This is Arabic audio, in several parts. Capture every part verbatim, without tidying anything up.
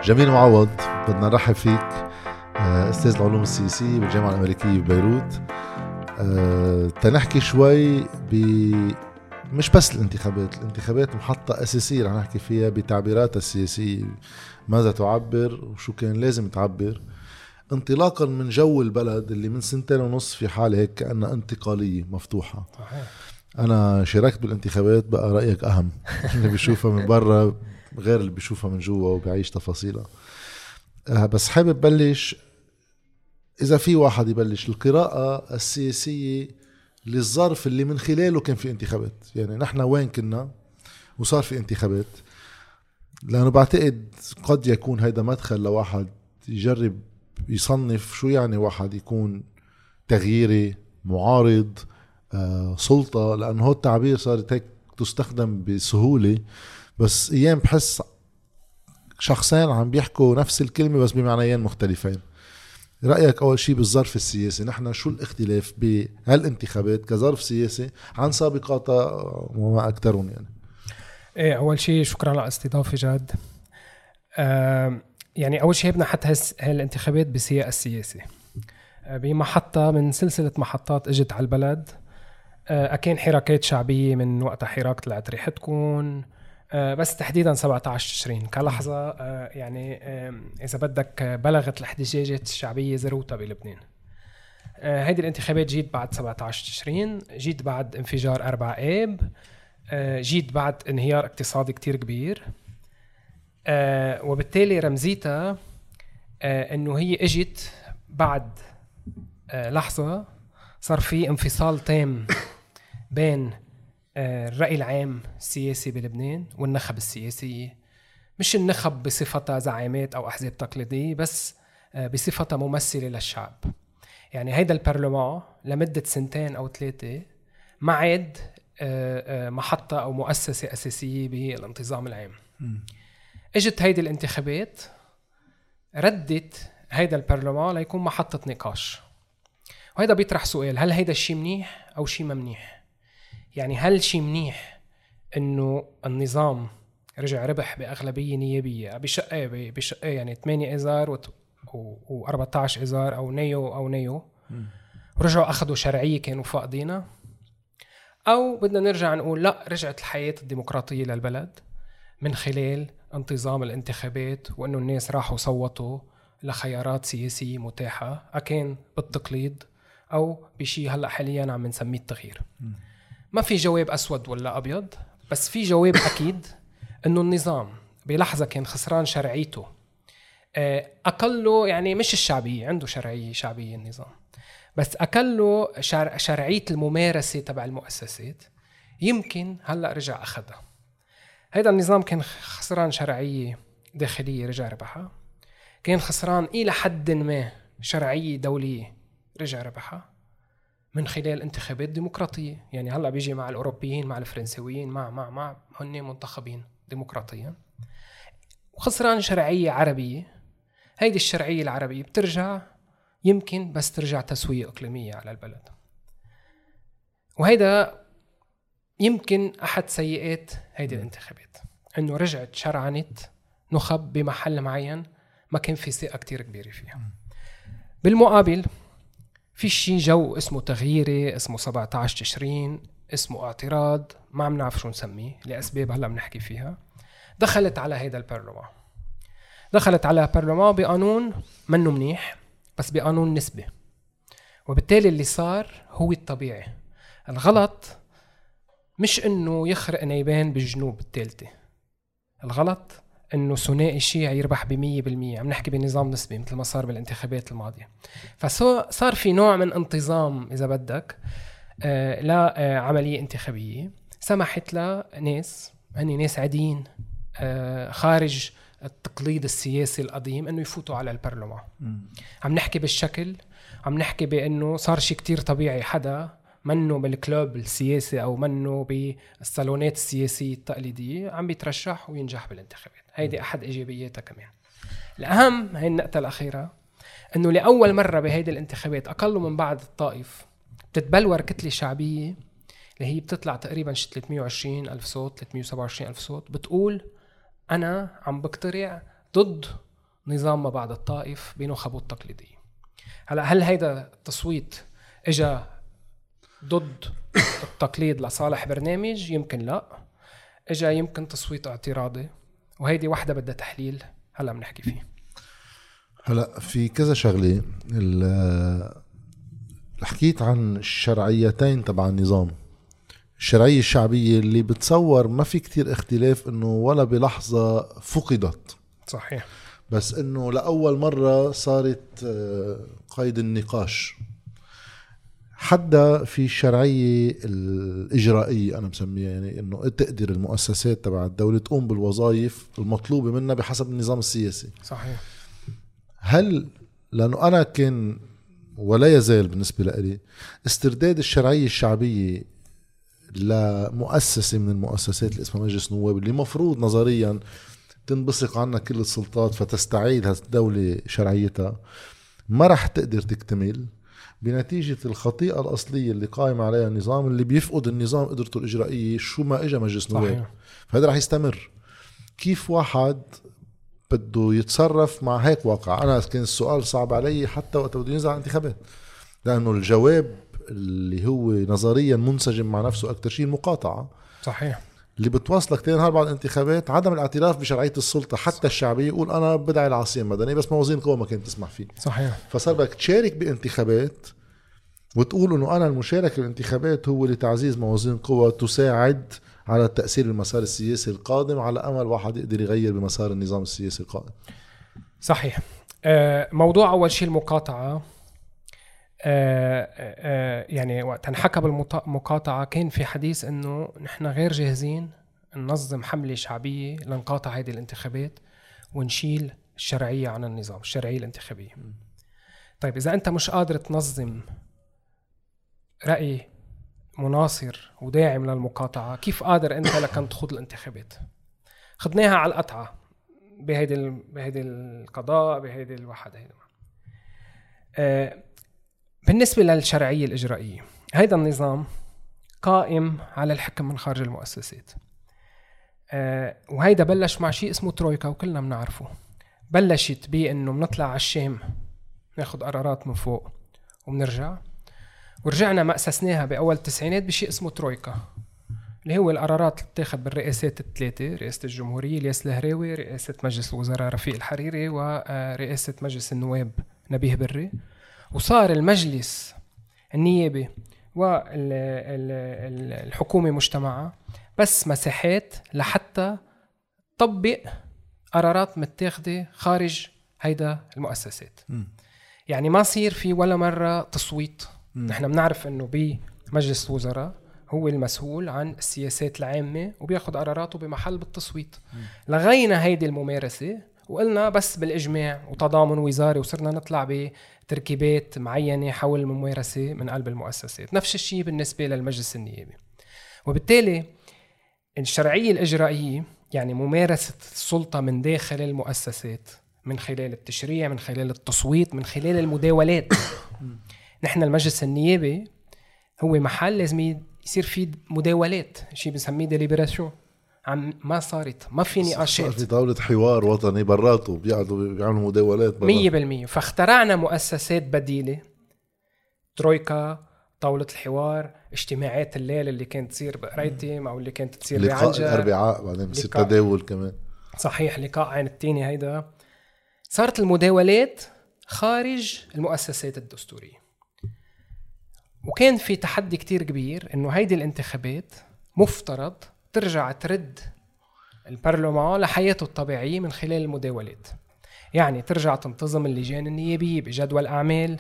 جميل معوض، بدنا نرحب فيك أستاذ العلوم السياسية بالجامعة الأمريكية ببيروت. أه تنحكي شوي ب مش بس الانتخابات الانتخابات محطة أساسية رح نحكي فيها بتعبيراتها السياسية، ماذا تعبر وشو كان لازم تعبر، انطلاقا من جو البلد اللي من سنتين ونص في حالة هيك كأنها انتقالية مفتوحة. صحيح. أنا شاركت بالانتخابات، بقى رأيك أهم. اللي بيشوفها من برا غير اللي بيشوفها من جوا وبيعيش تفاصيلها. أه بس حابب بلش، إذا في واحد يبلش القراءة السياسية للظرف اللي من خلاله كان في انتخابات، يعني نحن وين كنا وصار في انتخابات، لأنه بعتقد قد يكون هيدا مدخل لواحد يجرب يصنف شو يعني واحد يكون تغييري معارض آه سلطة، لأنه هو التعبير صارت هيك تستخدم بسهولة، بس أيام بحس شخصين عم بيحكوا نفس الكلمة بس بمعنيين مختلفين. رأيك أول شيء بالظرف السياسي، نحن شو الاختلاف بهالانتخابات كظرف سياسي عن سابقاتها وما أكثرون؟ يعني إيه، أول شيء شكرا على الاستضافة جاد. آه يعني أول شيء بدنا حتى هالانتخابات بسياق السياسي آه بمحطة من سلسلة محطات اجت على البلد. آه أكين حراكات شعبية من وقت حراك طلعت ريحتكم، آه بس تحديدا سبعة عشر تشرين كلحظة آه يعني آه إذا بدك بلغت الاحتجاجات الشعبية ذروتها بلبنان. آه هيدي الانتخابات جيت بعد سبعة عشر تشرين، جيت بعد انفجار أربعة آب، آه جيت بعد انهيار اقتصادي كتير كبير، آه وبالتالي رمزيتها آه انه هي اجت بعد آه لحظة صار في انفصال تام بين آه الرأي العام السياسي بلبنان والنخب السياسي، مش النخب بصفتها زعامات او احزاب تقليدية، بس آه بصفتها ممثلة للشعب. يعني هيدا البرلمان لمدة سنتين او ثلاثة ما عاد آه آه محطة او مؤسسة اساسية بالانتظام العام. م. اجت هيدي الانتخابات ردت هيدا البرلمان ليكون محطة نقاش، وهيدا بيطرح سؤال: هل هيدا الشيء منيح أو شيء ما منيح؟ يعني هل شيء منيح إنه النظام رجع ربح بأغلبية نيابية بشقة بشقة يعني ثمانية إزار وأربعة عشر إزار أو نيو أو نيو ورجعوا أخذوا شرعية كانوا فاقدينها، أو بدنا نرجع نقول لا، رجعت الحياة الديمقراطية للبلد من خلال انتظام الانتخابات، وأنه الناس راحوا صوتوا لخيارات سياسية متاحة أكين بالتقليد أو بشي هلأ حاليا عم نسميه التغيير. ما في جواب أسود ولا أبيض، بس في جواب أكيد أنه النظام بلحظة كان خسران شرعيته، أقله يعني مش الشعبية، عنده شرعية شعبية النظام، بس أقله شرع شرعية الممارسة تبع المؤسسات، يمكن هلأ رجع أخذها. هيدا النظام كان خسران شرعية داخلية رجع ربحها، كان خسران إلى حد ما شرعية دولية رجع ربحها من خلال انتخابات ديمقراطية. يعني هلأ بيجي مع الأوروبيين مع الفرنسويين مع مع مع هن منتخبين ديمقراطيا، وخسران شرعية عربية. هيدي الشرعية العربية بترجع يمكن بس ترجع تسوية إقليمية على البلد، وهيدا يمكن أحد سيئات هيدي الانتخابات، إنه رجعت شرعنت نخب بمحل معين ما كان في ثقة كتير كبيرة فيها. بالمقابل في شيء جو اسمه تغييري، اسمه سبعة عشر تشرين، اسمه اعتراض، ما عم نعرف شو نسميه لأسباب هلأ بنحكي فيها. دخلت على هيدا البرلمان، دخلت على برلمان بقانون منه منيح، بس بقانون نسبة، وبالتالي اللي صار هو الطبيعي. الغلط مش انه يخرق نيبان بالجنوب الثالثة، الغلط انه ثنائي شيعي يربح بمية بالمية. عم نحكي بنظام نسبي مثل ما صار بالانتخابات الماضية. فصار في نوع من انتظام إذا بدك آه لعملية انتخابية سمحت لناس هني ناس عاديين آه خارج التقليد السياسي القديم انه يفوتوا على البرلمان. عم نحكي بالشكل، عم نحكي بانه صار شيء كتير طبيعي، حدا منه بالكلوب السياسي أو منه بالصالونات السياسية التقليدية عم بيترشح وينجح بالانتخابات. هيدي أحد إيجابياتها. كمان الأهم هي النقطة الأخيرة، أنه لأول مرة بهيدي الانتخابات أقل من بعد الطائف بتتبلور كتلة شعبية اللي هي بتطلع تقريبا ثلاثمية وعشرين ألف صوت ثلاثمية وسبعة وعشرين ألف صوت، بتقول أنا عم بقترع ضد نظام ما بعد الطائف بنخبه التقليدية. هلا هل هيدا التصويت اجا ضد التقليد لصالح برنامج؟ يمكن لا، اجا يمكن تصويت اعتراضي، وهيدي واحدة بدها تحليل هلا بنحكي فيه. هلا في كذا شغلة. حكيت عن الشرعيتين تبع النظام. الشرعية الشعبية اللي بتصور ما في كتير اختلاف انه ولا بلحظة فقدت، صحيح، بس انه لأول مرة صارت قيد النقاش. حدا في الشرعية الإجرائية أنا مسميها، يعني إنه تقدر المؤسسات تبع الدولة تقوم بالوظائف المطلوبة منها بحسب النظام السياسي. صحيح. هل لأنه أنا كان ولا يزال بالنسبة لي استرداد الشرعية الشعبية لمؤسسة من المؤسسات اللي اسمها مجلس نواب، اللي مفروض نظريا تنبثق عنها كل السلطات فتستعيد هذه الدولة شرعيتها، ما رح تقدر تكتمل بنتيجة الخطيئة الأصلية اللي قائم عليها النظام، اللي بيفقد النظام قدرته الإجرائية شو ما إجا مجلس نواب. فهذا رح يستمر. كيف واحد بده يتصرف مع هيك واقع؟ أنا كان السؤال صعب علي حتى وقت بده ينزل على انتخابات، لأنه الجواب اللي هو نظريا منسجم مع نفسه أكتر شيء المقاطعة. صحيح. اللي بتواصلك تين نهار بعد الانتخابات عدم الاعتراف بشرعية السلطة حتى الشعبية، يقول أنا بدعي العاصمة المدنية بس موازين قوة ما كانت تسمح فيه. صحيح. فصار بدك تشارك بانتخابات وتقول إنه أنا المشاركة بالانتخابات هو لتعزيز موازين قوة تساعد على التأثير المسار السياسي القادم، على أمل واحد يقدر يغير بمسار النظام السياسي القادم. صحيح. موضوع أول شيء المقاطعة. يعني وقت انحكى بالمقاطعة كان في حديث إنه نحن غير جاهزين ننظم حملة شعبية لنقاطع هذه الانتخابات ونشيل الشرعية عن النظام، الشرعية الانتخابية. طيب إذا أنت مش قادر تنظم رأي مناصر وداعم للمقاطعة، كيف قادر أنت لكن تخوض الانتخابات؟ خدناها على القطعة بهيدي بهيدي القضاء بهيدي الواحد. هيدا آه بالنسبة للشرعية الإجرائية، هيدا النظام قائم على الحكم من خارج المؤسسات. آه وهيدا بلش مع شيء اسمه ترويكا وكلنا بنعرفه. بلشت بأنه بنطلع على الشام ناخد قرارات من فوق وبنرجع، ورجعنا ما أسسناها بأول التسعينات بشيء اسمه ترويكا، اللي هو القرارات اللي بتاخد بالرئاسات الثلاثة: رئاسة الجمهورية الياس الهراوي، رئاسة مجلس الوزراء رفيق الحريري، ورئاسة مجلس النواب نبيه بري. وصار المجلس النيابي والحكومة مجتمعة بس مساحات لحتى تطبق قرارات متاخدة خارج هيدا المؤسسات. م. يعني ما صير في ولا مرة تصويت. م. نحن بنعرف انه بمجلس الوزراء هو المسؤول عن السياسات العامة وبياخد قراراته بمحل بالتصويت. م. لغينا هيدي الممارسة وقلنا بس بالإجماع وتضامن وزاري، وصرنا نطلع بتركيبات معينة حول الممارسة من قلب المؤسسات. نفس الشيء بالنسبة للمجلس النيابي. وبالتالي الشرعية الإجرائية يعني ممارسة السلطة من داخل المؤسسات، من خلال التشريع، من خلال التصويت، من خلال المداولات. نحن المجلس النيابي هو محل لازم يصير فيه مداولات، شيء بنسميه ديليبراسيون. عم ما صارت، ما في نقاشات، في طاولة حوار وطني براته بيقعدوا بيعملوا مداولات برات. مية بالمية. فاخترعنا مؤسسات بديلة: ترويكا، طاولة الحوار، اجتماعات الليل اللي كانت تصير بقرايتم أو اللي كانت تصير لقاء بعجة، الأربعاء بعدين بصير تداول كمان. صحيح، لقاء عين التاني. هيدا صارت المداولات خارج المؤسسات الدستورية. وكان في تحدي كتير كبير إنه هيدي الانتخابات مفترض ترجع ترد البرلمان لحياته الطبيعية من خلال المداولات. يعني ترجع تنتظم اللجان النيابية بجدول أعمال،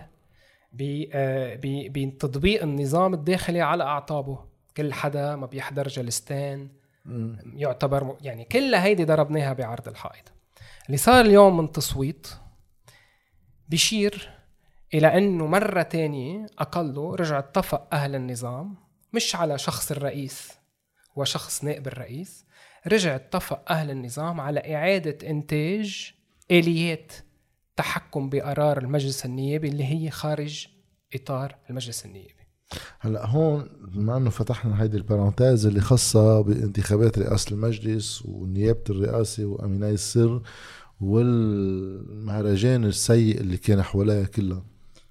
بتطبيق النظام الداخلي على أعطابه. كل حدا ما بيحضر جلستان يعتبر يعني كل هيدي ضربناها بعرض الحائط. اللي صار اليوم من تصويت بيشير إلى أنه مرة تانية أقله رجع اتفق أهل النظام مش على شخص الرئيس وشخص نائب الرئيس، رجع اتفق أهل النظام على إعادة إنتاج آليات تحكم بقرار المجلس النيابي اللي هي خارج إطار المجلس النيابي. هلأ هون بما أنه فتحنا هيدي البارانتاز اللي خاصة بانتخابات رئاسة المجلس ونيابة الرئاسة وأميناي السر والمهرجان السيء اللي كان حواليها كلها.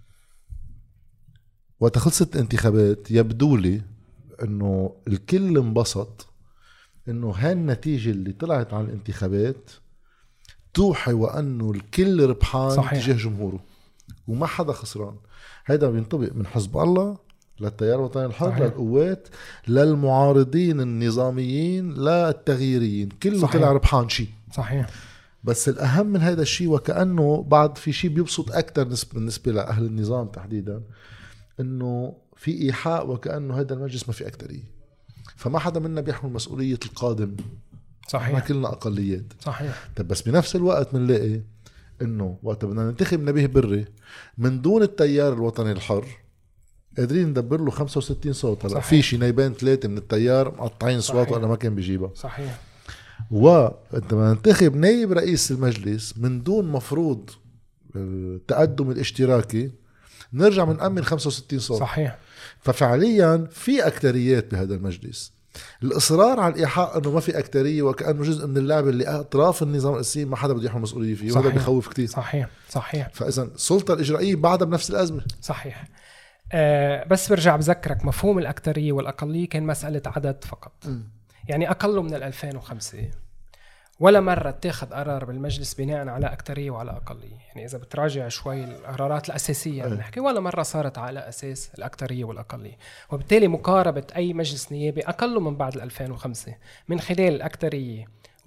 وتخلصت الانتخابات يبدو لي انه الكل انبسط انه هالنتيجة اللي طلعت عن الانتخابات توحي وانه الكل ربحان صحيح. تجاه جمهوره وما حدا خسران. هيدا بينطبق من حزب الله للتيار الوطني الحر صحيح. للقوات للمعارضين النظاميين للتغييريين، كله طلع ربحان شيء صحيح. بس الأهم من هذا الشيء وكأنه بعد في شيء بيبسط أكتر بالنسبة لأهل النظام تحديدا، إنه في إيحاء وكأنه هذا المجلس ما في أكترية، فما حدا منا بيحمل مسؤولية القادم صحيح. ما كلنا أقليات صحيح. طب بس بنفس الوقت منلاقي إنه وقت بدنا ننتخب نبيه بري من دون التيار الوطني الحر قادرين ندبر له خمسة وستين صوت. هلا في شي نايبين ثلاثة من التيار مقطعين صوت وأنا ما كان بيجيبها صحيح. وانت ما ننتخب نائب رئيس المجلس من دون مفروض التقدم الاشتراكي نرجع من أمن خمسة وستين صوت صحيح. ففعليا في أكتريات بهذا المجلس. الإصرار على الإيحاء أنه ما في أكترية وكأنه جزء من اللعبة اللي أطراف النظام السياسي ما حدا بده يحمل مسؤولية فيه، وهذا بيخوف كتير. صحيح صحيح. فإذا السلطة الإجرائية بعدها بنفس الأزمة. صحيح. أه بس برجع بذكرك مفهوم الأكترية والأقلية كان مسألة عدد فقط. م. يعني أقله من ألفين وخمسة ولا مرة اتخذ قرار بالمجلس بناء على أكترية وعلى أقلية. يعني إذا بتراجع شوي القرارات الأساسية بنحكي ولا مرة صارت على أساس الأكترية والأقلية، وبالتالي مقاربة أي مجلس نيابي أقله من بعد ألفين وخمسة من خلال الأكترية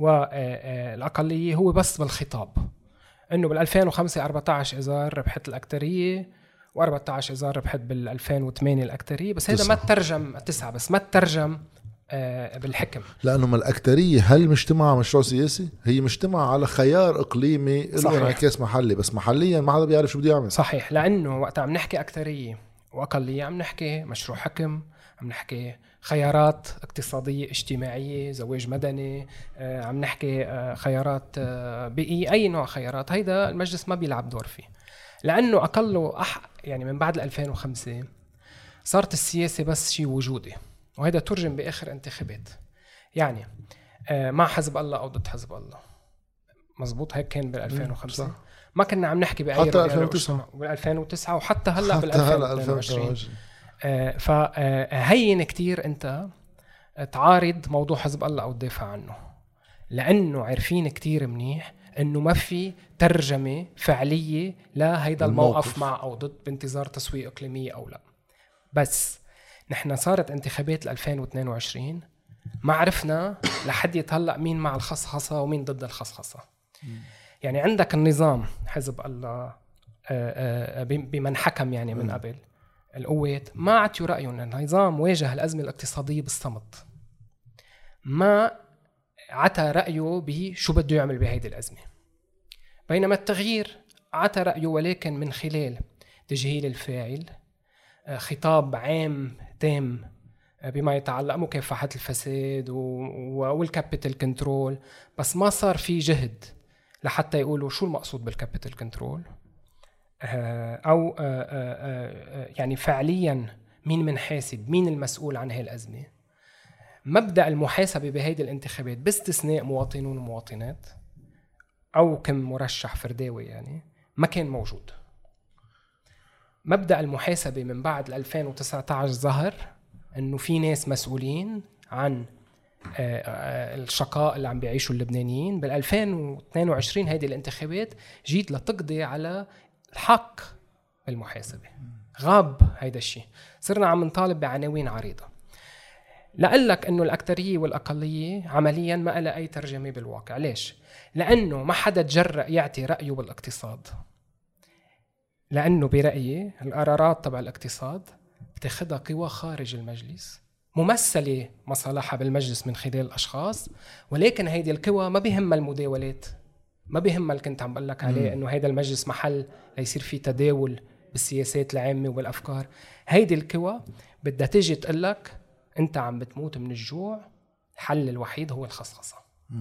والأقلية هو بس بالخطاب، إنه بالألفين وخمسة أربعة عشر إذار ربحت الأكترية وأربعة عشر إذار ربحت بالألفين وثمانية الأكترية، بس هذا ما ترجم تسعة بس ما ترجم بالحكم، لأنه ما الأكترية هل مجتمع مشروع سياسي؟ هي مجتمع على خيار إقليمي له انعكاس محلي، بس محليا ما حدا بيعرف شو بده يعمل. صحيح. لأنه وقت عم نحكي أكترية وأقلية عم نحكي مشروع حكم، عم نحكي خيارات اقتصادية اجتماعية، زواج مدني، عم نحكي خيارات بيئية، أي نوع خيارات هيدا المجلس ما بيلعب دور فيه. لأنه أقله أح يعني من بعد ألفين وخمسة صارت السياسة بس شيء وجودي، وهذا ترجم بآخر انتخابات. يعني مع حزب الله أو ضد حزب الله، مزبوط هيك كان بالألفين وخمسة. ما كنا عم نحكي بأي رأي بالألفين وتسعة وحتى هلأ بالألفين وعشرين. فهين كتير أنت تعارض موضوع حزب الله أو تدافع عنه، لأنه عارفين كتير منيح أنه ما في ترجمة فعلية لا هيدا الموقف مع أو ضد بانتظار تسوية إقليمية أو لا. بس نحن صارت انتخابات ألفين واثنين وعشرين ما عرفنا لحد يتهلأ مين مع الخصخصة ومين ضد الخصخصة. يعني عندك النظام حزب الله بمن حكم يعني من قبل القوات ما عطيوا رأيهم أن النظام واجه الأزمة الاقتصادية بالصمت، ما عطى رأيه بشو بده يعمل بهيدي الأزمة. بينما التغيير عطى رأيه ولكن من خلال تجهيل الفاعل، خطاب عام تام بما يتعلق مكافحة الفساد والكابيتال كنترول، بس ما صار في جهد لحتى يقولوا شو المقصود بالكابيتال كنترول، أو يعني فعليا مين منحاسب، مين المسؤول عن هاي الأزمة. مبدأ المحاسبة بهيدي الانتخابات باستثناء مواطنون ومواطنات أو كم مرشح فرداوي يعني ما كان موجود. مبدأ المحاسبة من بعد ألفين وتسعة عشر ظهر أنه في ناس مسؤولين عن الشقاء اللي عم بيعيشوا اللبنانيين. بالألفين واثنين وعشرين هيدي الانتخابات جيت لتقضي على الحق بالمحاسبة، غاب هيدا الشيء. صرنا عم نطالب بعناوين عريضة. لقلك أنه الأكترية والأقلية عمليا ما لها أي ترجمة بالواقع. ليش؟ لأنه ما حدا تجرأ يعطي رأيه بالاقتصاد، لأنه برأيي القرارات تبع الاقتصاد بتاخدها قوى خارج المجلس ممثلة مصالحها بالمجلس من خلال الأشخاص، ولكن هيدي القوى ما بيهمها المداولات، ما بيهمها اللي كنت عم بقلك عليه أنه هيدا المجلس محل ليصير فيه تداول بالسياسات العامة وبالأفكار. هيدي القوى بدها تيجي تقلك أنت عم بتموت من الجوع، الحل الوحيد هو الخصخصة.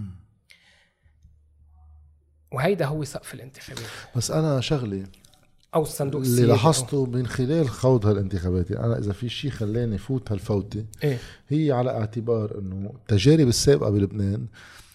وهيدا هو سقف الانتخابات. بس أنا شغلي أو الصندوق اللي لاحظته من خلال خوض هالانتخابات، يعني أنا إذا في شيء خلاني فوت هالفوتة إيه؟ هي على اعتبار أنه التجارب السابقة بلبنان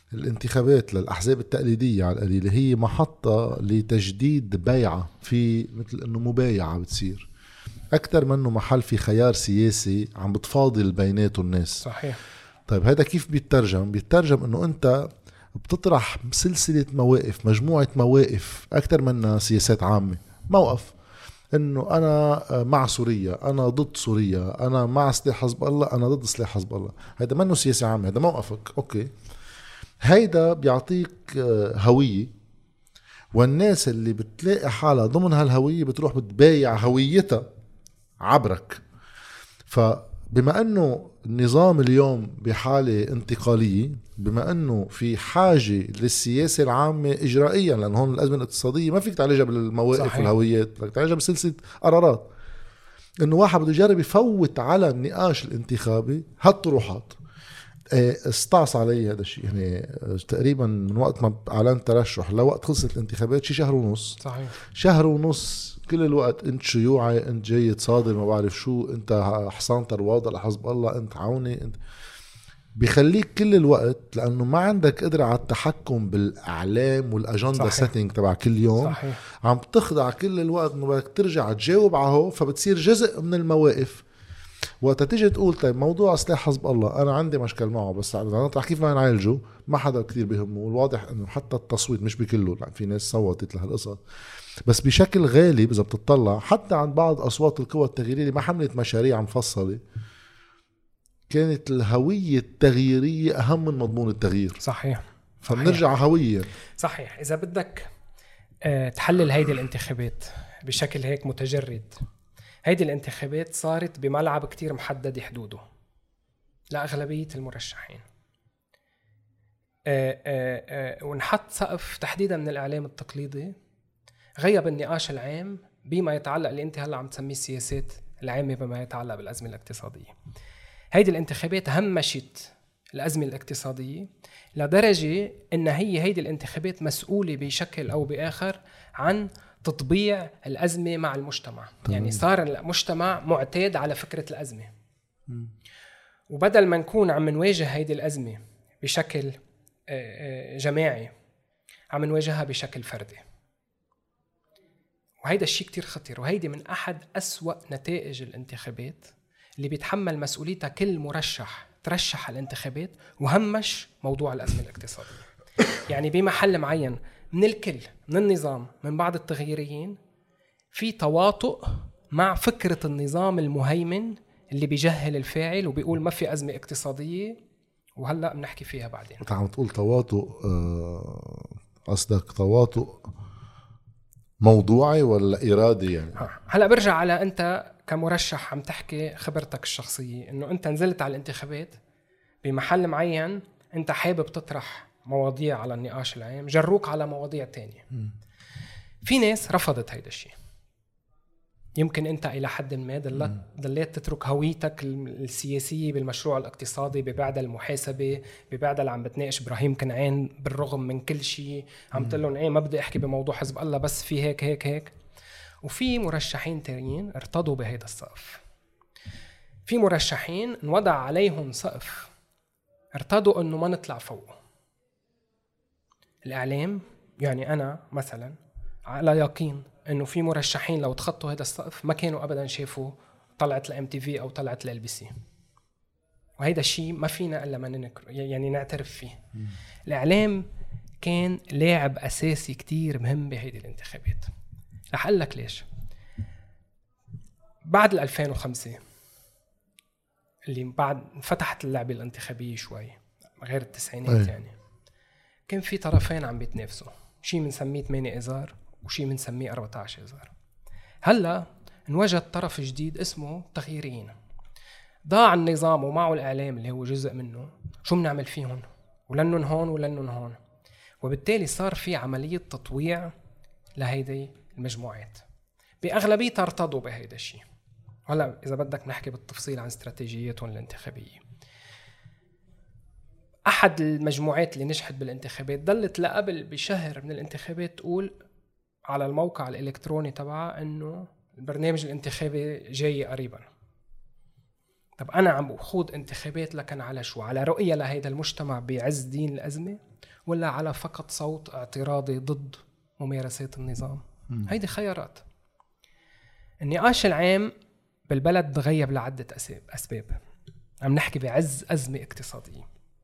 الانتخابات للأحزاب التقليدية على القليلة هي محطة لتجديد بيعة، في مثل أنه مبايعة بتصير أكتر منه محل في خيار سياسي عم بتفاضل بيناته الناس. صحيح. طيب هذا كيف بيترجم؟ بيترجم أنه أنت بتطرح سلسلة مواقف، مجموعة مواقف أكتر منها سياسات عامة. موقف انه انا مع سوريا، انا ضد سوريا، انا مع سلاح حزب الله، انا ضد سلاح حزب الله، هذا منه سياسي عام، هذا موقفك. اوكي، هيدا بيعطيك هوية، والناس اللي بتلاقي حالها ضمن هالهوية بتروح بتبايع هويتها عبرك. فبما انه النظام اليوم بحالة انتقالية، بما انه في حاجة للسياسة العامة اجرائيا، لان هون الازمة الاقتصادية ما فيك تعالجها بالمواقف. صحيح. والهويات بدك تعالجها بسلسلة قرارات. انه واحد بده يجرب يفوت على النقاش الانتخابي هالطروحات. استعصى علي هذا الشيء يعني تقريبا من وقت ما اعلنت ترشح لوقت خلصت الانتخابات شي شهر ونص. صحيح. شهر ونص كل الوقت انت شيوعي، انت جاي تصادر ما بعرف شو، انت حصان ترواضة لحزب الله، انت عوني، انت بيخليك كل الوقت، لانه ما عندك قدرة على التحكم بالاعلام والاجندة سيتنج تبع كل يوم. صحيح. عم تخضع كل الوقت انه بدك ترجع تجاوب على، فبتصير جزء من المواقف. وقت تيجي تقول طيب موضوع سلاح حزب الله انا عندي مشكل معه، بس نطرح كيف ما نعالجه، ما حدا كتير بيهمه. والواضح انه حتى التصويت مش بكله، لا في ناس صوتت لهالقصة، بس بشكل غالب اذا بتطلع حتى عند بعض اصوات القوى التغييرية اللي ما حملت مشاريع مفصلة، كانت الهوية التغييرية اهم من مضمون التغيير. صحيح. فبنرجع هوية. صحيح. اذا بدك أه تحلل هيدي الانتخابات بشكل هيك متجرد، هيدي الانتخابات صارت بملعب كتير محدد حدوده لأغلبية المرشحين. أه أه أه ونحط سقف تحديدا من الإعلام التقليدي، غيب النقاش العام بما يتعلق اللي انت هلا عم تسميه السياسات العامة بما يتعلق بالأزمة الاقتصادية. هيدي الانتخابات همشت الأزمة الاقتصادية لدرجة إن هي هيدي الانتخابات مسؤولة بشكل أو بآخر عن تطبيع الأزمة مع المجتمع. طبعا. يعني صار المجتمع معتاد على فكرة الأزمة. م. وبدل ما نكون عم نواجه هيدي الأزمة بشكل جماعي، عم نواجهها بشكل فردي. وهيدا الشيء كتير خطير، وهيدي من أحد أسوأ نتائج الانتخابات اللي بيتحمل مسؤوليتها كل مرشح ترشح الانتخابات وهمش موضوع الأزمة الاقتصادية. يعني بمحل معين من الكل، من النظام، من بعض التغييريين، في تواطؤ مع فكرة النظام المهيمن اللي بيجهل الفاعل وبيقول ما في أزمة اقتصادية وهلأ بنحكي فيها بعدين. انت عم تقول تواطؤ، قصدك تواطؤ موضوعي ولا إرادي يعني؟ هلأ برجع على أنت كمرشح عم تحكي خبرتك الشخصية، إنه أنت نزلت على الانتخابات بمحل معين، أنت حابب تطرح مواضيع على النقاش العام، جروك على مواضيع تانية. م. في ناس رفضت هيدا الشيء. يمكن أنت إلى حد ما ضليت تترك هويتك السياسية بالمشروع الاقتصادي ببعد المحاسبة، ببعد اللي عم بتناقش إبراهيم كنعان بالرغم من كل شيء، عم تقول لهم إيه ما بدي أحكي بموضوع حزب الله بس في هيك هيك هيك. وفي مرشحين تانيين ارتضوا بهيدا السقف. في مرشحين انوضع عليهم سقف ارتضوا أنه ما نطلع فوقه. الإعلام، يعني أنا مثلا على يقين أنه في مرشحين لو تخطوا هذا السقف ما كانوا أبدا شافوا طلعت الام تي في أو طلعت ال بي سي. وهذا الشيء ما فينا إلا ما ننكر يعني نعترف فيه. م. الإعلام كان لاعب أساسي كتير مهم بهذه الانتخابات. رح أقول لك ليش. بعد ألفين وخمسة اللي بعد فتحت اللعبة الانتخابية شوي غير التسعينات، أي. يعني كان في طرفين عم بيتنافسوا، شيء بنسميه ثمانية إذار وشيء بنسميه أربعة عشر إذار. هلا انوجد طرف جديد اسمه تغييريين. ضاع النظام ومعه الإعلام اللي هو جزء منه، شو بنعمل فيهم؟ ولنن هون ولنن هون. وبالتالي صار في عملية تطويع لهيدي المجموعات. بأغلبية ارتضوا بهيدا الشيء. هلا إذا بدك نحكي بالتفصيل عن استراتيجيتهم الانتخابية. أحد المجموعات اللي نجحت بالانتخابات ضلت لقبل بشهر من الانتخابات تقول على الموقع الإلكتروني تبعها إنه البرنامج الانتخابي جاي قريبا. طب أنا عم بخوض انتخابات لكن على شو؟ على رؤية لهيدا المجتمع بعز دين الأزمة، ولا على فقط صوت اعتراضي ضد ممارسات النظام؟ م. هيدي خيارات. النقاش العام بالبلد تغيب لعدة أسباب. عم نحكي بعز أزمة اقتصادية.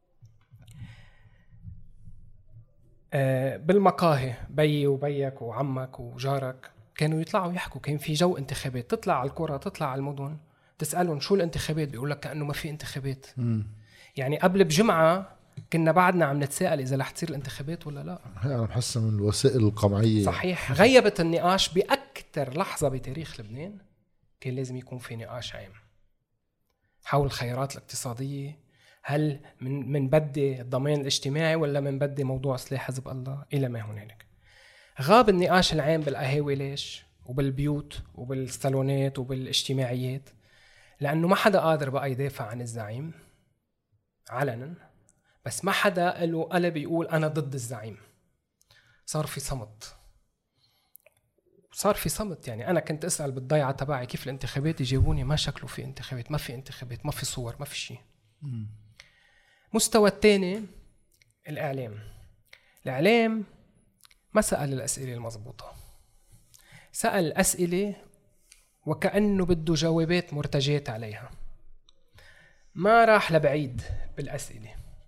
بالمقاهي بيي وبيك وعمك وجارك كانوا يطلعوا يحكوا، كان في جو انتخابات، تطلع على القرى تطلع على المدن تسألهم شو الانتخابات، بيقول لك كأنه ما في انتخابات. م. يعني قبل بجمعة كنا بعدنا عم نتساءل إذا رح تصير الانتخابات ولا لا. أنا بحسها من الوسائل القمعية. صحيح. غيبت النقاش بأكثر لحظة بتاريخ لبنان. كان لازم يكون في نقاش عام حول الخيارات الاقتصادية. هل من من بدي الضمان الاجتماعي ولا من بدي موضوع سلاح حزب الله إلى ما هنالك. غاب النقاش العام بالقهاوي. ليش؟ وبالبيوت وبالصالونات وبالاجتماعيات. لأنه ما حدا قادر بقى يدافع عن الزعيم علنا، بس ما حدا له قلب يقول أنا ضد الزعيم. صار في صمت. صار في صمت. يعني أنا كنت أسأل بالضيعة تبعي كيف الانتخابات، يجيبوني ما شكله في انتخابات، ما في انتخابات، ما في صور، ما في شيء. مستوى الثاني الإعلام. الإعلام ما سأل الأسئلة المضبوطة، سأل أسئلة وكأنه بده جوابات مرتجات عليها، ما راح لبعيد بالأسئلة.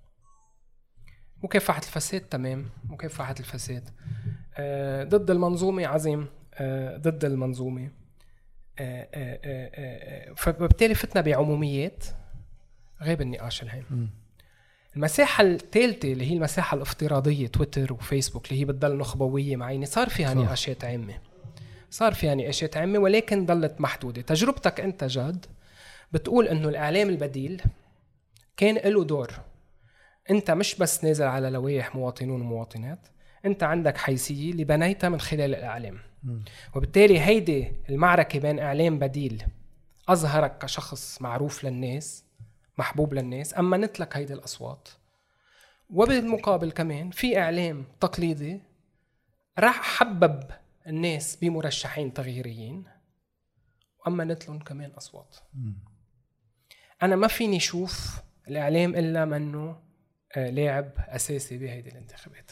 مكافحة الفساد تمام، مكافحة الفساد آه ضد المنظومة عظيم، آه ضد المنظومة. آه آه آه آه فبالتالي فتنا بعموميات، غيب النقاش العام. المساحة الثالثة اللي هي المساحة الافتراضية، تويتر وفيسبوك، اللي هي بتضل نخبوية معينة، صار فيها صح. نقاشات عامة، صار فيها نقاشات عامة ولكن ضلت محدودة. تجربتك أنت جاد بتقول إنه الإعلام البديل كان له دور. أنت مش بس نازل على لوائح مواطنون ومواطنات، أنت عندك حيثية اللي بنيتها من خلال الإعلام. م. وبالتالي هيدي المعركة بين إعلام بديل أظهرك كشخص معروف للناس، محبوب للناس، أما نتلك هيدي الأصوات. وبالمقابل كمان في إعلام تقليدي راح حبب الناس بمرشحين تغييريين، وأما نتلون كمان أصوات. م. أنا ما فيني شوف الإعلام إلا منه لاعب أساسي بهيدي الانتخابات.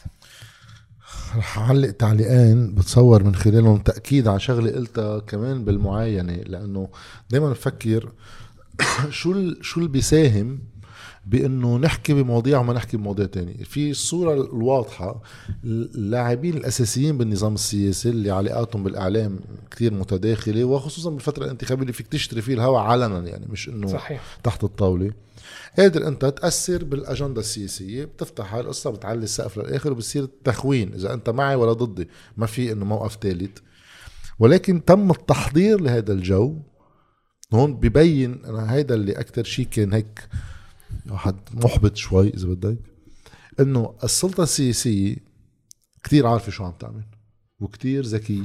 رح أعلق تعليقين بتصور من خلالهم تأكيد على شغلة قلتها كمان بالمعاينة، لأنه دايما نفكر شو شو اللي بيساهم بأنه نحكي بمواضيع وما نحكي بمواضيع تانية. في الصورة الواضحة اللاعبين الأساسيين بالنظام السياسي اللي علاقاتهم بالإعلام كتير متداخلة، وخصوصا بالفترة الانتخابية اللي فيك تشتري فيه الهوا علنا، يعني مش إنه صحيح. تحت الطاولة قادر أنت تأثر بالأجندة السياسية، بتفتح هاي القصة، بتعلي السقف للآخر وبتصير التخوين إذا أنت معي ولا ضدي، ما في إنه موقف ثالث. ولكن تم التحضير لهذا الجو. هون بيبين أنا هيدا اللي أكتر شيء كان هيك واحد محبط شوي إذا بدك، إنه السلطة السياسية كتير عارفة شو عم تعمل وكتير ذكية،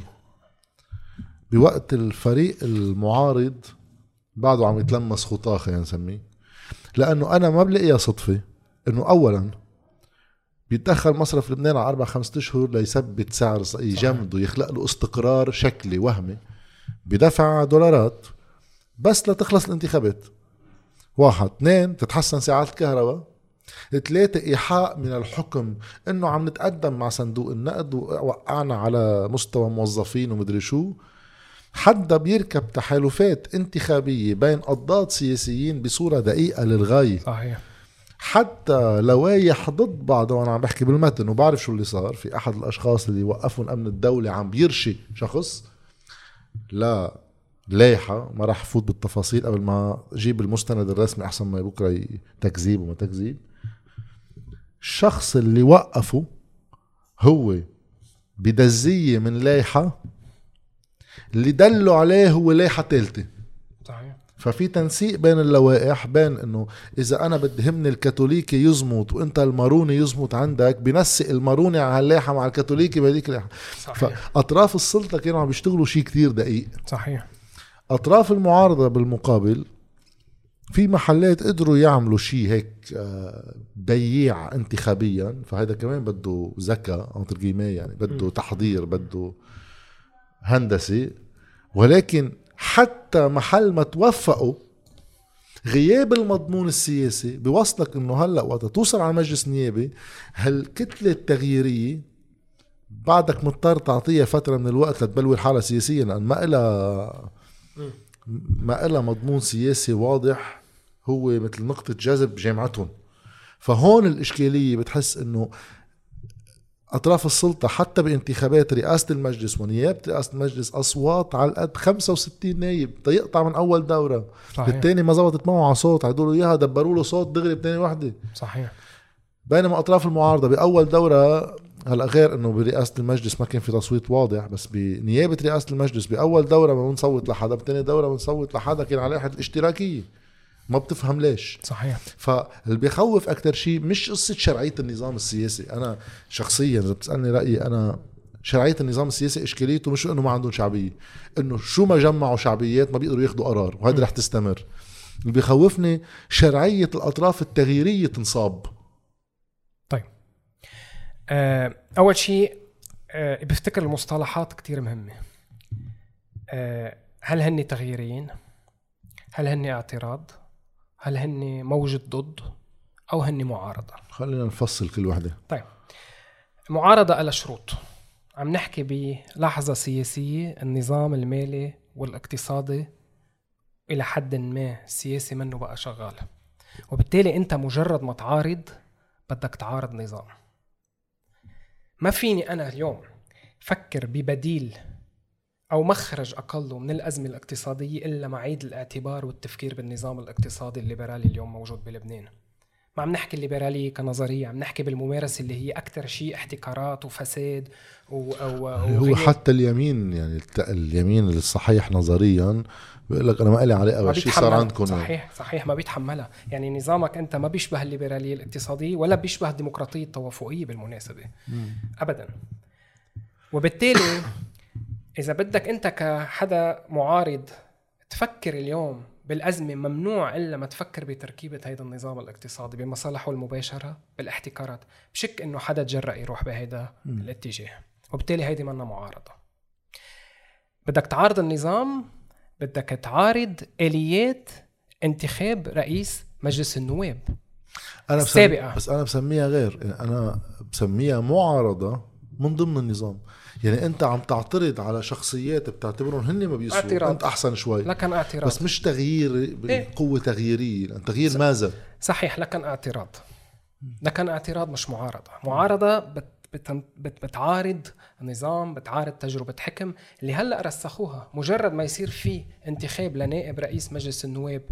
بوقت الفريق المعارض بعده عم يتلمس خطاه خلينا نسميه. لأنه أنا ما بلاقيها صدفة إنه أولاً بيتدخل مصرف لبنان على أربع خمسة أشهر ليثبت سعر يجمد ويخلق له استقرار شكلي وهمي، بدفع دولارات بس لتخلص الانتخابات. واحد اثنين تتحسن ساعات الكهرباء، ثلاثة إيحاء من الحكم إنه عم نتقدم مع صندوق النقد ووقعنا على مستوى موظفين ومدري شو، حدا بيركب تحالفات انتخابية بين قضاة سياسيين بصورة دقيقة للغاية. صحيح. حتى لوايح ضد بعض. وانا عم بحكي بالمتن وبعرف شو اللي صار في احد الاشخاص اللي وقفوا امن الدولة عم بيرشي شخص لا لايحة، ما راح فوت بالتفاصيل قبل ما جيب المستند الرسمي احسن ما بكره تكذيب وما تكذيب. الشخص اللي وقفه هو بدزية من لايحة اللي دلوا عليه هو لايحة ثالثة. صحيح. ففي تنسيق بين اللوائح، بين انه اذا انا بدي همني الكاثوليكي يزمط وانت الماروني يزمط عندك، بنسق الماروني على هاللايحة مع الكاثوليكي بهذيك اللايحة. فاطراف السلطة كانوا عم بيشتغلوا شيء كتير دقيق. صحيح. اطراف المعارضة بالمقابل في محلات قدروا يعملوا شيء هيك بييع انتخابيا، فهذا كمان بده ذكاء او ترجمة، يعني بده م. تحضير، بده هندسي. ولكن حتى محل ما توفقوا غياب المضمون السياسي بيوصلك انه هلا وقت توصل على مجلس نيابي هالكتله التغييريه بعدك مضطر تعطيها فتره من الوقت لتبلور حالها سياسيا، لان ما إلها ما إلها مضمون سياسي واضح هو مثل نقطه جذب جامعتهم. فهون الاشكاليه بتحس انه أطراف السلطة حتى بانتخابات رئاسة المجلس ونيابة رئاسة المجلس أصوات على القد خمسة وستين نايب تيقطع من أول دورة. صحيح. بالتاني ما زبطت معه على صوت عدولوا إياها دبروا له صوت دغري بتاني وحدة. صحيح. بينما أطراف المعارضة بأول دورة هلأ غير أنه برئاسة المجلس ما كان في تصويت واضح، بس بنيابة رئاسة المجلس بأول دورة ما بنصوت لحدا، بتاني دورة بنصوت لحدا كان على لائحة الاشتراكية ما بتفهم ليش. صحيح. فاللي بيخوف أكتر شيء مش قصة شرعية النظام السياسي. أنا شخصيا إذا بتسألني رأيي أنا شرعية النظام السياسي إشكاليته مش إنه ما عندهم شعبية، إنه شو ما جمعوا شعبيات ما بيقدروا ياخدوا قرار، وهذا رح تستمر. اللي بيخوفني شرعية الأطراف التغييرية تنصاب. طيب أه أول شيء أه بفتكر المصطلحات كتير مهمة. أه هل هن تغييرين؟ هل هن اعتراض؟ هل هن موجة ضد أو هن معارضة؟ خلينا نفصل كل واحدة. طيب معارضة على شروط. عم نحكي بلحظة سياسية النظام المالي والاقتصادي إلى حد ما السياسي منه بقى شغال، وبالتالي أنت مجرد ما تعارض بدك تعارض نظام. ما فيني أنا اليوم فكر ببديل أو مخرج أقله من الأزمة الاقتصادية إلا معيد الاعتبار والتفكير بالنظام الاقتصادي الليبرالي اليوم موجود بلبنان. ما عم نحكي الليبرالية كنظرية، عم نحكي بالممارسة اللي هي أكتر شيء احتكارات وفساد و... أو... هو حتى اليمين يعني اليمين الصحيح نظريا بيقول لك أنا ما إلي علاقة بالشيء صار عندكم. صحيح صحيح ما بيتحملها. يعني نظامك أنت ما بيشبه الليبرالية الاقتصادية ولا بيشبه الديمقراطية التوافقية بالمناسبة أبدا. وبالتالي إذا بدك أنت كحدا معارض تفكر اليوم بالأزمة، ممنوع إلا ما تفكر بتركيبة هيدا النظام الاقتصادي بمصالحه المباشرة بالاحتكارات، بشك إنه حدا تجرأ يروح بهيدا الاتجاه. وبالتالي هيدي منا معارضة. بدك تعارض النظام، بدك تعارض آليات انتخاب رئيس مجلس النواب أنا السابقة. بس أنا بسميها غير، أنا بسميها معارضة من ضمن النظام. يعني انت عم تعترض على شخصيات بتعتبرهم هن ما بيسووا، انت احسن شوي لكن اعتراض، بس مش تغيير بقوة إيه؟ تغييرية، تغيير ماذا؟ صحيح لكن اعتراض، لكن اعتراض مش معارضة. معارضة بت بت بت بتعارض النظام، بتعارض تجربة حكم اللي هلأ رسخوها. مجرد ما يصير في انتخاب لنائب رئيس مجلس النواب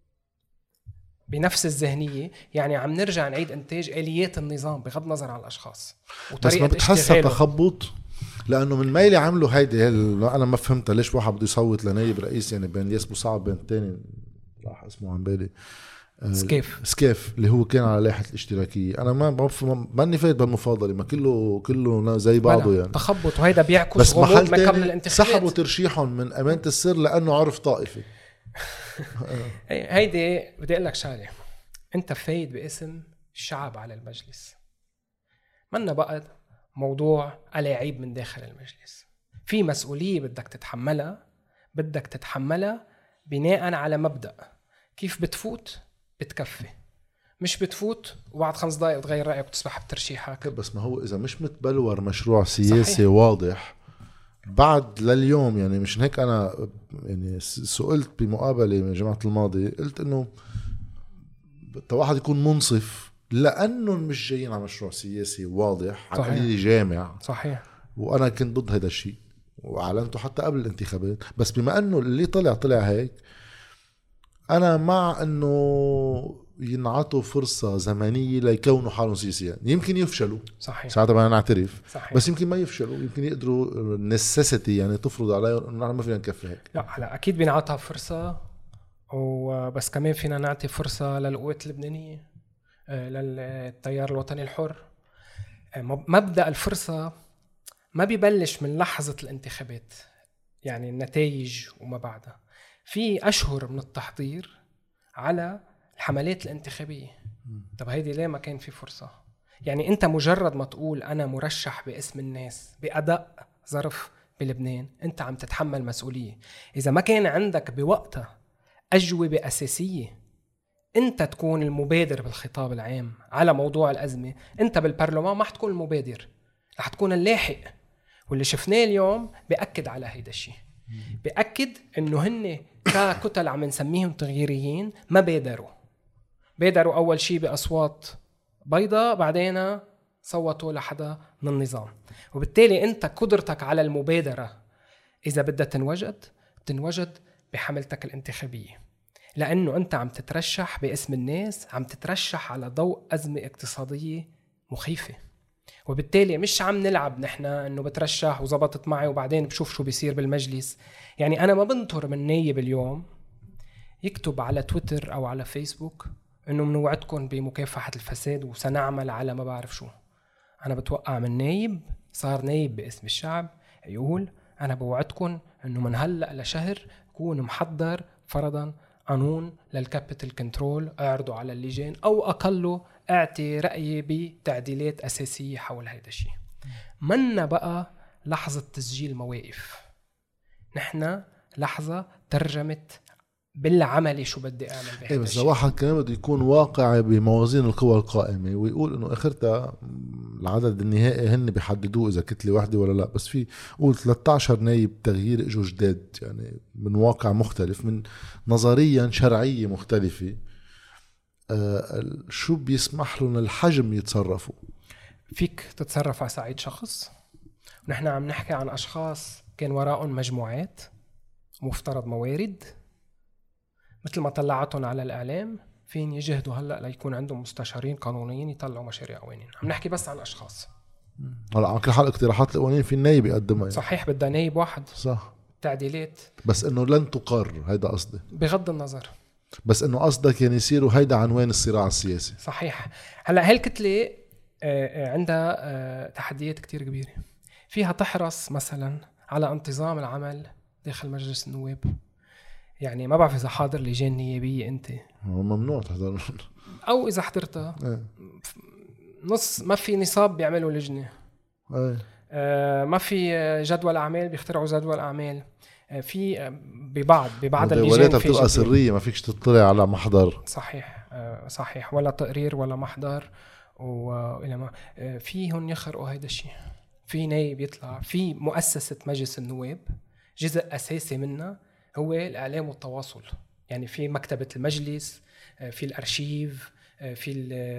بنفس الذهنية، يعني عم نرجع نعيد انتاج آليات النظام بغض النظر عن الاشخاص وطريقة بس ما بتحسها تخبط؟ لانه من ميلي عملوا هيدي انا ما فهمتها ليش واحد بده يصوت لنايب رئيس يعني بين ياسبو صعب بين الثاني راح اسمه عن بالي سكيف سكيف اللي هو كان على لائحة الاشتراكية. انا ما ماني فايت بالمفاضلة، ما كله كله زي بعضه يعني تخبط. وهيدا بيعكس غموض ما قبل الانتخابات. سحبوا ترشيحهم من امانة السر لانه عرف طائفي. هيدي بدي اقول لك شغله، انت فايد باسم الشعب على المجلس، منا بقى موضوع ألاعيب من داخل المجلس. في مسؤولية بدك تتحملها، بدك تتحملها بناء على مبدأ كيف بتفوت بتكفي، مش بتفوت وبعد خمس دقائق تغير رأيك وتسبح بترشيحك. بس ما هو إذا مش متبلور مشروع سياسي صحيح. واضح بعد لليوم يعني مش هيك. أنا يعني سئلت بمقابلة من جماعة الماضي قلت إنه واحد يكون منصف لأنه مش جايين على مشروع سياسي واضح على جامع. صحيح. وأنا كنت ضد هذا الشيء وأعلنته حتى قبل الانتخابات، بس بما أنه اللي طلع طلع هيك أنا مع أنه ينعطوا فرصة زمنية ليكونوا حالهم سياسيا. يمكن يفشلوا صحيح ساعتها بدنا نعترف صحيح. بس يمكن ما يفشلوا، يمكن يقدروا نسستي يعني تفرض عليهم أنه نحن ما فينا نكفي هيك. لا لا أكيد بنعطها فرصة، وبس كمان فينا نعطي فرصة للقوات اللبنانية، للتيار الوطني الحر. مبدأ الفرصة ما بيبلش من لحظة الانتخابات، يعني النتائج وما بعدها، في أشهر من التحضير على الحملات الانتخابية. طب هيدي ليه ما كان في فرصة؟ يعني أنت مجرد ما تقول أنا مرشح باسم الناس بأداء ظرف بلبنان، أنت عم تتحمل مسؤولية. إذا ما كان عندك بوقتها أجوبة أساسية انت تكون المبادر بالخطاب العام على موضوع الأزمة. انت بالبرلمان ما حتكون المبادر، رح تكون اللاحق. واللي شفناه اليوم بيأكد على هيدا الشيء، بيأكد انه هن ككتل عم نسميهم تغييريين ما بادروا. بادروا اول شيء بأصوات بيضاء، بعدين صوتوا لحدا من النظام. وبالتالي انت قدرتك على المبادرة اذا بدها تنوجد تنوجد بحملتك الانتخابية، لانه انت عم تترشح باسم الناس، عم تترشح على ضوء أزمة اقتصادية مخيفة. وبالتالي مش عم نلعب نحن انه بترشح وزبطت معي وبعدين بشوف شو بيصير بالمجلس. يعني انا ما بنطر من نايب اليوم يكتب على تويتر او على فيسبوك انه منوعدكم بمكافحة الفساد وسنعمل على ما بعرف شو. انا بتوقع من نايب صار نايب باسم الشعب يقول انا بوعدكم انه من هلأ لشهر كون محضر فرضا قانون للكابيتال كنترول اعرضه على اللجان، او اقله اعطي رأيي بتعديلات اساسية حول هذا الشيء. منا بقى لحظة تسجيل مواقف، نحن لحظة ترجمت بالعمل شو بدي اعمل بهذا إيه بس الشيء. واحد كمان بده يكون واقعي بموازين القوى القائمة ويقول انه اخرتها العدد النهائي هن بيحددوه اذا كتلة واحدة ولا لا. بس في قول ثلاثة عشر نايب تغيير اجوا جداد، يعني من واقع مختلف، من نظريا شرعية مختلفة. آه شو بيسمح لهم الحجم يتصرفوا؟ فيك تتصرف على صعيد شخص، ونحن عم نحكي عن اشخاص كان وراءهم مجموعات مفترض موارد مثل ما طلعتهم على الإعلام، فين يجهدوا هلأ ليكون عندهم مستشارين قانونيين يطلعوا مشاريع قوانين. عم نحكي بس عن أشخاص. هلا عم كل حال اقتراحات القوانين في النايب يقدمها يعني. صحيح بدها نايب واحد صح، تعديلات، بس انه لن تقر، هيدا قصدي. بغض النظر، بس انه قصدك يعني يصيروا هيدا عنوان الصراع السياسي. صحيح. هلأ هالكتلة عندها تحديات كتير كبيرة، فيها تحرص مثلا على انتظام العمل داخل مجلس النواب. يعني ما بعرف إذا حاضر لجان نيابية أنت، ممنوع تحضر، أو إذا حضرتها ايه. نص ما في نصاب بيعملوا لجنة، ايه. آه ما في جدول أعمال بيخترعوا جدول أعمال، آه في ببعض ببعض اللجان في بتبقى سرية، ما فيكش تطلع على محضر. صحيح آه صحيح، ولا تقرير ولا محضر. وإلى ما آه فيهم يخرقوا هيدا الشيء. في نايب يطلع في مؤسسة مجلس النواب، جزء أساسي منها هو الإعلام والتواصل. يعني في مكتبة المجلس، في الأرشيف، في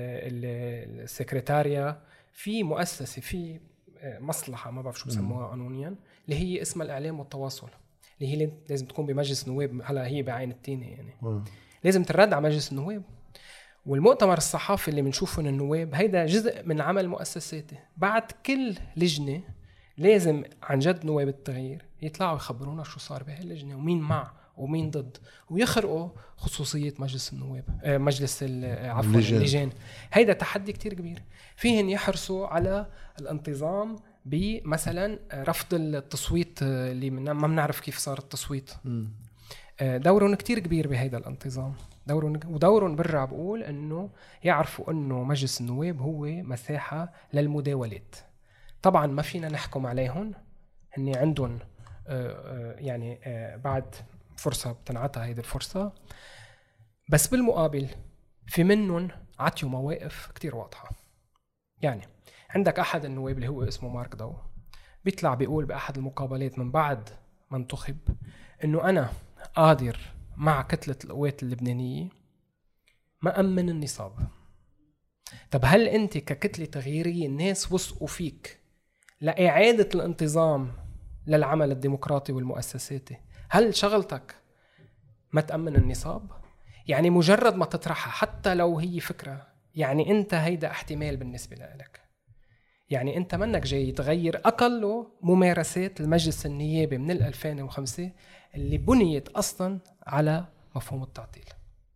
السكرتاريا، في مؤسسة، في مصلحة ما بعرف شو بسموها قانونيا، اللي هي اسمها الإعلام والتواصل، اللي هي لازم تكون بمجلس النواب. هلا هي بعين التينة يعني م. لازم ترد على مجلس النواب. والمؤتمر الصحافي اللي بنشوفه من النواب هيدا جزء من عمل مؤسساتي. بعد كل لجنة لازم عن جد نواب التغيير يطلعوا يخبرونا شو صار بهاي اللجنة ومين مع ومين ضد، ويخرقوا خصوصية مجلس النواب آه مجلس عفوا اللجان. هيدا تحدي كتير كبير. فيهن يحرصوا على الانتظام بمثلا رفض التصويت اللي ما بنعرف كيف صار التصويت. آه دورهم كتير كبير بهيدا الانتظام. دورهم ودورهم برجع بقول انه يعرفوا انه مجلس النواب هو مساحة للمداولات. طبعا ما فينا نحكم عليهم، هني عندهم يعني بعد فرصة بتنعطى هيدي الفرصة، بس بالمقابل في منهم عطيوا مواقف كتير واضحة. يعني عندك أحد النواب اللي هو اسمه مارك داو بيطلع بيقول بأحد المقابلات من بعد ما انتخب إنه أنا قادر مع كتلة القوات اللبنانية ما أمن النصاب. طب هل أنت ككتلة تغييرية الناس وثقوا فيك لإعادة الانتظام للعمل الديمقراطي والمؤسساتي، هل شغلتك ما تأمن النصاب؟ يعني مجرد ما تطرحها حتى لو هي فكرة، يعني أنت هيدا احتمال بالنسبة لك. يعني أنت منك جاي تغير أقل ممارسات المجلس النيابي من ألفين وخمسة اللي بنيت أصلا على مفهوم التعطيل.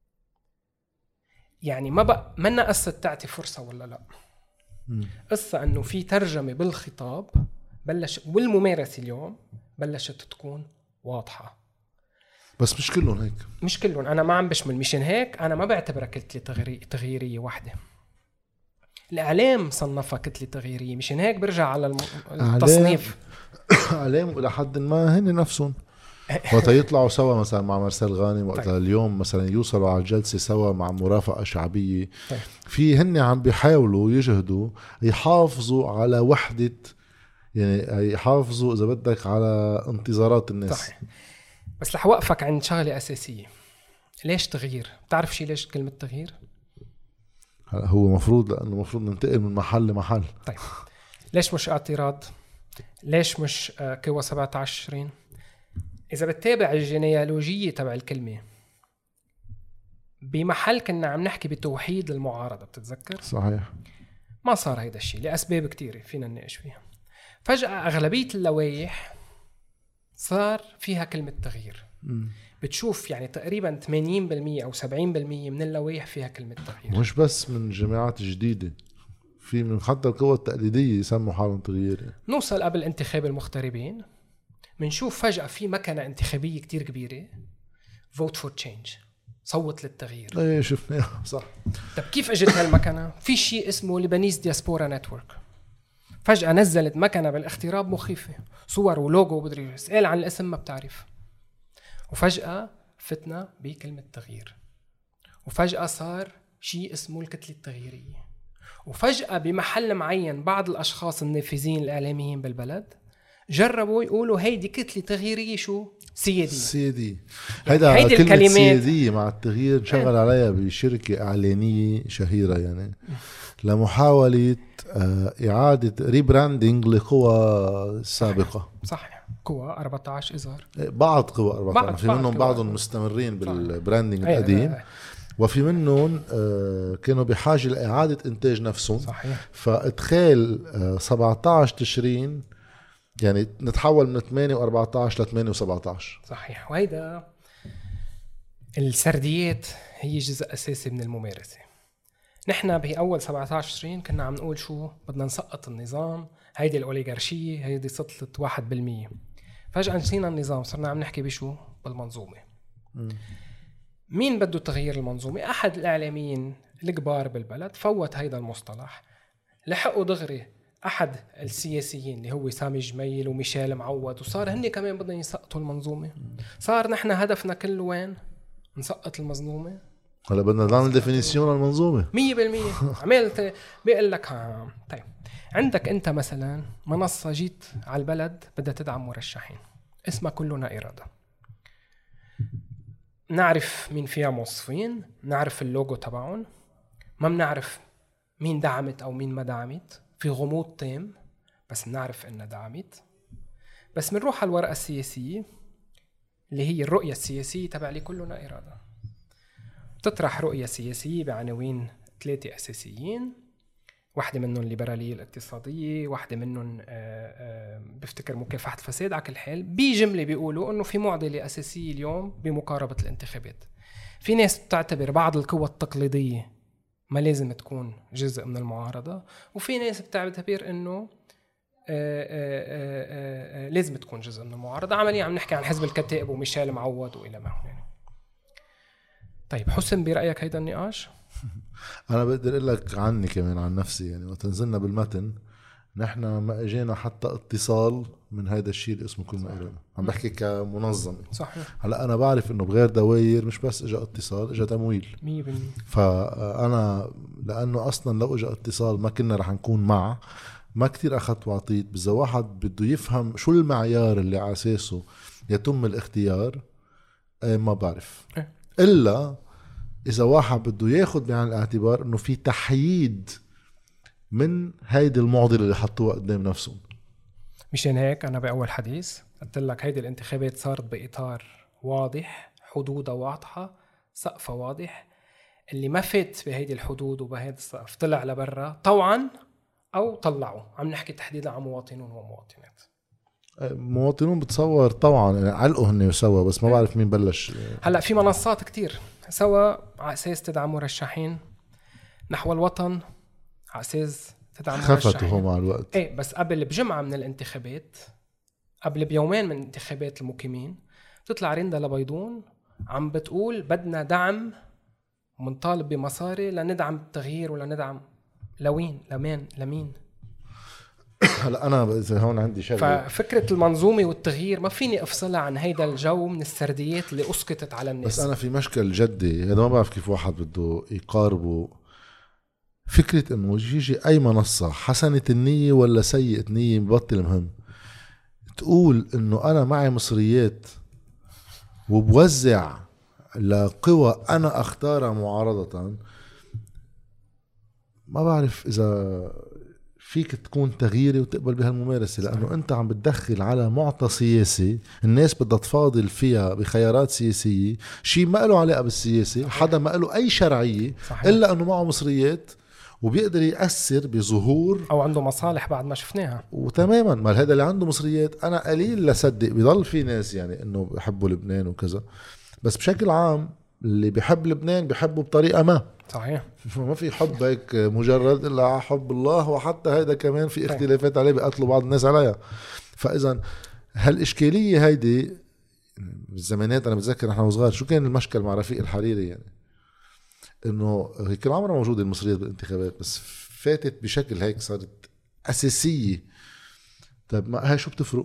يعني ما بقى منا قصة تعطي فرصة ولا لا، قصة أنه في ترجمة بالخطاب بلش والممارسة اليوم بلشت تكون واضحة. بس مش كلهم هيك، مش كلهم. أنا ما عم بشمل، مشان هيك أنا ما بعتبرها كتلة تغييرية واحدة. الإعلام صنفها كتلة تغييرية، مشان هيك برجع على التصنيف. إعلام إلى حد ما هن نفسهم وقت يطلعوا سوا مثلا مع مرسال غانم، وقت طيب. اليوم مثلا يوصلوا على الجلسة سوا مع مرافقة شعبية. طيب. في هن عم بيحاولوا يجهدوا يحافظوا على وحدة، يعني يحافظوا إذا بدك على انتظارات الناس. صحيح. بس رح وقفك عند شغلة أساسية. ليش تغيير؟ بتعرف شي ليش كلمة تغيير؟ هو مفروض لأنه مفروض ننتقل من محل لمحل. طيب ليش مش اعتراض؟ ليش مش قوة سبعة عشر تشرين؟ إذا بتتابع الجينيالوجية تبع الكلمة، بمحل كنا عم نحكي بتوحيد المعارضة، بتتذكر؟ صحيح. ما صار هيدا الشيء لأسباب كتيرة فينا نناقش فيها. فجأة أغلبية اللوائح صار فيها كلمة تغيير. م. بتشوف يعني تقريبا ثمانين بالمية أو سبعين بالمية من اللوائح فيها كلمة تغيير. مش بس من جماعات جديدة، في من حتى القوى التقليدية يسموا حالهم تغيير. نوصل قبل انتخاب المغتربين منشوف فجأة في مكنة انتخابية كتير كبيرة، vote for change، صوت للتغيير. ايه شفناها صح. طب كيف اجت هالمكنة؟ في شيء اسمه لبنيز دياسبورا نتورك، فجأة نزلت مكنة بالاغتراب مخيفة، صور ولوجو بدري اسأل عن الاسم ما بتعرف، وفجأة فتنا بكلمة تغيير، وفجأة صار شيء اسمه الكتلة التغييرية، وفجأة بمحل معين بعض الأشخاص النافذين الإعلاميين بالبلد جربوا يقولوا هيدي كتلة تغييرية شو؟ سيادية. سيادية. هيدا هيدا كلمة الكلمات سيادية مع التغيير شغل عليها بشركة إعلانية شهيرة يعني لمحاولة إعادة ريبراندينج لقوى سابقة. صحيح. قوى أربعة عشر إزار، بعض قوى أربعة عشر، في منهم بعضهم مستمرين بالبراندينج القديم، وفي منهم كانوا بحاجة لإعادة إنتاج نفسهم. صحيح. فإدخال سبعة عشر تشرين يعني نتحول من ثمانية وأربعة عشر ل ثمانية وسبعة عشر. صحيح. وهيدا السرديات هي جزء أساسي من الممارسة. نحن بأول سبعة عشر تشرين كنا عم نقول شو بدنا نسقط النظام، هيدي الأوليغارشية، هيدي سطلت واحد بالمية. فجأة نسينا النظام، صرنا عم نحكي بشو؟ بالمنظومة. م. مين بده تغيير المنظومة؟ أحد الإعلاميين الكبار بالبلد فوت هيدا المصطلح، لحقوا دغري أحد السياسيين اللي هو سامي جميل وميشيل معود، وصار هني كمان بدنا يسقطوا المنظومة. صار نحن هدفنا كله وين؟ نسقط المنظومة. هلا بدنا نعمل ديفينيسيون المنظومة مية بالمية. عملت بيقول لك ها. طيب عندك أنت مثلا منصة جيت على البلد بدها تدعم مرشحين، اسمها كلنا إرادة. نعرف مين فيها موظفين، نعرف اللوجو تبعهم، ما بنعرف مين دعمت أو مين ما دعمت، في غموض تام، بس بنعرف إنها دعمت. بس بنروح على الورقة السياسية اللي هي الرؤية السياسية تبع لي كلنا إرادة، تطرح رؤية سياسية بعناوين ثلاثة أساسيين، واحدة منهم الليبرالية الاقتصادية، واحدة منهم بفتكر مكافحة الفساد. على كل حال بجملة بيقولوا أنه في معضلة أساسية اليوم بمقاربة الانتخابات. في ناس بتعتبر بعض القوى التقليدية ما لازم تكون جزء من المعارضة، وفي ناس بتعتبر أنه آآ آآ آآ لازم تكون جزء من المعارضة. عمليا عم نحكي عن حزب الكتائب وميشيل معود وإلى ما هو. طيب حسن برأيك هيدا النقاش؟ أنا بقدر أقول لك عني كمان عن نفسي، يعني وتنزلنا بالمتن نحن ما اجينا حتى اتصال من هيدا الشيء اللي اسمه كلنا إرادة. عم بحكي كمنظمة. صحيح. هلا أنا بعرف إنه بغير دواير مش بس إجا اتصال، إجا تمويل مية بالمية. فأنا لأنه أصلا لو إجا اتصال ما كنا رح نكون مع، ما كتير أخذت وعطيت. بس واحد بده يفهم شو المعيار اللي على أساسه يتم الاختيار، ما بعرف إلا إذا واحد بده ياخد بعين الاعتبار إنه في تحييد من هيدي المعضلة اللي حطوها قدام نفسهم. مشان هيك أنا بأول حديث قلت لك هيدي الانتخابات صارت بإطار واضح، حدودها واضحة، سقفها واضح. اللي ما فات بهيدي الحدود وبهيدي السقف طلع لبرا طوعا أو طلعوا. عم نحكي تحديدا عن مواطنون ومواطنات. مواطنون بتصور طبعا يعني علقوا هن سوا، بس ما بعرف مين بلش. هلأ في منصات كتير سوا على أساس تدعم مرشحين. نحو الوطن على أساس تدعم مرشحين، خفتوا مع الوقت. ايه بس قبل بجمعة من الانتخابات، قبل بيومين من انتخابات المقيمين، تطلع ريندا لبيضون عم بتقول بدنا دعم ومنطالب بمصاري لندعم التغيير ولا ندعم. لوين؟ لمين؟ لمين؟ هلا انا اذا هون عندي شغله، ففكره المنظومه والتغيير ما فيني افصلها عن هيدا الجو من السرديات اللي اسقطت على الناس. بس انا في مشكل جدي هذا، ما بعرف كيف واحد بده يقاربه. فكره انه يجي اي منصه حسنه النيه ولا سيئه النيه ببطل مهم. تقول انه انا معي مصريات وبوزع لقوى انا اختارها معارضه، ما بعرف اذا فيك تكون تغييري وتقبل بهالممارسة، لأنه أنت عم بتدخل على معطى سياسي الناس بدها تفاضل فيها بخيارات سياسية، شيء ما له علاقة بالسياسة. حدا ما له أي شرعية صحيح. إلا أنه معه مصريات وبيقدر يأثر بظهور أو عنده مصالح بعد ما شفناها. وتماما ما هذا اللي عنده مصريات أنا قليل لصدق بيضل في ناس يعني أنه بيحبوا لبنان وكذا، بس بشكل عام اللي بيحب لبنان بيحبه بطريقة ما صحيح. ما في حب هيك مجرد إلا حب الله، وحتى هيدا كمان في اختلافات عليه بيقتلوا بعض الناس عليها. فإذا هالإشكالية هيدي بالزمانات، أنا بتذكر نحن وصغار شو كان المشكل مع رفيق الحريري، يعني إنه هي كل عمرها موجودة المصريات بالانتخابات بس فاتت بشكل هيك صارت أساسية. طيب ما هاي شو بتفرق؟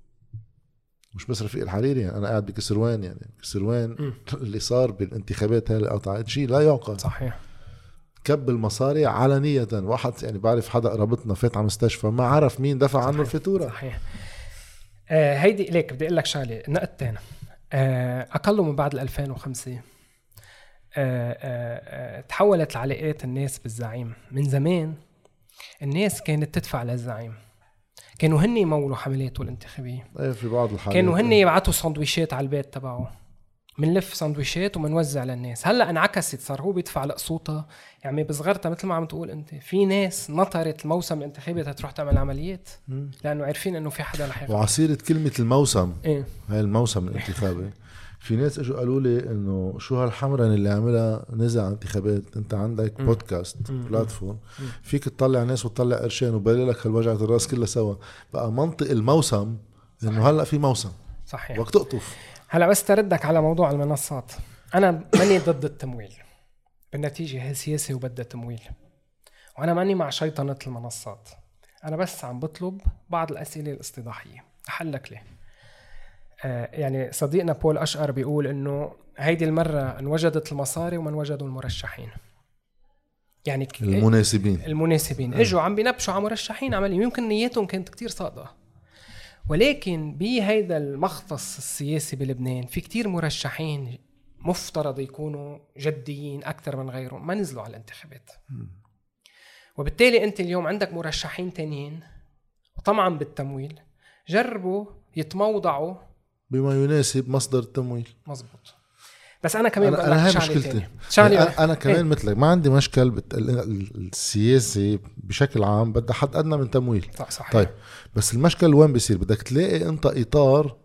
مش بس رفيق الحريري، يعني أنا قاعد بكسروان، يعني كسروان م. اللي صار بالانتخابات هاي قطعت شيء لا يعقل. صحيح. كب المصاري علنية، واحد يعني بعرف حدا قرابتنا فات على مستشفى ما عرف مين دفع عنه الفاتورة. صحيح. آه هيدي ليك بدي اقول لك شغله نقطتين. آه اقل من بعد ألفين وخمسة آه آه آه تحولت العلاقات الناس بالزعيم. من زمان الناس كانت تدفع للزعيم، كانوا هن يمولوا حملاته الانتخابية. ايه في بعض الحالات كانوا هن يبعتوا سندويشات على البيت تبعه، منلف سندويشات ومنوزع للناس. هلا انعكست، صار هو بيدفع لقسوطه يعني بصغرتها مثل ما عم تقول انت. في ناس نطرت الموسم الانتخابي تروح تعمل عمليات م. لانه عارفين انه في حدا رح ياخذ. وعصيره كلمه الموسم إيه؟ هاي الموسم الانتخابي في ناس اجوا قالوا لي انه شو هالحمرن اللي عملها نزع انتخابات، انت عندك م. بودكاست م. بلاتفورم م. فيك تطلع ناس وتطلع قرشين وبالي لك هالوجعة الراس كلها سوا. بقى منطق الموسم انه هلا في موسم صحيح وقت تقطف. هلا بس تردك على موضوع المنصات، انا ماني ضد التمويل، بالنتيجه هي سياسه وبدها تمويل، وانا ماني مع شيطنه المنصات. انا بس عم بطلب بعض الاسئله الاستضاحيه احلك ليه. آه يعني صديقنا بول اشقر بيقول انه هيدي المره انوجدت المصاري ومن وجدوا المرشحين، يعني المناسبين المناسبين اجوا عم بينبشوا على مرشحين عمليا يمكن نيتهم كانت كتير صادقه، ولكن بهيدا المختص السياسي بلبنان في كتير مرشحين مفترض يكونوا جديين أكثر من غيرهم ما نزلوا على الانتخابات. وبالتالي أنت اليوم عندك مرشحين تانيين وطمعا بالتمويل جربوا يتموضعوا بما يناسب مصدر التمويل. مزبوط. بس أنا كمان أنا, أنا هاي مشكلتي. أنا, أنا كمان ايه؟ مثلك ما عندي مشكل السياسي بشكل عام بدها حد أدنى من تمويل. صحيح. طيب بس المشكل وين بيصير؟ بدك تلاقي أنت إطار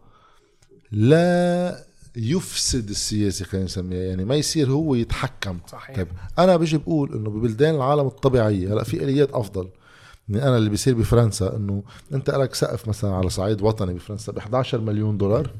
لا يفسد السياسي، خلينا نسميها، يعني ما يصير هو يتحكم. صحيح. طيب أنا بيجي بقول إنه ببلدان العالم الطبيعية هلا في آليات أفضل من أنا اللي بيصير بفرنسا. إنه أنت لك سقف مثلا على صعيد وطني بفرنسا ب إحدى عشر مليون دولار،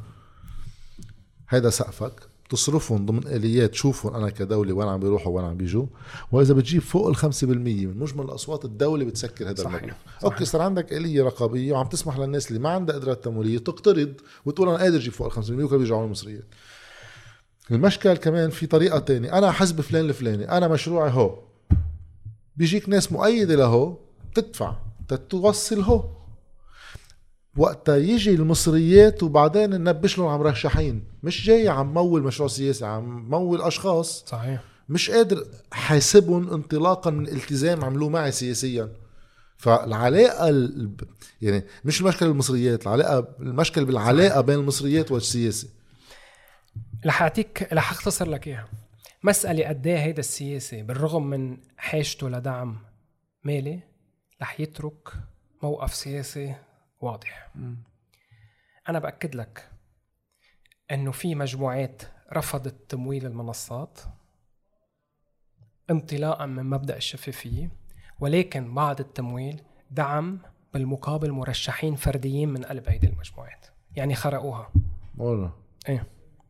هيدا سقفك تصرفهم ضمن آليات شوفهم أنا كدولة وين عم بيروحوا وين عم بيجوا، وإذا بتجيب فوق الخمسة بالمية من مجمل الأصوات الدولة بتسكر هذا المبلغ. أوكي صار عندك آلية رقابية وعم تسمح للناس اللي ما عندها قدرات تمويلية تقترض وتقول أنا قادر أجيب فوق الخمسة بالمية وكانوا بيرجعوا المصريين. المشكل كمان في طريقة تانية، أنا حزب فلان الفلاني، أنا مشروعي هو، بيجيك ناس مؤيدة له تدفع تتوصل هو، وقتا يجي المصريات وبعدين ننبش لهم عم مرشحين، مش جاي عم مول مشروع سياسي، عم مول أشخاص. صحيح. مش قادر حاسبهم انطلاقا من التزام عملوه معي سياسيا. فالعلاقة ال... يعني مش المشكلة بالمصريات، العلاقة المشكلة بالعلاقة صحيح. بين المصريات والسياسي. رح أعطيك رح أختصر لك إياها. مسألة قديه هيدا السياسي بالرغم من حاجته لدعم مالي رح يترك موقف سياسي واضح. م. أنا بأكد لك أنه في مجموعات رفضت تمويل المنصات انطلاقا من مبدأ الشفافية، ولكن بعض التمويل دعم بالمقابل مرشحين فرديين من قلب هيدي المجموعات، يعني خرقوها. والله ايه.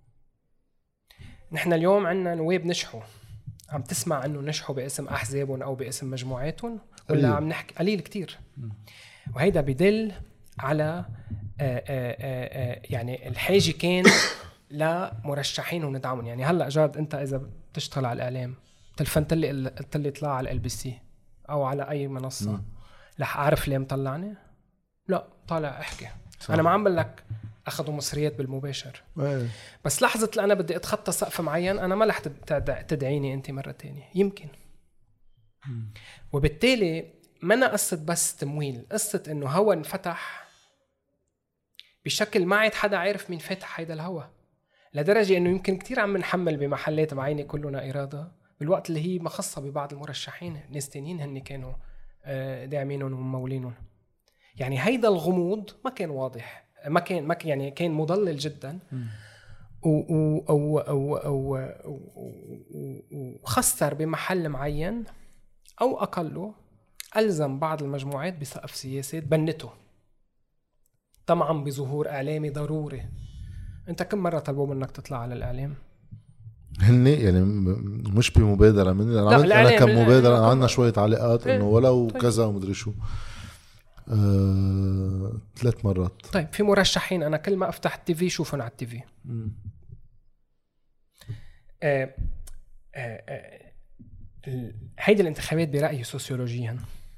نحن اليوم عنا نواب نجحوا، عم تسمع انه نجحوا باسم احزابهم او باسم مجموعاتهم ولا قليل. عم نحكي قليل كتير. م. وهيدا بدل على آآ آآ آآ يعني الحاجة كان لمرشحين وندعمهم. يعني هلأ جاد أنت إذا بتشتغل على الإعلام تلفنت لي قلت لي اطلع على ال بي سي أو على أي منصة م. رح أعرف ليه مطلعني؟ لا، طالع احكي صح. أنا ما عم بقول لك أخذوا مصريات بالمباشر أيه. بس لحظة اللي أنا بدي أتخطى سقف معين أنا ما رح تدعيني أنت مرة تانية يمكن م. وبالتالي ما أنا قصة بس تمويل، قصة إنه هوا انفتح بشكل ما عاد حدا عارف مين فاتح هيدا الهوا، لدرجة إنه يمكن كتير عم نحمل بمحلات معينة كلنا إرادة بالوقت اللي هي مخصصة ببعض المرشحين ناس تانيين هن كانوا داعمينهم وممولينهم. يعني هيدا الغموض ما كان واضح، ما كان ما كان يعني كان مضلل جدا وخسر بمحل معين أو أقله ألزم بعض المجموعات بسقف سياسي بنته طمعا بظهور إعلامي ضروري. أنت كم مرة طلبوا منك تطلع على الإعلام؟ هني يعني مش بمبادرة مني، أنا, أنا كمبادرة عندنا شوية تعليقات إنه ولو طيب. كذا ومدري شو أه... ثلاث مرات. طيب في مرشحين أنا كل ما أفتح التيفي شوفهم على التيفي. أه... أه... أه... هيدي الانتخابات برأيي سوسيولوجيا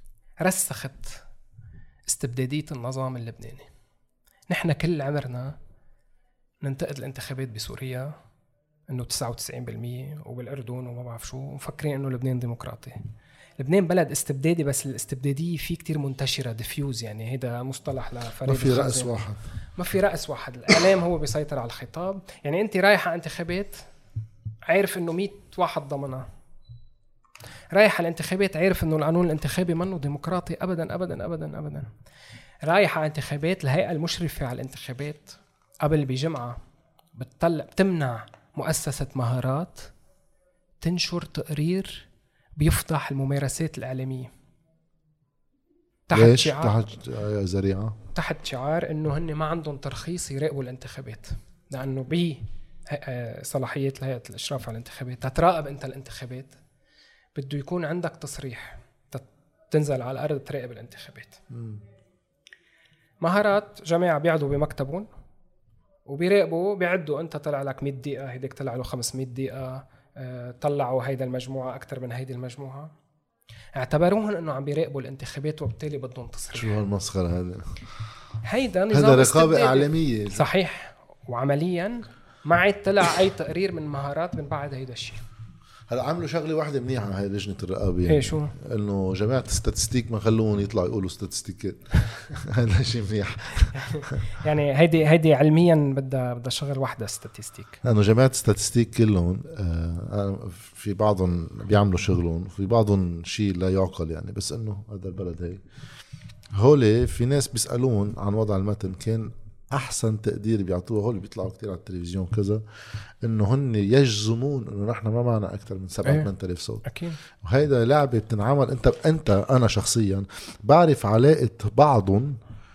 رسخت استبدادية النظام اللبناني. نحن كل عمرنا ننتقد الانتخابات بسوريا انه تسعة وتسعين بالمية وبالأردن وما بعرف شو، ومفكرين انه لبنان ديمقراطي. لبنان بلد استبدادي، بس الاستبدادية فيه كتير منتشرة ديفيوز، يعني هيدا مصطلح لفريد ما في رأس واحد ما في رأس واحد الإعلام هو بيسيطر على الخطاب. يعني انت رايحة انتخابات عارف انه مية واحد ضمنها، رايح على الانتخابات عارف انه القانون الانتخابي منه ديمقراطي ابدا ابدا ابدا ابدا. رايح على انتخابات الهيئة المشرفة على الانتخابات قبل بجمعة بتطلع بتمنع مؤسسة مهارات تنشر تقرير بيفضح الممارسات الإعلامية تحت شعار تحت ذريعة تحت شعار انه هن ما عندهم ترخيص يراقبوا الانتخابات، لانه بي صلاحية هيئة الاشراف على الانتخابات تتراقب انت الانتخابات بده يكون عندك تصريح تنزل على الارض تراقب الانتخابات. م. مهارات جماعة بيقعدوا بمكتبهم وبيراقبوا بيعدوا انت طلع لك مية دقيقة، هيديك طلع له خمسمية دقيقة، اه طلعوا هيدا المجموعة اكتر من هيدي المجموعة، اعتبروهن انه عم بيراقبوا الانتخابات وبالتالي بدهم تصريح. شو هالمسخرة هذا؟ هيدا نظام هذا رقابة اعلامية صحيح، وعمليا ما عاد طلع اي تقرير من مهارات من بعد هيدا الشيء. هلا عملوا شغله واحده منيحه هاي لجنه الرقابه، يعني شو انه جماعه الستاتستيك ما خلوهم يطلعوا يقولوا ستاتستيكات. هذا شيء منيح. يعني هيدي هيدي علميا بدها بدها شغل واحده ستاتستيك، لانه جماعه الستاتستيك كلهم آه في بعضهم بيعملوا شغلهم وفي بعضهم شيء لا يعقل يعني، بس انه هذا البلد هي هولي في ناس بيسالون عن وضع المتن، كان احسن تقدير بيعطوه هول بيطلعوا كتير على التلفزيون كذا انه هن يجزمون انه نحن ما معنا اكثر من سبعة ثمانية آلاف صوت اكيد. وهيدا لعبه بتنعمل، انت انت انا شخصيا بعرف علاقه بعضهم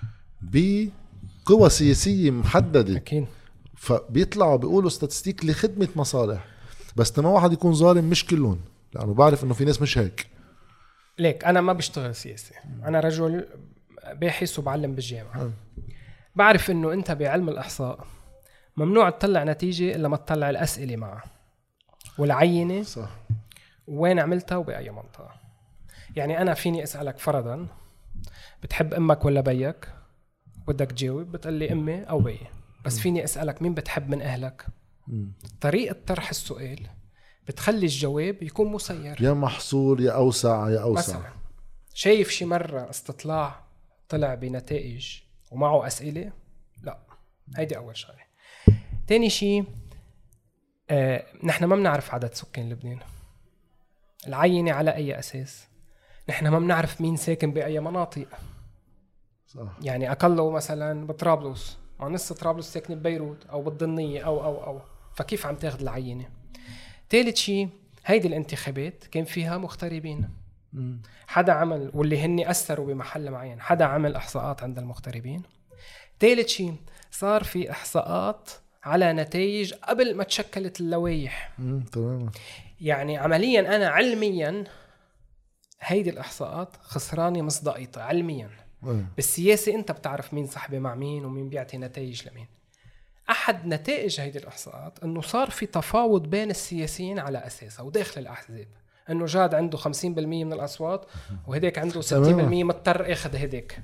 بقوى سياسيه محدده اكيد، فبيطلعوا بيقولوا ستاتستيك لخدمه مصالح، بس لما واحد يكون ظالم مش كلهم، لانه بعرف انه في ناس مش هيك. ليك انا ما بشتغل سياسي، انا رجل باحث وبعلم بالجامعه. م. بعرف انه انت بعلم الاحصاء ممنوع تطلع نتيجة الا ما تطلع الاسئلة معها والعينة صح، وين عملتها وبأي منطقة. يعني انا فيني اسألك فرضا بتحب امك ولا بيك، بدك تجاوب بتقلي امي او بي، بس فيني اسألك مين بتحب من اهلك. م. طريقة طرح السؤال بتخلي الجواب يكون مسير، يا محصور يا اوسع يا اوسع. مثلا شايف شي مرة استطلاع طلع بنتائج ومعه أسئلة؟ لا، هيدي أول شيء. تاني شيء آه، نحن ما بنعرف عدد سكان لبنان، العينة على أي أساس، نحن ما بنعرف مين ساكن بأي مناطق صح. يعني أقله مثلا بطرابلس، مع نص طرابلس ساكن ببيروت أو بالضنية أو أو أو فكيف عم تاخد العينة؟ ثالث شيء هيدي الانتخابات كان فيها مغتربين، م. حدا عمل واللي هني أثروا بمحل معين، حدا عمل إحصاءات عند المغتربين. ثالث شيء صار في إحصاءات على نتائج قبل ما تشكلت اللوائح. تمام. يعني عمليا أنا علميا هيدي الإحصاءات خسراني مصداقيتها علميا، بالسياسة أنت بتعرف مين صاحبي مع مين ومين بيعطي نتائج لمين. أحد نتائج هيدي الإحصاءات أنه صار في تفاوض بين السياسيين على أساسها وداخل الأحزاب، أنه جاد عنده خمسين بالمية من الأصوات وهديك عنده ستين بالمية مضطر أخذ هديك.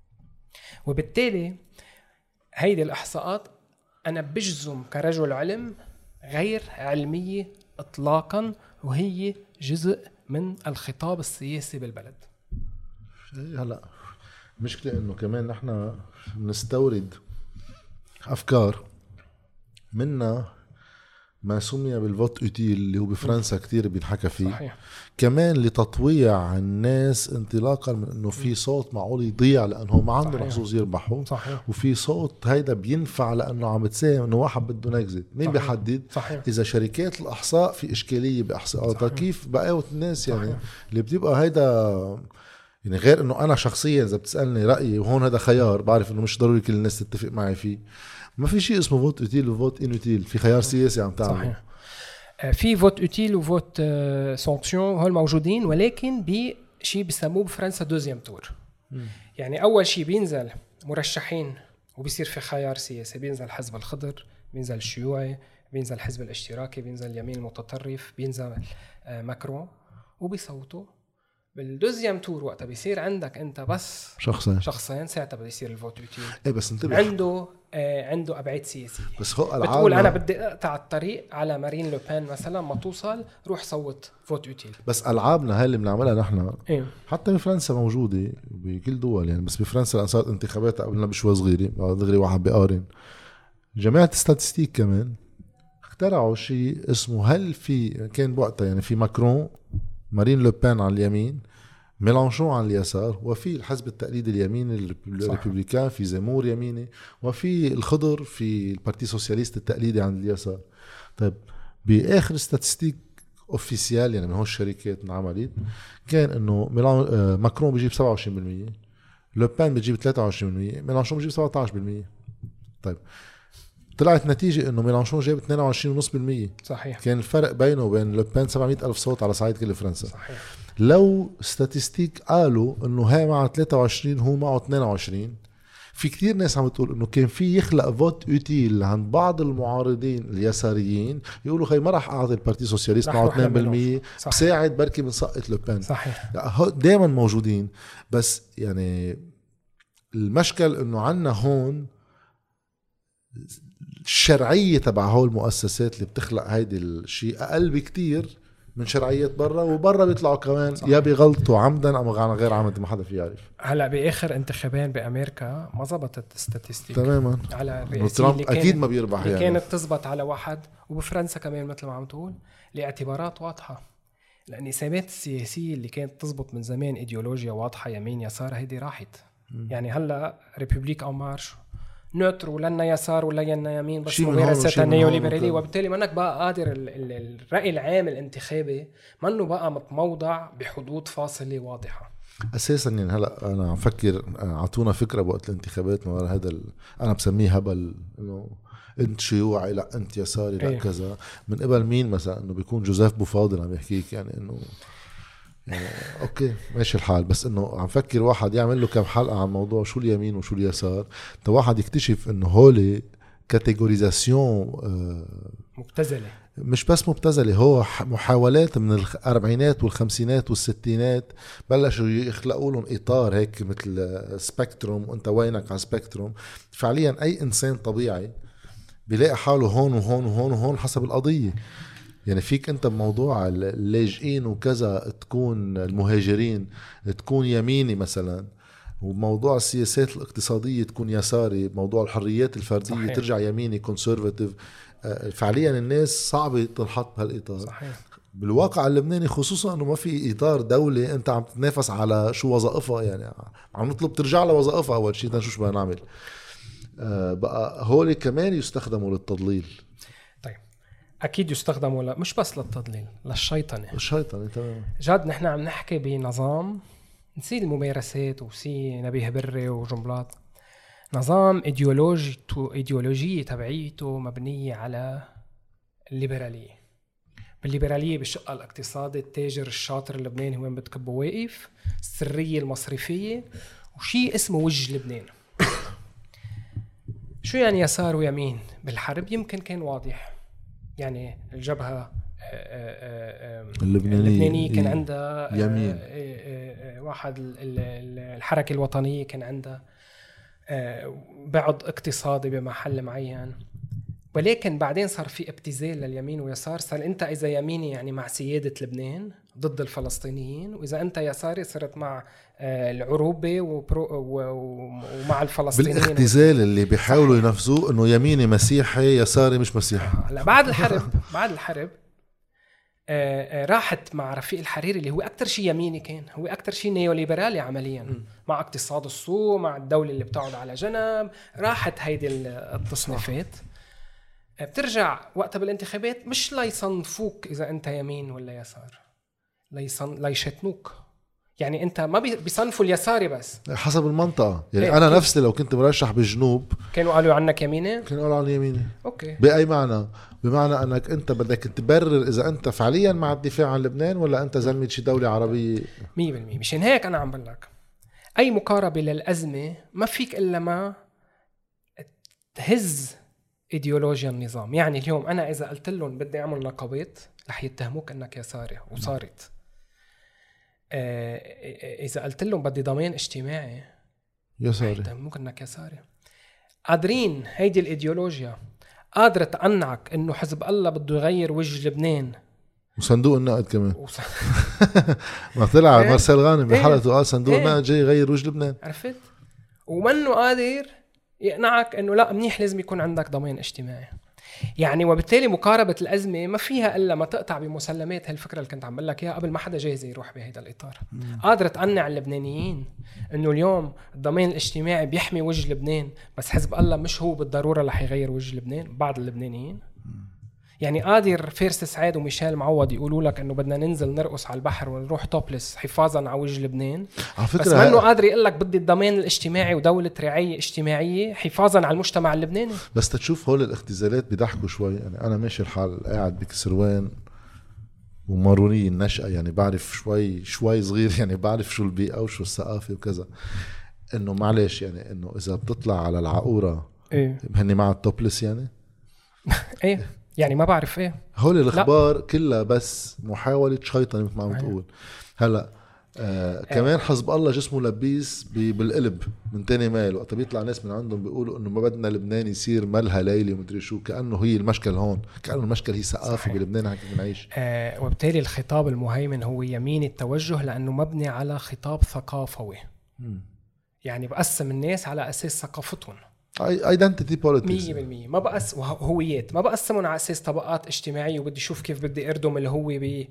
وبالتالي هيدي الإحصاءات أنا بجزم كرجل علم غير علمية إطلاقا، وهي جزء من الخطاب السياسي بالبلد. هلا مشكلة إنه كمان نحن نستورد أفكار منا ما سمي بالفوت اوتيل اللي هو بفرنسا كتير بينحكى فيه. صحيح. كمان لتطويع الناس انطلاقا من انه في صوت معقول يضيع لانه ما عنده محظوظ يربحوا، صحيح. وفي صوت هيدا بينفع لانه عم تساهم انه واحد بده نكزت. مين صحيح. بيحدد؟ صحيح. اذا شركات الاحصاء في اشكاليه باحصاءاتها كيف بقاوت الناس يعني. صحيح. اللي بتبقى هيدا يعني غير انه انا شخصيا اذا بتسالني رايي وهون هذا خيار بعرف انه مش ضروري كل الناس تتفق معي فيه، ما في شيء اسمه فوت اوتيل وفوت انوتيل، في خيار سياسي عم تعمل. صحيح. في فوت اوتيل وفوت سانكسيون هول موجودين، ولكن بشيء بيسموه بفرنسا دوزيام تور. يعني اول شيء بينزل مرشحين وبيصير في خيار سياسي، بينزل حزب الخضر، بينزل الشيوعي، بينزل الحزب الاشتراكي، بينزل اليمين المتطرف، بينزل ماكرون، وبيصوتوا. بالدوزيام تور وقتها بيصير عندك انت بس شخصين شخصين ساعتها بده يصير الفوت اوتيل. ايه بس انتبه، عنده آه عنده ابعاد سياسيه. بس هو بتقول انا بدي اقطع الطريق على مارين لوبان مثلا، ما توصل روح صوت فوت اوتيل. بس العابنا هاي اللي بنعملها نحن إيه؟ حتى بفرنسا موجوده بكل دول يعني، بس بفرنسا لان صارت انتخابات قبلنا بشوي صغيره دغري واحد بقارن. جماعه ستاتستيك كمان اخترعوا شيء اسمه هل في كان بوقتها يعني في ماكرون، مارين لوبان على اليمين، ميلانشون على اليسار، وفي الحزب التقليدي اليميني الريبوبليكان، في زمور يميني، وفي الخضر في البارتي سوسياليست التقليدي عند اليسار. طيب باخر ستاتستيك اوفيسيال يعني من هو الشركات انعملت كان انه ميلان ماكرون بيجيب سبعة وعشرين بالمية، لوبان بيجيب ثلاثة وعشرين بالمية، ميلانشون بيجيب سبعة عشر بالمية. طيب طلعت نتيجة انه ميلانشون جاب اثنين وعشرين فاصلة خمسة بالمية. صحيح. كان الفرق بينه وبين لوبان سبعمية ألف صوت على صعيد كل فرنسا. صحيح. لو ستاتستيك قالوا انه هاي معه ثلاثة وعشرين هو معه اثنين وعشرين، في كتير ناس عم تقول انه كان في يخلق فوت اوتيل عند بعض المعارضين اليساريين يقولوا خي ما راح اعطي البارتي سوسياليست معه اثنين بالمية بساعد بركي بنسقط لوبان. صحيح. دائما موجودين. بس يعني المشكل انه عنا هون الشرعية تبع هول المؤسسات اللي بتخلق هيدي الشيء أقل بكتير من شرعيات برا، وبرا بيطلعوا كمان صحيح. يا بيغلطوا عمدا أو غير عمدا، ما حدا في يعرف. هلا بآخر انتخابين بأمريكا ما زبطت الستاتستيك تماما على الرئاسية اللي أكيد ما بيربح اللي يعني. كانت تزبط على واحد، وبفرنسا كمان مثل ما عم تقول لاعتبارات واضحة. الانقسامات السياسية اللي كانت تزبط من زمان إيديولوجيا واضحة يمين يسار هيدي راحت. م. يعني هلا ريبوبليك أو مارش نوتر ولا يسار ولا يمين، بس ممارسة نيوليبرالية، وبالتالي منك بقى قادر الرأي العام الانتخابي منه بقى متموضع بحدود فاصلة واضحة أساسا. يعني هلأ أنا عم فكر عطونا فكرة بوقت الانتخابات ما هذا ال... أنا بسميه هبل، إنه أنت شيوعي لا أنت يساري لا أيه. كذا من قبل مين مثلا؟ إنه بيكون جوزيف بوفاضل عم يحكيك يعني إنه يعني اوكي ماشي الحال، بس انه عم فكر واحد يعمل له كم حلقه عن موضوع شو اليمين وشو اليسار، تو واحد يكتشف انه هولي كاتيجوريزاسيون مبتذله، مش بس مبتذله، هو محاولات من الاربعينات والخمسينات والستينات بلشوا يخلقوا لهم اطار هيك مثل سبيكتروم، وانت وينك على سبيكتروم. فعليا اي انسان طبيعي بيلاقي حاله هون وهون وهون وهون حسب القضيه. يعني فيك انت بموضوع اللاجئين وكذا تكون المهاجرين تكون يميني مثلا، وبموضوع السياسات الاقتصادية تكون يساري، بموضوع الحريات الفردية صحيح. ترجع يميني كونسيرفاتيف. فعليا الناس صعبة تنحط بهالإطار صحيح. بالواقع اللبناني خصوصا انه ما في اطار دولي انت عم تتنافس على شو وظائفها، يعني عم نطلب ترجع لوظائفها اول شيء، شو شو بدنا نعمل. بقى هول كمان يستخدموا للتضليل. أكيد يستخدموا ل... مش بس للتضليل، للشيطنة. الشيطنة تمام. جاد نحن عم نحكي بنظام، نسي الممارسات وسي نبيه بري وجملات، نظام إيديولوجي إيديولوجية تبعيته مبنية على الليبرالية. بالليبرالية بالشق الاقتصادي التاجر الشاطر اللبناني وين بتكبه واقف، السرية المصرفية، وشيء اسمه وجه لبنان. شو يعني يسار ويمين بالحرب؟ يمكن كان واضح، يعني الجبهة اللبنانية, اللبنانية كان عندها يمين، واحد الحركة الوطنية كان عندها بعد اقتصادي بمحل معين، ولكن بعدين صار في ابتزال لليمين ويسار. صار انت اذا يميني يعني مع سيادة لبنان ضد الفلسطينيين، واذا انت يساري صرت مع العروبة ومع الفلسطينيين. بالاختزال اللي بيحاولوا ينفذوه انه يميني مسيحي يساري مش مسيحي. لا بعد الحرب بعد الحرب راحت مع رفيق الحريري اللي هو أكتر شيء يميني، كان هو أكتر شيء نيوليبرالي عمليا م. مع اقتصاد السوق، مع الدولة اللي بتقعد على جنب. راحت هيدي التصنيفات. بترجع وقتها بالانتخابات مش لا يصنفوك إذا أنت يمين ولا يسار، لا يصن... لا يشتنوك. يعني أنت ما بيصنفوا اليساري بس حسب المنطقة. يعني أنا نفسي لو كنت مرشح بالجنوب كانوا قالوا عنك يميني، كانوا قالوا عني يميني. أوكي. بأي معنى؟ بمعنى أنك أنت بدك تبرر إذا أنت فعليا مع الدفاع عن لبنان ولا أنت زلمة شي دولة عربية. مية بالمية. مشان هيك أنا عم بقولك أي مقاربة للأزمة ما فيك إلا ما تهز إيديولوجيا النظام. يعني اليوم أنا إذا قلت لهم بدي أعمل نقابات رح يتهموك أنك يساري، وصارت. إذا قلت لهم بدي ضمان اجتماعي يساري، يتهموك أنك يساري. قادرين هيدي الإيديولوجيا قادرة تقنعك إنه حزب الله بده يغير وجه لبنان، وصندوق النقد كمان وص... ما طلع مارسيل غانم بحلقته قال صندوق إيه؟ النقد جاي يغير وجه لبنان. عرفت؟ ومنه قادر يقنعك إنه لا منيح لازم يكون عندك ضمان اجتماعي. يعني وبالتالي مقاربة الأزمة ما فيها إلا ما تقطع بمسلمات هالفكرة اللي كنت عم بقول لك إياها قبل ما حدا جاهز يروح بهذا الإطار. قادرة تقنع اللبنانيين إنه اليوم الضمان الاجتماعي بيحمي وجه لبنان، بس حزب الله مش هو بالضرورة رح يغير وجه لبنان. بعض اللبنانيين يعني قادر فارس سعيد وميشيل معوض يقولوا لك إنه بدنا ننزل نرقص على البحر ونروح توبلس حفاظا على وجه لبنان، بس ما إنه قادر يقول لك بدي الضمان الاجتماعي ودولة رعاية اجتماعية حفاظا على المجتمع اللبناني. بس تشوف هول الاختزالات بيضحكوا شوي. يعني أنا ماشي الحال قاعد بكسروان وماروني النشأة، يعني بعرف شوي شوي صغير، يعني بعرف شو البيئة وشو الثقافة وكذا. إنه معلش يعني إنه إذا بتطلع على العقورة إيه هني مع التوبلس يعني إيه يعني ما بعرف إيه هول الأخبار كلها بس محاولة شيطنة مثل ما عم تقول. هلا آه كمان حزب الله جسمه لبيس بالقلب من تاني مايل، وقت بيطلع ناس من عندهم بيقولوا انه ما بدنا لبنان يصير ملها ليلي ومدري شو، كأنه هي المشكل هون، كأنه المشكل هي ثقافة بلبنان هيك بنعيش. آه وبالتالي الخطاب المهيمن هو يمين التوجه لأنه مبني على خطاب ثقافوي. م. يعني بقسم الناس على أساس ثقافتهم، ايدنتيتي بوليتكس مية بالمية. ما بقس هويات، ما بقسمون على اساس طبقات اجتماعيه وبدي اشوف كيف بدي اردم اللي هو ب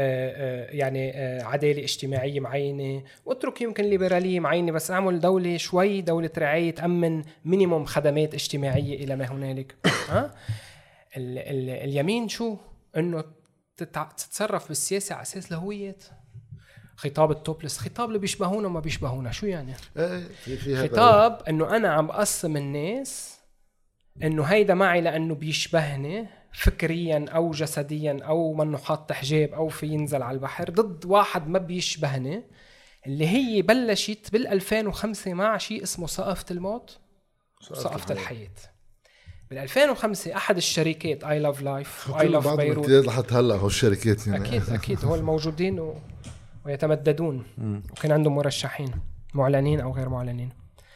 يعني عداله اجتماعيه معينه واترك يمكن ليبراليه معينه، بس اعمل دوله شوي دوله رعايه تامن مينيموم خدمات اجتماعيه الى ما هنالك. ها ال ال اليمين شو انه تتصرف بالسياسه على اساس الهويات. خطاب التوبلس خطاب اللي بيشبهونا وما بيشبهونا. شو يعني؟ ايه في في خطاب انه انا عم بقسم الناس انه هيدا معي لانه بيشبهني فكريا او جسديا او منه حاط حجاب او في ينزل على البحر، ضد واحد ما بيشبهني اللي هي بلشت بالألفين وخمسة مع شيء اسمه ثقافة الموت وثقافة الحياة. بالألفين وخمسة أحد الشركات I Love Life و I Love بيروت لحد هلا هو الشركات يعني أكيد أكيد هو الموجودين و... ويتمددون م. وكان عندهم مرشحين معلنين أو غير معلنين.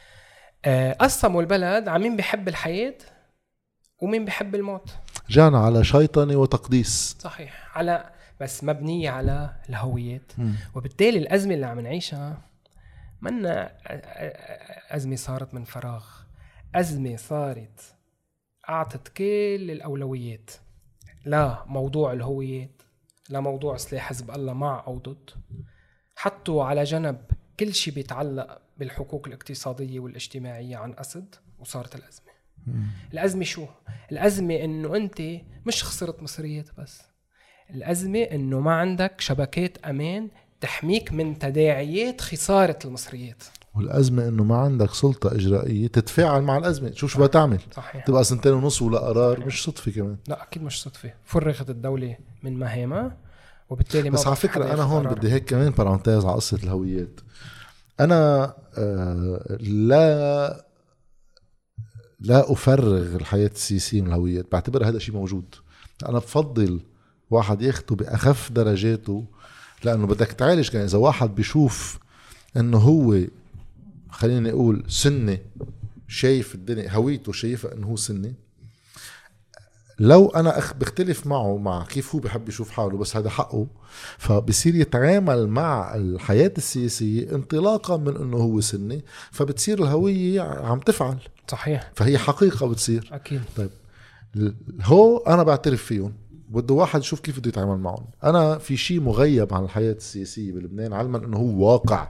قسموا البلد على مين بيحب الحياة ومين بيحب الموت. جانا على شيطنة وتقديس. صحيح، على بس مبنية على الهويات. م. وبالتالي الأزمة اللي عم نعيشها منا أزمة صارت من فراغ، أزمة صارت أعطت كل الأولويات لا موضوع الهويات، لا موضوع سلاح حزب الله مع أو ضد، حطوا على جنب كل شيء بيتعلق بالحقوق الاقتصادية والاجتماعية عن قصد، وصارت الأزمة. مم. الأزمة شو؟ الأزمة إنه أنت مش خسرت مصريات بس، الأزمة إنه ما عندك شبكات أمان تحميك من تداعيات خسارة المصريات. والأزمة إنه ما عندك سلطة إجرائية تتفاعل مع الأزمة. شو شو بتعمل؟ صحيح. تبقى سنتين ونص ولا قرار. صحيح. مش صدفة كمان. لا أكيد مش صدفة، فرغت الدولة من مهامها وبالتالي بس على فكرة أنا هون بدي هيك كمان بارانتيز على قصة الهويات. أنا آه لا لا أفرغ الحياة السياسية من الهويات، بعتبر هذا شيء موجود. أنا بفضل واحد ياخده بأخف درجاته، لأنه بدك تعالج. كان إذا واحد بيشوف أنه هو خلينا نقول سني، شايف الدنيا هويته شايفة أنه هو سني، لو أنا أخ بختلف معه مع كيف هو بحب يشوف حاله، بس هذا حقه، فبصير يتعامل مع الحياة السياسية انطلاقا من أنه هو سني، فبتصير الهوية عم تفعل. صحيح. فهي حقيقة بتصير. أكيد. طيب هو أنا بعترف فيهم، بده واحد يشوف كيف بده يتعامل معهم. أنا في شيء مغيب عن الحياة السياسية بلبنان علما أنه هو واقع،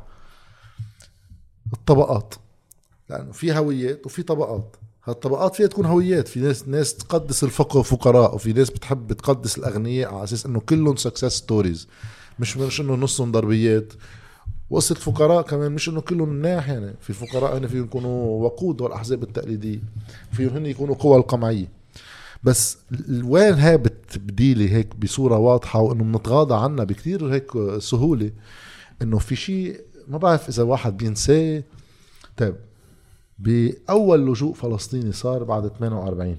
الطبقات. لأنه في هويات وفي طبقات. هالطبقات فيها تكون هويات، في ناس ناس تقدس الفقراء فقراء، وفي ناس بتحب تقدس الأغنياء على أساس أنه كلهم success stories، مش مش أنه نصهم ضربيات. وقصة الفقراء كمان مش انه كلهم مناح، يعني في فقراء هنا فيهم يكونوا وقود والأحزاب التقليدية، فيهم هن يكونوا قوى القمعية. بس وين هاي بتبديلي هيك بصورة واضحة، وانه بنتغاضى عنها بكتير هيك سهولة، انه في شيء ما بعرف اذا واحد بينساه. طيب بأول لجوء فلسطيني صار بعد ثمانية وأربعين،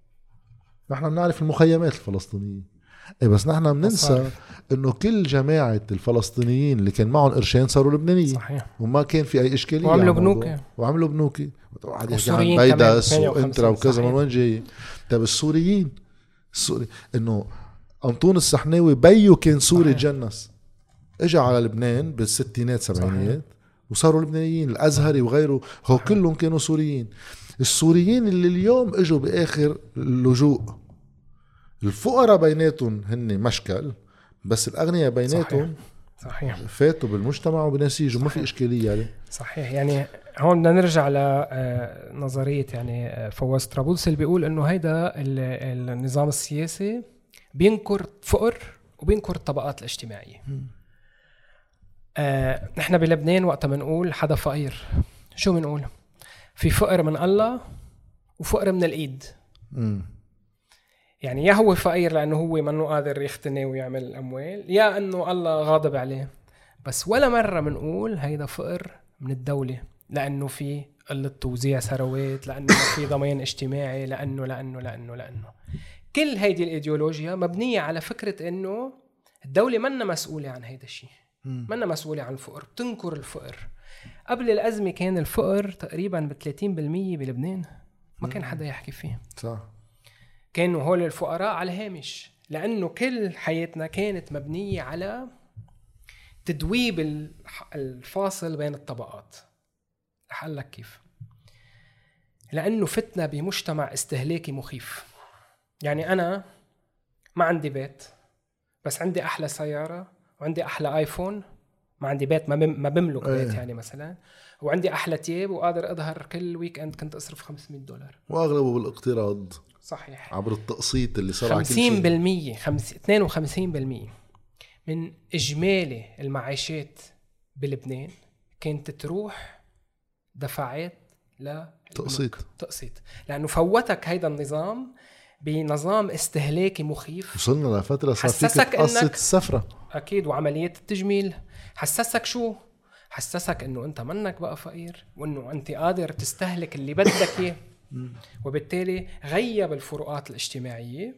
نحن بنعرف المخيمات الفلسطينية، ايه بس نحن بننسى انه كل جماعة الفلسطينيين اللي كان معهم قرشين صاروا لبنانيين. صحيح. وما كان في اي اشكالية، وعملوا بنوكي وعملوا بنوكي واحد يحكي عن بيداس وانترا وكذا، من وين جاي؟ طيب السوريين السوري انه انطون السحناوي بيو كان سوري تجنس، اجى على لبنان بالستينات سبعينيات وصاروا لبنانيين. الازهري وغيره هو كلهم كانوا سوريين. السوريين اللي اليوم اجوا باخر اللجوء، الفقراء بيناتهم هن مشكل، بس الأغنياء بيناتهم صحيح. صحيح. فاتوا بالمجتمع وبنسيجوا، ما في إشكالية عليه. صحيح. يعني هون بدنا نرجع لنظرية يعني فواز طرابلسي اللي بيقول إنه هيدا النظام السياسي بينكر فقر وبينكر الطبقات الاجتماعية. آه، نحن بلبنان وقت ما نقول حدا فقير شو بنقول؟ في فقر من الله وفقر من الإيد. م. يعني يا هو فقير لأنه هو منه قادر يختني ويعمل الأموال، يا أنه الله غاضب عليه. بس ولا مرة منقول هيدا فقر من الدولة لأنه في قلة توزيع ثروات، لأنه في ضمان اجتماعي، لأنه لأنه لأنه لأنه كل هيدي الإيديولوجيا مبنية على فكرة أنه الدولة منا مسؤولة عن هيدا الشيء، منا مسؤولة عن الفقر، بتنكر الفقر. قبل الأزمة كان الفقر تقريبا بثلاثين بالمية بلبنان، ما كان حدا يحكي فيه. صح. كانوا هول الفقراء على الهامش، لأنه كل حياتنا كانت مبنية على تدويب الفاصل بين الطبقات. رح أقول لك كيف. لأنه فتنا بمجتمع استهلاكي مخيف. يعني أنا ما عندي بيت بس عندي أحلى سيارة وعندي أحلى آيفون، ما عندي بيت ما بملك بيت يعني مثلا، وعندي أحلى تياب وقادر أظهر كل ويك أند كنت أصرف خمسمية دولار، وأغلبه بالاقتراض. صحيح. عبر التقسيط اللي صار على كل شيء. خمسين بالمية خمس اثنين وخمسين بالمية من إجمالي المعاشات بلبنان كانت تروح دفعات لتقسيط تقسيط، لأنه فوتك هيدا النظام بنظام استهلاكي مخيف. وصلنا لفترة صار فيك تقسط السفرة. أكيد. وعمليات التجميل حسسك شو؟ حسسك إنه أنت منك بقى فقير، وإنه أنت قادر تستهلك اللي بدك إياه. وبالتالي غيب الفروقات الاجتماعية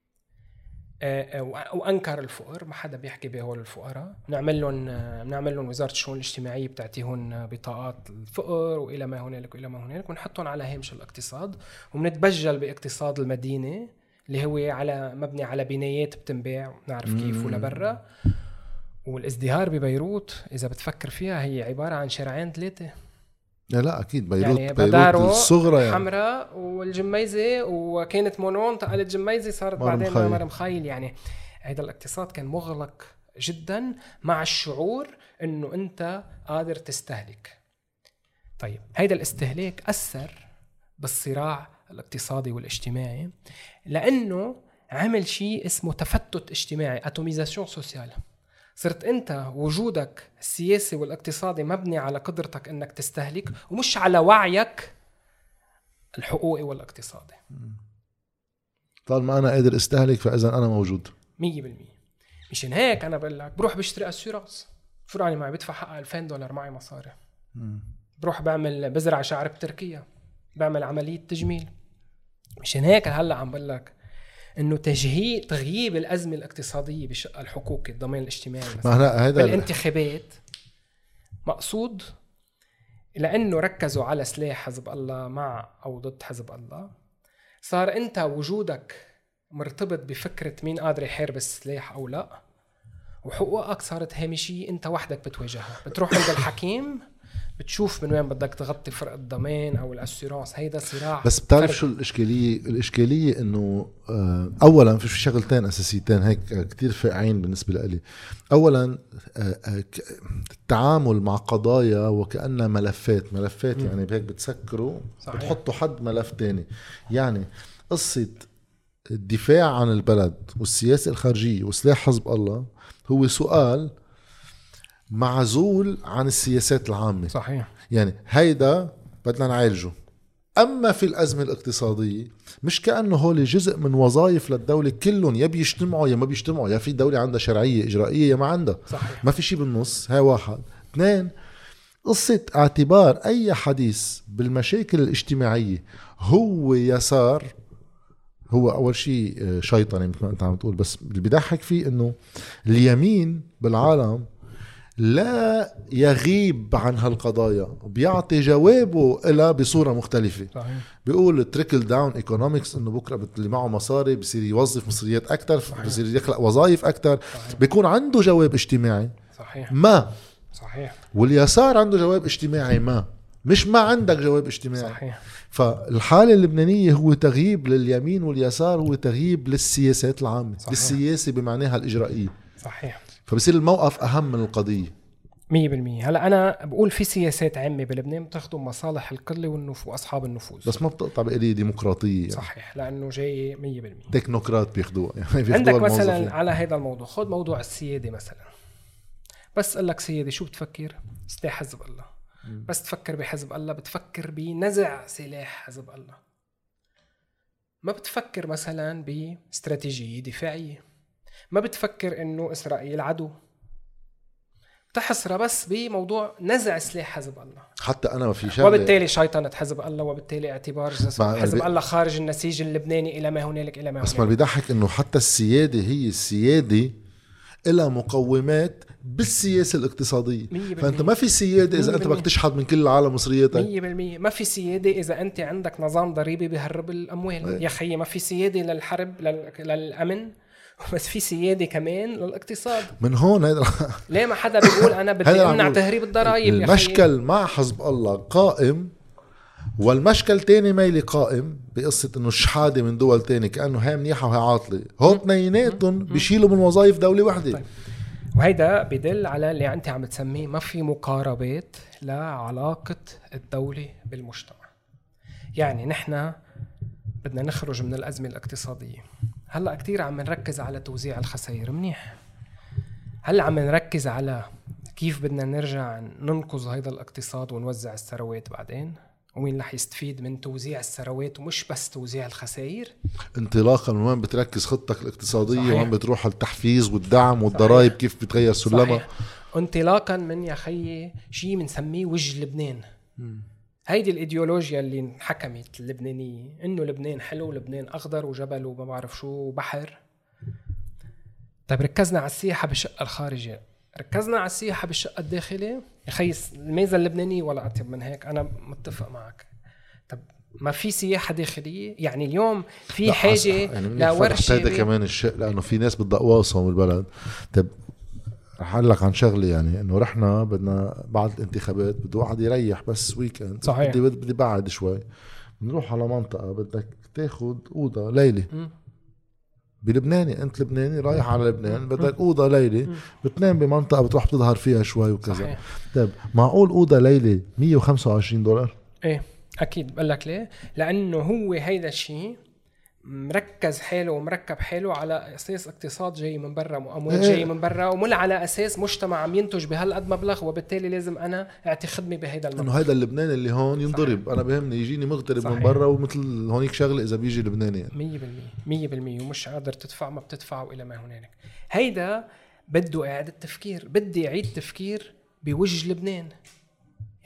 وأنكر الفقر. ما حدا بيحكي بهول الفقراء. نعمل لهم نعمل لهم وزارة الشؤون الاجتماعية بتعطيهم بطاقات الفقر وإلى ما هنالك وإلى ما هنالك، ونحطهم على هامش الاقتصاد، ومنتبجل باقتصاد المدينة اللي هو على مبني على بنايات بتنباع، نعرف كيف ولا برا. والازدهار ببيروت إذا بتفكر فيها هي عبارة عن شارعين ثلاثة. لا لا أكيد بيروت يعني بيروت الصغرى يعني حمراء والجميزة، وكانت مونون تقلت جميزة صارت بعدين مرم خيل. يعني هذا الاقتصاد كان مغلق جدا مع الشعور إنه أنت قادر تستهلك. طيب هذا الاستهلاك أثر بالصراع الاقتصادي والاجتماعي، لأنه عمل شيء اسمه تفتت اجتماعي، اتوميزاسيون سوسيال. صرت أنت وجودك السياسي والاقتصادي مبني على قدرتك أنك تستهلك ومش على وعيك الحقوقي والاقتصادي. طالما أنا قادر استهلك فإذا أنا موجود مية بالمية. مشان هيك أنا بقول لك بروح بشتري أسيراس، فراني معي بدفع حق ألفين دولار، معي مصاري بروح بعمل بزرع شعر بتركيا، بعمل عملية تجميل. مشان هيك هلا عم بقول لك انه تجهيل تغييب الازمه الاقتصاديه بالشق الحقوقي الضمان الاجتماعي مثلا بالانتخابات مقصود، لانه ركزوا على سلاح حزب الله مع او ضد حزب الله. صار انت وجودك مرتبط بفكره مين قادر يحارب السلاح او لا، وحقوقك صارت هامشيه انت وحدك بتواجهها. بتروح عند الحكيم بتشوف من وين بدك تغطي فرق الضمان او الاسيرانس. هيدا صراع. بس بتعرف شو الاشكاليه؟ الاشكاليه انه اولا في شغلتين اساسيتين هيك كتير فاقعين بالنسبه لي. اولا التعامل مع قضايا وكأنها ملفات ملفات م. يعني بهيك بتسكروا بتحطوا حد ملف تاني. يعني قصه الدفاع عن البلد والسياسه الخارجيه وسلاح حزب الله هو سؤال معزول عن السياسات العامة. صحيح. يعني هيدا بدنا نعالجه. أما في الأزمة الاقتصادية مش كأنه هول جزء من وظائف للدولة كلهم يا بيجتمعوا يا ما بيجتمعوا، يا في دولة عندها شرعية إجرائية يا ما عندها. صحيح. ما في شيء بالنص. هاي واحد. اثنين، قصة اعتبار أي حديث بالمشاكل الاجتماعية هو يسار هو أول شيء شيطاني مثل ما أنت عم تقول. بس اللي بيضحك فيه إنه اليمين بالعالم لا يغيب عن هالقضايا، بيعطي جوابه إلها بصورة مختلفة. صحيح. بيقول تريكل داون ايكونومكس، انه بكره اللي معه مصاري بصير يوظف مصريات اكثر، بصير يخلق وظائف اكثر. بيكون عنده جواب اجتماعي. صحيح. ما صحيح. واليسار عنده جواب اجتماعي ما مش ما عندك جواب اجتماعي. صحيح. فالحالة اللبنانية هو تغييب لليمين واليسار، هو تغييب للسياسات العامة. صحيح. للسياسة بمعناها الإجرائية. صحيح. فبصير الموقف أهم من القضية مية بالمية. هلأ أنا بقول في سياسات عامة بلبنان بتخدم مصالح القلة والنفوذ وأصحاب النفوذ، بس ما بتقطع بقلية ديمقراطية يعني. صحيح. لأنه جاي مية بالمية تكنوقراط بياخدوها يعني بياخدوها عندك الموظفين. مثلا على هذا الموضوع خد موضوع السيادة مثلا. بس قال لك سيادة شو بتفكر؟ سلاح حزب الله. م. بس تفكر بحزب الله بتفكر بنزع سلاح حزب الله، ما بتفكر مثلا باستراتيجية دفاعية، ما بتفكر إنه إسرائيل عدو، تحصر بس بموضوع نزع سلاح حزب الله. حتى أنا ما في شغلة، وبالتالي شيطنة حزب الله، وبالتالي اعتبار حزب الله خارج النسيج اللبناني إلى ما هنالك إلى ما هنالك. بس ما بيضحك إنه حتى السيادة هي السيادة إلها مقومات بالسياسة الاقتصادية. فأنت ما في سيادة إذا أنت بدك تشحد من كل العالم مصرياتك. مية بالمية ما في سيادة إذا أنت عندك نظام ضريبي بيهرب الأموال. أي. يا خيي ما في سيادة للحرب للأمن، بس في سيادة كمان للاقتصاد. من هون هيدا ليه ما حدا بيقول أنا بدي أمنع تهريب الضرائب؟ المشكل مع حزب الله قائم، والمشكل تاني ميلي قائم بقصة إنه الشحادة من دول تاني كأنه هاي منيحة وهي عاطلة. هو اثنيناتهم بيشيلوا من وظائف دولة واحدة. طيب. وهيدا بدل على اللي أنت عم تسميه ما في مقاربات لعلاقة الدولة بالمجتمع. يعني نحن بدنا نخرج من الأزمة الاقتصادية. هلأ كتير عم نركز على توزيع الخسائر، منيح. هلأ عم نركز على كيف بدنا نرجع ننقذ هيدا الاقتصاد ونوزع الثروات بعدين، ومين رح يستفيد من توزيع الثروات ومش بس توزيع الخسائر. انطلاقا من وين بتركز خطتك الاقتصادية، وين بتروح التحفيز والدعم والضرائب، كيف بتغير سلمها. انطلاقا من يا خيي شيء بنسميه وجه لبنان. م. هيدي الإيديولوجيا اللي انحكمت اللبنانية إنه لبنان حلو، لبنان أخضر وجبل وما بعرف شو وبحر. طيب ركزنا على السياحة بالشق الخارجي، ركزنا على السياحة بالشق الداخلي. يا خي الميزة اللبنانية ولا أطيب من هيك، أنا متفق معك. طب ما في سياحة داخلية؟ يعني اليوم في حاجة يعني لورشة هذا كمان الشيء، لأنه في ناس بدها قواصهم بالبلد. طب رح أقول لك عن شغلة، يعني إنه رحنا بدنا بعد الانتخابات بده واحد يريح بس ويكند. صحيح. بدي بدي بعد شوي بنروح على منطقة بدك تاخد أوضة ليلة م. بلبناني، أنت لبناني رايح على لبنان بدك أوضة ليلة بتنام بمنطقة بتروح بتظهر فيها شوي وكذا. صحيح. طيب معقول أوضة ليلة مية وخمسة وعشرين دولار؟ إيه أكيد. بقول لك ليه؟ لأنه هو هيدا الشيء مركز حاله ومركب حاله على أساس اقتصاد جاي من برا، أموال جاي من برا، ومل على أساس مجتمع عم ينتج بهالقد مبلغ، وبالتالي لازم أنا أعطي خدمة بهيدا المبلغ. إنه هيدا اللبناني اللي هون ينضرب. صحيح. أنا بهمني يجيني مغترب. صحيح. من برا، ومثل هونيك شغلة إذا بيجي لبناني يعني. مية بالمية مية بالمية ومش قادر تدفع ما بتدفع وإلى ما هنالك. هيدا بده إعادة تفكير. بدي أعيد تفكير بوجه لبنان.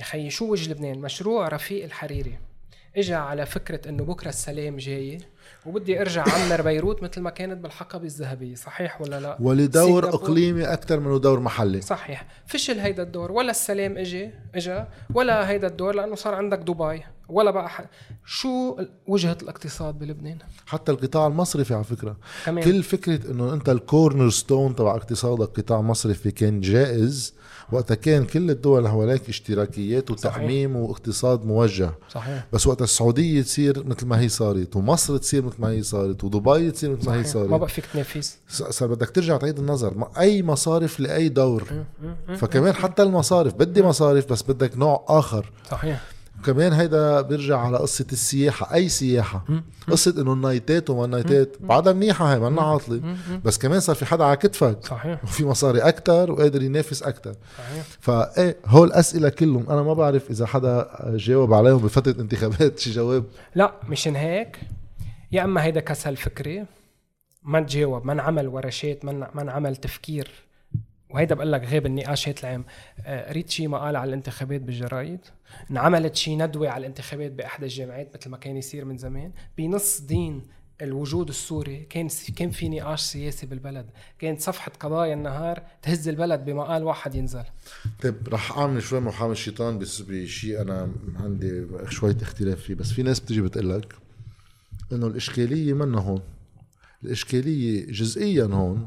يا خيي شو وجه لبنان؟ مشروع رفيق الحريري اجى على فكرة انه بكرة السلام جاي وبدي ارجع عمر بيروت مثل ما كانت بالحقبة الذهبية، صحيح ولا لا؟ ولدور اقليمي اكثر منه دور محلي. صحيح. فشل هيدا الدور، ولا السلام اجى اجى ولا هيدا الدور، لانه صار عندك دبي ولا بقى ح... شو وجهة الاقتصاد بلبنان؟ حتى القطاع المصرفي على فكرة كمان. كل فكرة انه انت الكورنر ستون تبع اقتصادك قطاع مصرفي كان جائز وقتها كان كل الدول اللي حواليك اشتراكيات وتعميم صحيح. واقتصاد موجه. صحيح. بس وقت السعودية تصير مثل ما هي صارت ومصر تصير مثل ما هي صارت ودبي تصير مثل ما هي صارت، ما بقى فيك تنافس، صار بدك ترجع تعيد النظر. اي مصارف لاي دور. فكمان حتى المصارف بدي مصارف بس بدك نوع اخر. صحيح. كمان هيدا بيرجع على قصة السياحة. أي سياحة قصة إنه النايتات وما النايتات بعدها منيحة، هاي ما لنا عاطلة، بس كمان صار في حدا على كتفك. صحيح. وفي مصاري أكتر وقادر ينافس أكتر. صحيح. فإيه هول الأسئلة كلهم أنا ما بعرف إذا حدا جاوب عليهم بفترة انتخابات شي جواب. لا مشان هيك يا أما هيدا كسل فكري ما تجاوب، ما نعمل ورشات، ما نعمل تفكير، وهيدا بقول لك غيب النقاشات العام. قريت شي مقال على الانتخابات بالجرايد، انعملت شي ندوة على الانتخابات بأحد الجامعات مثل ما كان يصير من زمان. بنص دين الوجود السوري كان كان في نقاش سياسي بالبلد، كانت صفحة قضايا النهار تهز البلد بمقال واحد ينزل. طيب رح أعمل شوي محامي الشيطان بس بشي أنا عندي شوية اختلاف فيه، بس في ناس بتجي بتقلك إنه الإشكالية منا هون، الإشكالية جزئيا هون،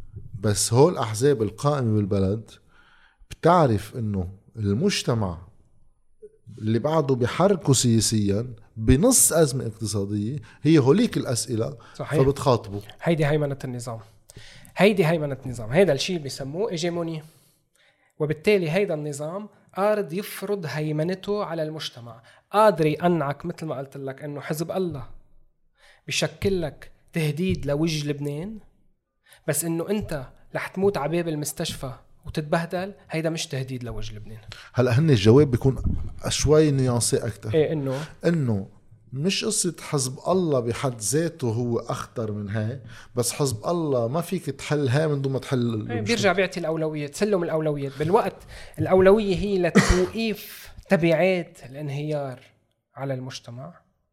بس هول الأحزاب القائمة بالبلد بتعرف إنه المجتمع اللي بعده بيحركوا سياسيا بنص أزمة اقتصادية هي هوليك الأسئلة. صحيح. فبتخاطبوا. هيدي هيمنة النظام، هيدي هيمنة النظام، هيدا الشيء اللي بيسموه إيجيموني، وبالتالي هيدا النظام قارد يفرض هيمنته على المجتمع. قادر يقنعك مثل ما قلت لك إنه حزب الله بيشكل لك تهديد لوجه لبنان، بس إنه أنت رح تموت عباب المستشفى وتتبهدل، هيدا مش تهديد لوجه لبنان. هلا هن الجواب بيكون شوي نيانسي اكثر. ايه انه انه مش قصة حزب الله بحد ذاته هو اخطر من هاي، بس حزب الله ما فيك تحل هاي من دون ما تحل. ايه بيرجع بيعطي الاولويات، سلم الاولويات بالوقت. الاولوية هي لتوقيف تبعات الانهيار على المجتمع.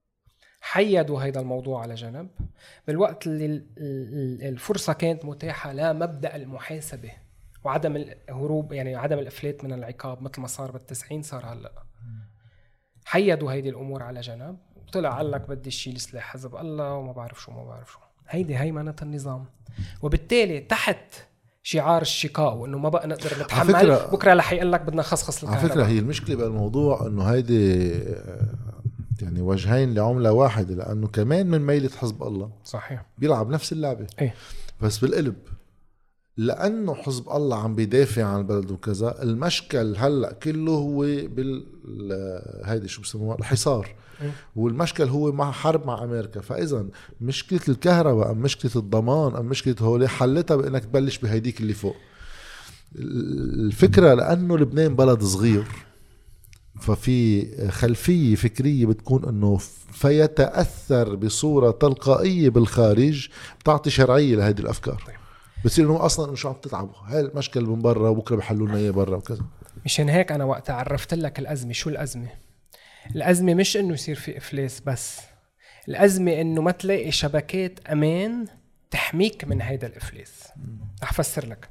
حيدوا هيدا الموضوع على جنب بالوقت اللي الفرصة كانت متاحة لمبدأ المحاسبة وعدم الهروب، يعني عدم الافلات من العقاب مثل ما صار بالتسعين صار هلا. حيدوا هيدي الامور على جنب، طلع قال لك بدي شيل سلاح حزب الله وما بعرف شو ما بعرف شو. هيدي هيمنة النظام، وبالتالي تحت شعار الشقاء وانه ما بقى نقدر نتحمل بكره رح يقول لك بدنا نخصخص الكهرباء. على فكره هي المشكله بالموضوع انه هيدي يعني وجهين لعمله واحده، لانه كمان من ميلة حزب الله صحيح بيلعب نفس اللعبه ايه، بس بالقلب، لأنه حزب الله عم بيدافع عن البلد وكذا. المشكل هلأ كله هو بال هيدي شو بسموها الحصار، والمشكل هو مع حرب مع أمريكا. فإذا مشكلة الكهرباء أم مشكلة الضمان أم مشكلة هولي حلتها بأنك تبلش بهيديك اللي فوق. الفكرة لأنه لبنان بلد صغير، ففي خلفية فكرية بتكون أنه فيتأثر بصورة تلقائية بالخارج بتعطي شرعية لهذه الأفكار. بصير انه اصلا مش عم تتعبوا، هاي المشكل من برا وبكره بحلوا لنا اياه برا وكذا. مشان هيك انا وقت عرفت لك الازمه. شو الازمه؟ الازمه مش انه يصير في افلاس بس، الازمه انه ما تلاقي شبكات امان تحميك من هيدا الافلاس. رح افسر لك.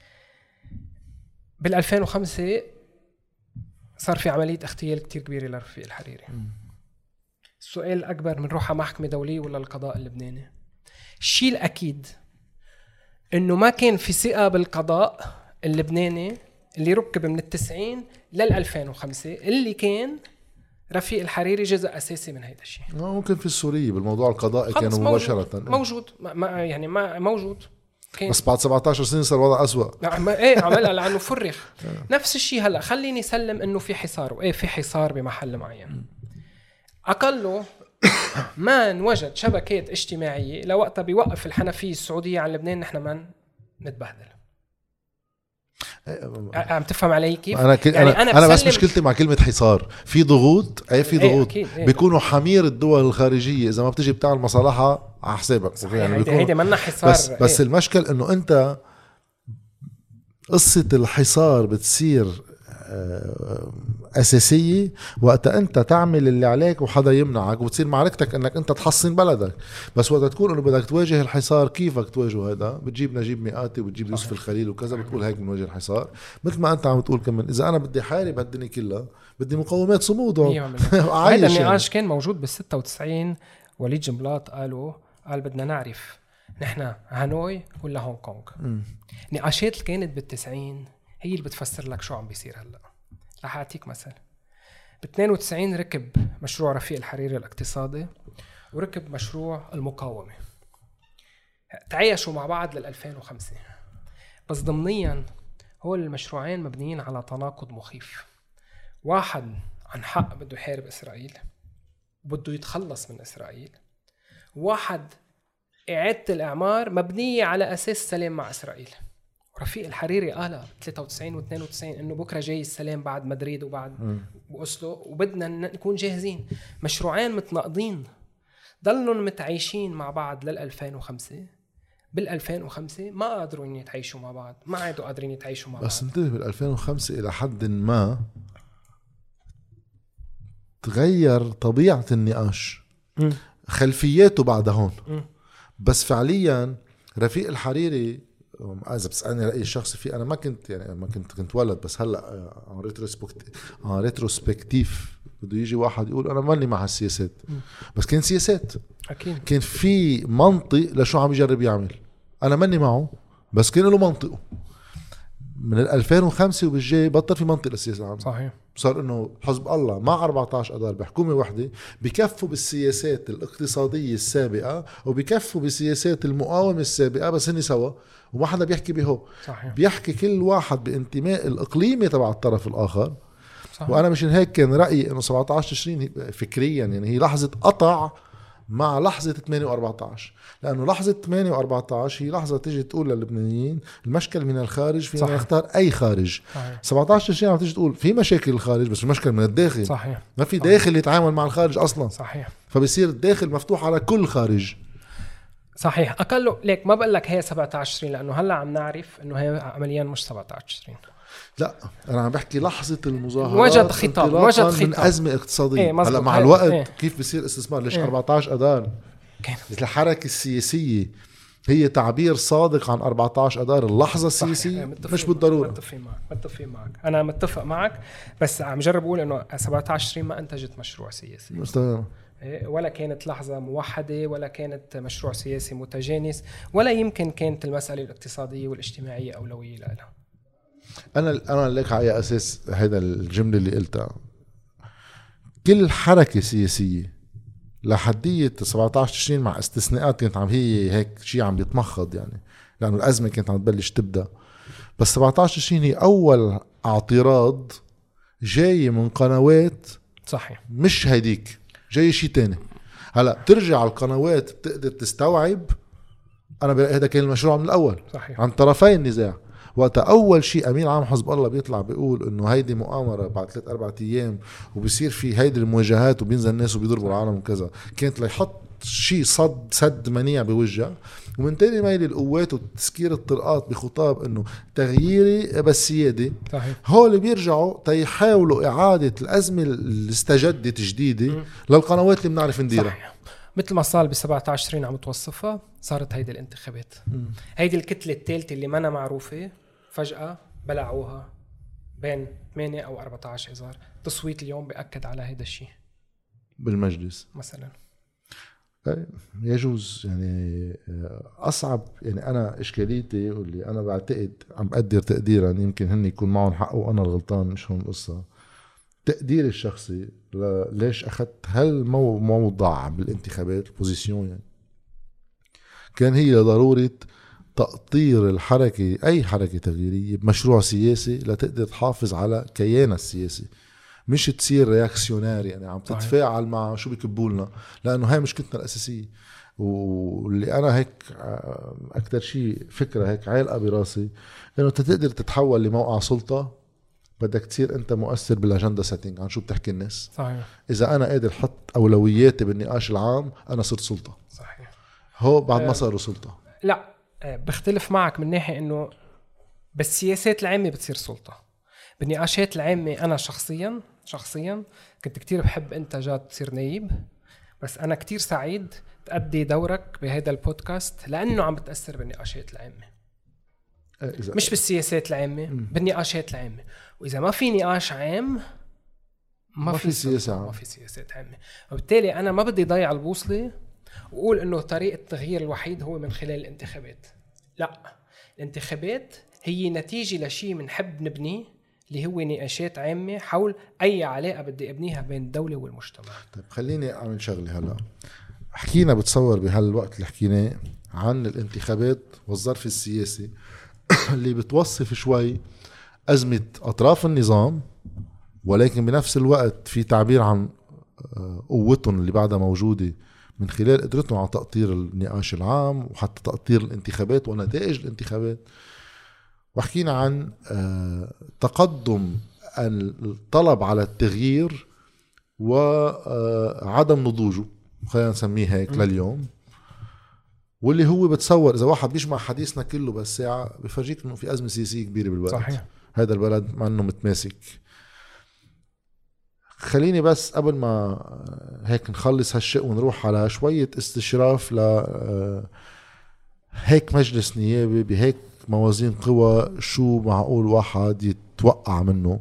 بال ألفين وخمسة صار في عمليه اغتيال كتير كبيره لرفيق الحريري. السؤال الاكبر من روحها محكمه دوليه ولا القضاء اللبناني؟ الشيء الاكيد انه ما كان في ثقة بالقضاء اللبناني اللي ركب من التسعين للألفين وخمسة، اللي كان رفيق الحريري جزء اساسي من هيدا الشيء. ممكن في السوري بالموضوع القضائي كانوا مباشرة موجود, موجود. ما يعني ما موجود كان. بس بعد سبعة عشر سنة صار وضع أسوأ. نعم ايه عملها لانه فرغ. نفس الشيء هلا خليني سلم انه في حصار، وايه في حصار بمحل معين. اقله ما نوجد شبكات اجتماعية لوقتها بيوقف الحنفية السعودية عن لبنان، نحن ما نتبهدل. عم تفهم علي كيف؟ أنا, ك... يعني أنا, أنا بس مشكلتي مع كلمة حصار. في ضغوط أي في ضغوط أيه أيه بيكونوا حمير الدول الخارجية إذا ما بتجي بتعمل مصالحة على حسابك. يعني هيدي, هيدي منا حصار. بس, بس المشكل إنه أنت قصة الحصار بتصير أساسية وقت أنت تعمل اللي عليك وحدا يمنعك وتصير معركتك أنك أنت تحصن بلدك. بس وقت تكون أنه بدك تواجه الحصار كيفك تواجه هذا؟ بتجيب نجيب مئاتي وبتجيب يوسف الخليل وكذا، بتقول هيك بنواجه الحصار. مثل ما أنت عم تقول كمان إذا أنا بدي حارب هالدنيا كلها بدي مقومات صمود. هذا النقاش كان موجود بالستة وتسعين. وليد جنبلاط قالوا قال بدنا نعرف نحن هانوي ولا هونغ كونغ. نقاشات اللي كانت بالتسعين هي اللي بتفسر لك شو عم بيصير هلا. رح أعطيك مثل. باثنين وتسعين ركب مشروع رفيق الحريري الاقتصادي وركب مشروع المقاومة، تعايشوا مع بعض للألفين وخمسة. بس ضمنيا هو المشروعين مبنيين على تناقض مخيف. واحد عن حق بده يحارب إسرائيل وبده يتخلص من إسرائيل، واحد إعادة الإعمار مبنية على أساس سلام مع إسرائيل. رفيق الحريري قال ثلاثة وتسعين واثنين وتسعين إنه بكرة جاي السلام بعد مدريد وبعد وأسلو وبدنا نكون جاهزين. مشروعين متناقضين ضلوا متعايشين مع بعض للألفين وخمسة. بالألفين وخمسة ما قادروا يتعايشوا مع بعض، ما عادوا قادرين يتعايشوا مع بعض. بس انتبه بالألفين وخمسة إلى حد ما تغير طبيعة النقاش، م. خلفياته بعد هون. م. بس فعليا رفيق الحريري إذا بتسألني رأيي الشخصي فيه، أنا ما كنت يعني ما كنت كنت ولد، بس هلا عن ريتروسبكتيف عن ريتروسبكتيف بده يجي واحد يقول أنا مالي مع السياسات، بس كان سياسات أكيد. كان في منطق لشو عم يجرب يعمل، أنا ماني معه بس كان له منطقه. من الألفين وخمسة وبالجاي بطل في منطق للسياسة العامة. صحيح. صار إنه حزب الله مع أربعة عشر أدار بحكومة واحدة بكفوا بالسياسات الاقتصادية السابقة وبكفوا بالسياسات المقاومة السابقة، بس هني سوا وما حدا بيحكي بهو. صحيح. بيحكي كل واحد بانتماء الإقليمي تبع الطرف الآخر. صحيح. وأنا مشان هيك كان رأيي إنه سبعة عشر تشرين فكريا يعني هي لحظة قطع مع لحظة ثمانية وأربعة عشر، لأنه لحظة ثمانية وأربعة عشر هي لحظة تيجي تقول للبنانيين المشكل من الخارج، فينا نختار أي خارج. صحيح. سبعة عشر تشرين عم تيجي تقول في مشاكل الخارج بس المشكل من الداخل. صحيح. ما في داخل يتعامل مع الخارج أصلا. صحيح. فبصير الداخل مفتوح على كل خارج. صحيح. أقله ليك ما بقول لك هي سبعة عشر لأنه هلا عم نعرف إنه هي عمليا مش سبعة عشر. لا أنا عم بحكي لحظة المظاهرات وجد خطاب وجد خطاب من أزمة اقتصادية. إيه هلا مع الوقت إيه؟ كيف بيصير استثمار ليش إيه؟ أربعة عشر أدار الحركة السياسية هي تعبير صادق عن أربعة عشر أدار اللحظة السياسية. مش بالضرورة. متفق معك متفق معك أنا متفق معك، بس عم جرب أقول إنه سبعة عشر ما أنتجت مشروع سياسي مستمر. ولا كانت لحظة موحدة ولا كانت مشروع سياسي متجانس، ولا يمكن كانت المسألة الاقتصادية والاجتماعية أولوية لها. أنا أنا لك على أساس هذا الجملة اللي قلتها، كل حركة سياسية لحدية سبعة عشر تشرين مع استثناءات كانت عم هي هيك شيء عم بيتمخض يعني لأنه الأزمة كانت عم تبلش تبدأ، بس سبعة عشر تشرين هي أول اعتراض جاي من قنوات. صحيح. مش هيديك جاي شيء تاني. هلأ بترجع القنوات بتقدر تستوعب. أنا برأي هذا كان المشروع من الأول. صحيح. عن طرفي النزاع. وقت أول شيء أمين عام حزب الله بيطلع بيقول إنه هيدي مؤامرة بعد ثلاث أربعة أيام وبيصير في هيدي المواجهات وبينزل الناس وبيضربوا العالم وكذا، كانت ليحط شيء صد سد منيع بوجه. ومن تاني ميل القوات وتسكير الطرقات بخطاب إنه تغييري بس سيادي. هو اللي بيرجعوا تيحاولوا إعادة الأزمة اللي استجدت جديدة للقنوات اللي بنعرف نديرها. مثل ما صار بسبعة عشرين عم توصفها صارت هيدي الانتخابات. مم. هيدي الكتلة الثالثة اللي مانا معروفة فجأة بلعوها بين ثمانية أو أربعة عشر إذار. تصويت اليوم بأكد على هيدا الشيء بالمجلس مثلا. يجوز يعني أصعب يعني أنا إشكاليتي واللي أنا بعتقد عم بقدر تقديرا يمكن هن يكون معهم حق وأنا الغلطان مش هم القصة. تقديري الشخصي ليش أخذت هالموضع بالانتخابات البوزيسيون يعني كان هي ضرورة تأطير الحركة أي حركة تغييرية بمشروع سياسي لتقدر تحافظ على كيانها السياسي، مش تصير رياكسيوناري يعني عم تتفاعل مع شو بيكبولنا، لأنه هاي مشكلتنا الأساسية. واللي أنا هيك أكتر شيء فكرة هيك عالقة براسي إنه تقدر تتحول لموقع سلطة بدك تصير أنت مؤثر بالأجندة سيتينج عن شو بتحكي الناس. صحيح. إذا أنا قادر حط أولوياتي بالنقاش العام أنا صرت سلطة. صحيح. هو بعد ما صاروا سلطة. لا بختلف معك من ناحية إنه بالسياسات العامة بتصير سلطة، بالنقاشات العامة أنا شخصيا شخصيا كنت كتير بحب أنت جاد تصير نايب، بس أنا كتير سعيد تأدي دورك بهذا البودكاست لأنه عم بتأثر بالنقاشات العامة، مش بالسياسات العامة، بالنقاشات العامة. وإذا ما في نقاش عام ما, ما في في سياسة، ما في سياسات عامة. وبالتالي أنا ما بدي ضيع البوصلة وقول إنه طريقة التغيير الوحيد هو من خلال الانتخابات. لا، الانتخابات هي نتيجة لشيء منحب نبنيه اللي هو نقاشات عامة حول أي علاقة بدي أبنيها بين الدولة والمجتمع. طيب خليني أعمل شغلة هلأ. حكينا بتصور بهالوقت اللي حكينا عن الانتخابات والظرف السياسي اللي بتوصف شوي أزمة أطراف النظام، ولكن بنفس الوقت في تعبير عن قوتهم اللي بعدها موجودة من خلال قدرتهم على تأطير النقاش العام وحتى تأطير الانتخابات ونتائج الانتخابات. وحكينا عن تقدم الطلب على التغيير وعدم نضوجه، خلينا نسميه هيك لليوم، واللي هو بتصور إذا واحد بيجمع حديثنا كله بس ساعة بفرجيك إنه في أزمة سياسية كبيرة بالوقت. صحيح. هذا البلد مع إنه متماسك. خليني بس قبل ما هيك نخلص هالشيء ونروح على شوية استشراف ل هيك مجلس نيابي بهيك موازين قوى، شو معقول واحد يتوقع منه؟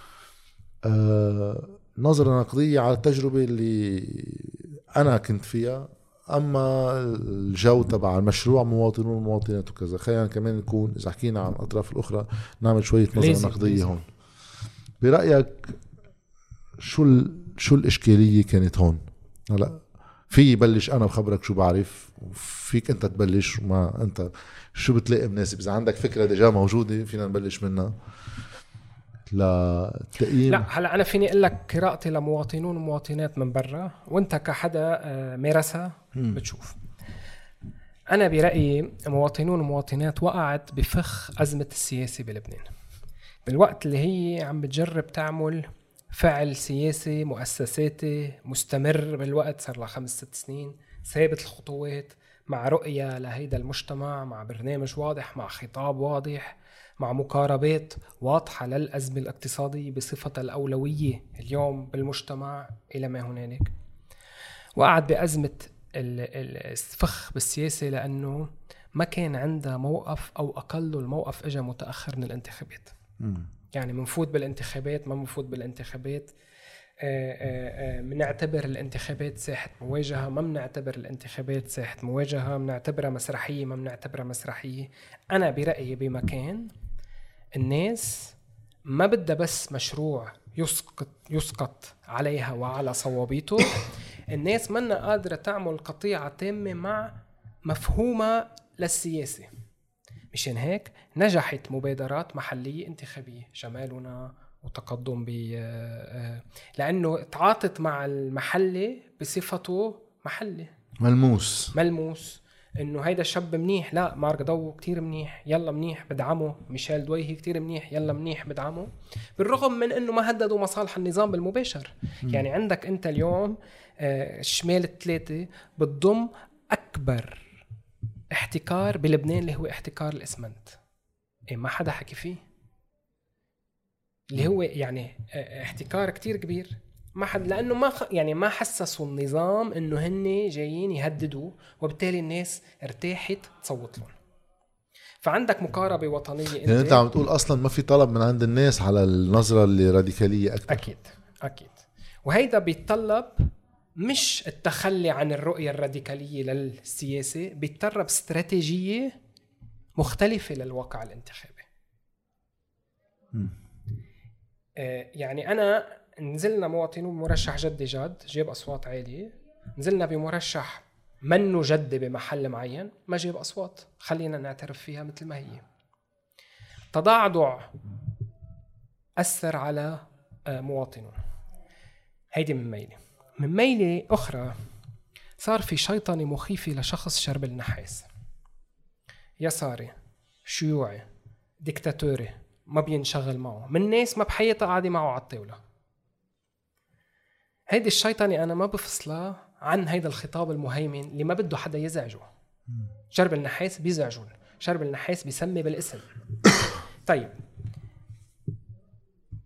أه نظرة نقدية على التجربة اللي أنا كنت فيها، أما الجو تبع المشروع مواطنون ومواطنات وكذا. خلينا كمان نكون إذا حكينا عن الأطراف الأخرى نعمل شوية نظرة نقدية لازم. هون برأيك شو ال... شو الإشكالية كانت هون؟ هلا في بلش أنا بخبرك شو بعرف، وفيك أنت تبلش وما أنت شو بتلاقي مناسب. إذا عندك فكرة ديجا موجودة فينا نبلش منها لتقييم. لا هلا أنا فيني أقول لك قراءتي لمواطنون ومواطنات من برا، وأنت كحدا مارسها بتشوف. أنا برأيي مواطنون ومواطنات وقعت بفخ أزمة السياسة بلبنان بالوقت اللي هي عم بتجرب تعمل فعل سياسي مؤسساتي مستمر بالوقت، صار لها خمس ست سنين ثابت الخطوات، مع رؤية لهيدا المجتمع، مع برنامج واضح، مع خطاب واضح، مع مقاربات واضحة للأزمة الاقتصادية بصفة الأولوية اليوم بالمجتمع إلى ما هنالك. وقعد بأزمة الفخ بالسياسة لأنه ما كان عنده موقف، أو أقل الموقف إجا متأخر من الانتخابات. م. يعني منفوت بالانتخابات ما منفوت بالانتخابات، منعتبر الانتخابات ساحة مواجهة ما منعتبر الانتخابات ساحة مواجهة، منعتبرها مسرحية ما منعتبرها مسرحية. أنا برأيي بمكان الناس ما بدها بس مشروع يسقط, يسقط عليها وعلى صوابيته، الناس منا قادرة تعمل قطيعة تامة مع مفهومة للسياسة. مشان هيك نجحت مبادرات محلية انتخابية، شمالنا وتقدم ب لأنه تعاطت مع المحلي بصفته محلي ملموس ملموس إنه هيدا الشاب منيح، لا مارك ضو كتير منيح يلا منيح بدعمه، ميشيل دويهي كتير منيح يلا منيح بدعمه، بالرغم من إنه ما هددوا مصالح النظام بالمباشر. م. يعني عندك أنت اليوم الشمال الثلاثة بتضم أكبر احتكار بلبنان اللي هو احتكار الإسمنت، إيه ما حدا حكي فيه، اللي هو يعني احتكار كتير كبير ما حد، لأنه ما خ... يعني ما حسسوا النظام إنه هن جايين يهددوا، وبالتالي الناس ارتاحت تصوت لهم. فعندك مقاربة وطنية. يعني أنت عم تقول أصلا ما في طلب من عند الناس على النظرة اللي راديكالية أكتر. أكيد أكيد، وهيدا بيتطلب مش التخلي عن الرؤية الراديكالية للسياسة، بيتطلب استراتيجية مختلفة للواقع الانتخابي. م. آه يعني أنا نزلنا مواطنون مرشح جدي جاد جيب أصوات عالية، نزلنا بمرشح منه جد بمحل معين ما جيب أصوات، خلينا نعترف فيها مثل ما هي. تضاعضع أثر على آه مواطنون، هيدي من ميلة. من ميلة أخرى صار في شيطنة مخيفة لشخص شرب النحاس، يساري شيوعي ديكتاتوري ما بينشغل معه، من ناس ما بحياتها قاعدة معه على الطاولة. هيدي الشيطنة أنا ما بفصلها عن هيدا الخطاب المهيمن اللي ما بده حدا يزعجه. شرب النحاس بيزعجون، شرب النحاس بيسمي بالاسم. طيب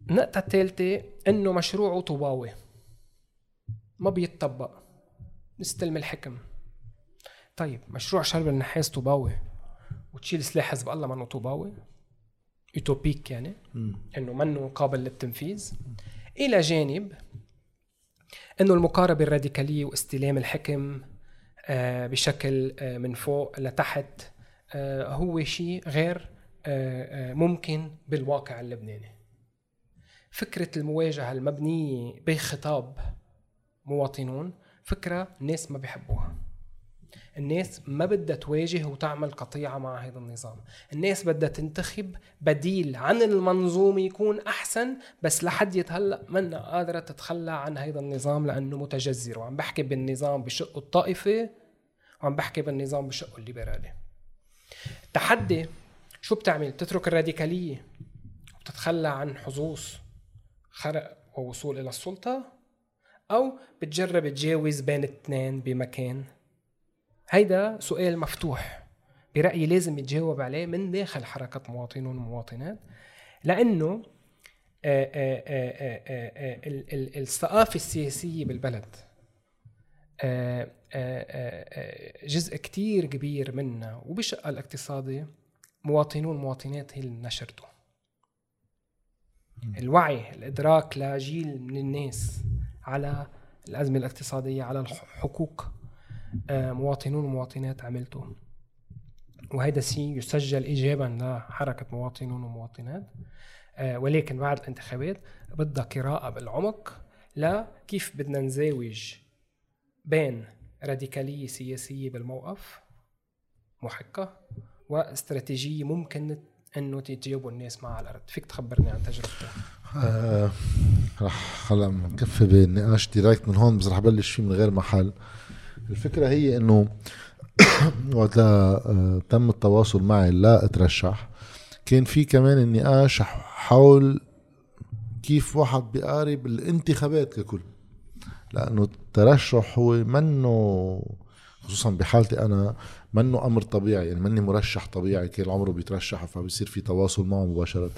النقطة الثالثة إنه مشروعه طوباوي ما بيتطبق، نستلم الحكم. طيب مشروع شرب النحاس طوباوي وتشيل سلاح حزب الله منه طوباوي، يوتوبيك يعني م. إنه منه قابل للتنفيذ. إلى جانب إنه المقاربة الراديكالية واستلام الحكم آه بشكل آه من فوق لتحت آه هو شيء غير آه آه ممكن بالواقع اللبناني. فكرة المواجهة المبنية بخطاب مواطنون فكرة الناس ما بيحبوها. الناس ما بدها تواجه وتعمل قطيعة مع هذا النظام. الناس بدها تنتخب بديل عن المنظومة يكون أحسن، بس لحد يتهلأ منا قادرة تتخلى عن هذا النظام لأنه متجذر. وعم بحكي بالنظام بشقه الطائفي وعم بحكي بالنظام بشقه الليبرالي. التحدي شو بتعمل؟ بتترك الراديكالية وبتتخلى عن حظوظ خرق ووصول إلى السلطة، أو بتجرب تجاوز بين الاثنين بمكان؟ هيدا سؤال مفتوح برأيي لازم يتجاوب عليه من داخل حركة مواطنون ومواطنات، لأنه الثقافة السياسية بالبلد جزء كتير كبير منها وبشق الاقتصادي مواطنون ومواطنات هي اللي نشرته. الوعي الإدراك لجيل من الناس على الأزمة الاقتصادية، على الحقوق مواطنون ومواطنات عملته، وهذا الشيء يسجل إيجابا لحركة مواطنون ومواطنات. ولكن بعد الانتخابات بدها قراءة بالعمق لكيف بدنا نزاوج بين راديكالية سياسية بالموقف محقة واستراتيجية ممكن انه تجاوبوا الناس معها على الارض. فيك تخبرني عن تجربتك؟ آه، رح هلا نكفي بالنقاش ديريكت من هون، بس رح بلش فيه من غير محل. الفكرة هي انه وقت آه تم التواصل معي لا اترشح، كان في كمان النقاش حول كيف واحد بيقارب الانتخابات ككل، لانه الترشح هو منه، خصوصا بحالتي انا، منه امر طبيعي. يعني مني مرشح طبيعي كان عمره بيترشح فبيصير في تواصل معه مباشرة.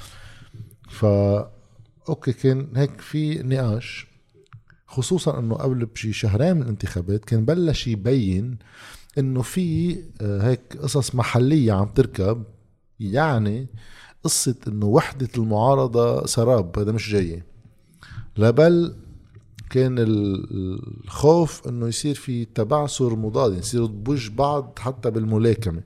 فا اوكي كان هيك في نقاش، خصوصا انه قبل بشي شهرين من الانتخابات كان بلش يبين انه في هيك قصص محلية عم تركب. يعني قصة انه وحدة المعارضة سراب، هذا مش جاي، لا بل كان الخوف انه يصير في تبعثر مضاد، يصيروا تبوج بعض حتى بالملاكمة.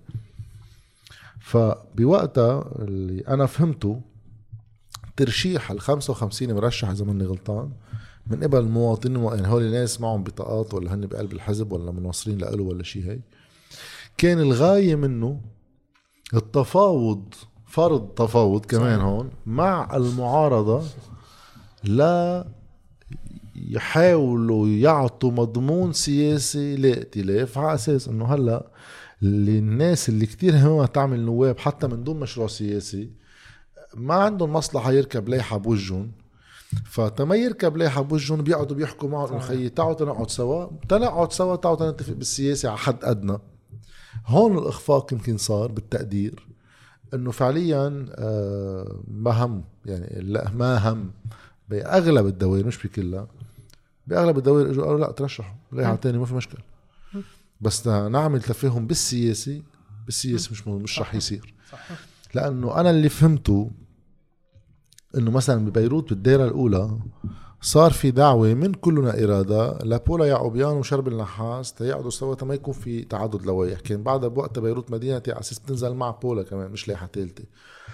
فبوقتها اللي انا فهمته ترشيح الخمسة وخمسين مرشح اذا ماني غلطان من قبل المواطنين، يعني هول الناس معهم بطاقات ولا هن بقلب الحزب ولا مناصرين له ولا شيء هيك، كان الغاية منه التفاوض، فرض تفاوض كمان هون مع المعارضة لا يحاولوا يعطوا مضمون سياسي لائتلاف، على أساس أنه هلأ اللي الناس اللي كتير همها تعمل نواب حتى من دون مشروع سياسي ما عندهم مصلحة يركب لايحة بوجهن. فتما يركب لايحة بوجهن بيقعدوا بيحكوا معهم انه خيي تعالوا تنقعد سوا، تنقعد سوا، تعالوا تنتفق بالسياسة على حد أدنى. هون الإخفاق يمكن صار بالتقدير انه فعليا آه ما هم، يعني لا ما هم بأغلب الدوائر مش بكلها، بأغلب الدوائر اجوا قالوا لا ترشحوا لايحة تاني ما في مشكلة، بس نعمل تفاهم بالسياسي. بالسياسي مش مش رح يصير، لأنه أنا اللي فهمته إنه مثلا ببيروت بالدائرة الأولى صار في دعوة من كلنا إرادة لبولا يعقوبيان وشرب النحاس تيقعدوا سوا ما يكون في تعدد لوائح. كان بعدها بوقت بيروت مدينة على أساس بتنزل مع بولا كمان مش لايحة ثالثة.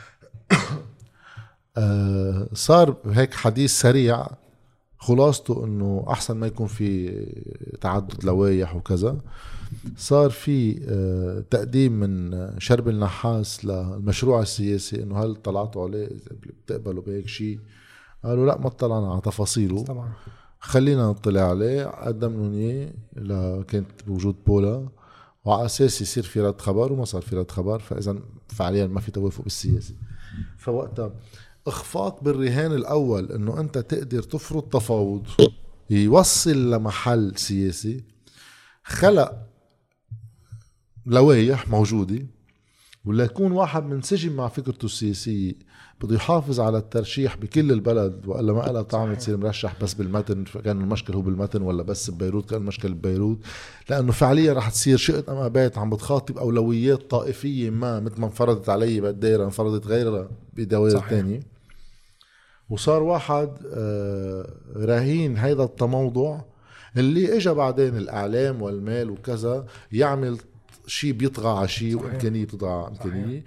آه صار هيك حديث سريع خلاصته إنه أحسن ما يكون في تعدد لوائح وكذا. صار في آه تقديم من شرب النحاس للمشروع السياسي إنه هل طلعتوا عليه بتقبلوا بهيك شيء؟ قالوا لا ما اطلعنا على تفاصيله طبعا، خلينا نطلع عليه. قدمنا اياه كانت بوجود بولا وعلى اساس يصير في رد خبر، وما صار في رد خبر، فاذا فعليا ما في توافق بالسياسي. فوقتها اخفاق بالرهان الاول انه انت تقدر تفرض تفاوض يوصل لمحل سياسي، خلق لوائح موجوده ولا يكون واحد منسجم مع فكرته السياسية بده يحافظ على الترشيح بكل البلد، وإلا ما قالها طعم تصير مرشح بس بالمتن، فكان المشكل هو بالمتن، ولا بس ببيروت كان المشكل ببيروت. لأنه فعليا رح تصير شئت أم أبيت عم بتخاطب أولويات طائفية ما، مثل ما انفرضت علي بالدائرة انفرضت غيرها بدوائر تانية. وصار واحد آه راهين هيدا التموضع اللي اجا بعدين الإعلام والمال وكذا يعمل شيء بيطغى على شيء وإمكانية بتطغى على إمكانية.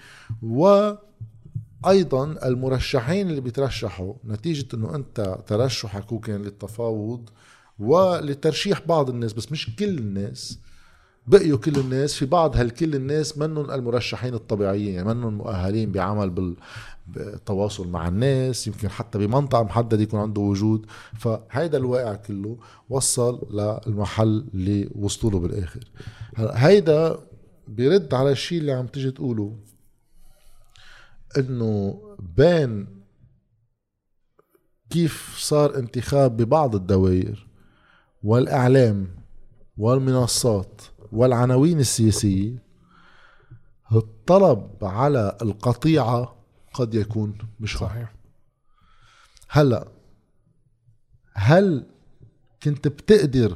وأيضا المرشحين اللي بيترشحوا نتيجة أنه أنت ترشحك هو كان للتفاوض ولترشيح بعض الناس بس مش كل الناس، بقيوا كل الناس في بعض هالكل الناس منهم المرشحين الطبيعيين، يعني منهم مؤهلين بعمل بالتواصل مع الناس، يمكن حتى بمنطقة محددة يكون عنده وجود. فهيدا الواقع كله وصل للمحل اللي وصلوا له بالآخر. هيدا بيرد على الشيء اللي عم تيجي تقوله، انه بين كيف صار انتخاب ببعض الدوائر والإعلام والمنصات والعناوين السياسية، الطلب على القطيعة قد يكون مش صحيح. هلأ هل كنت بتقدر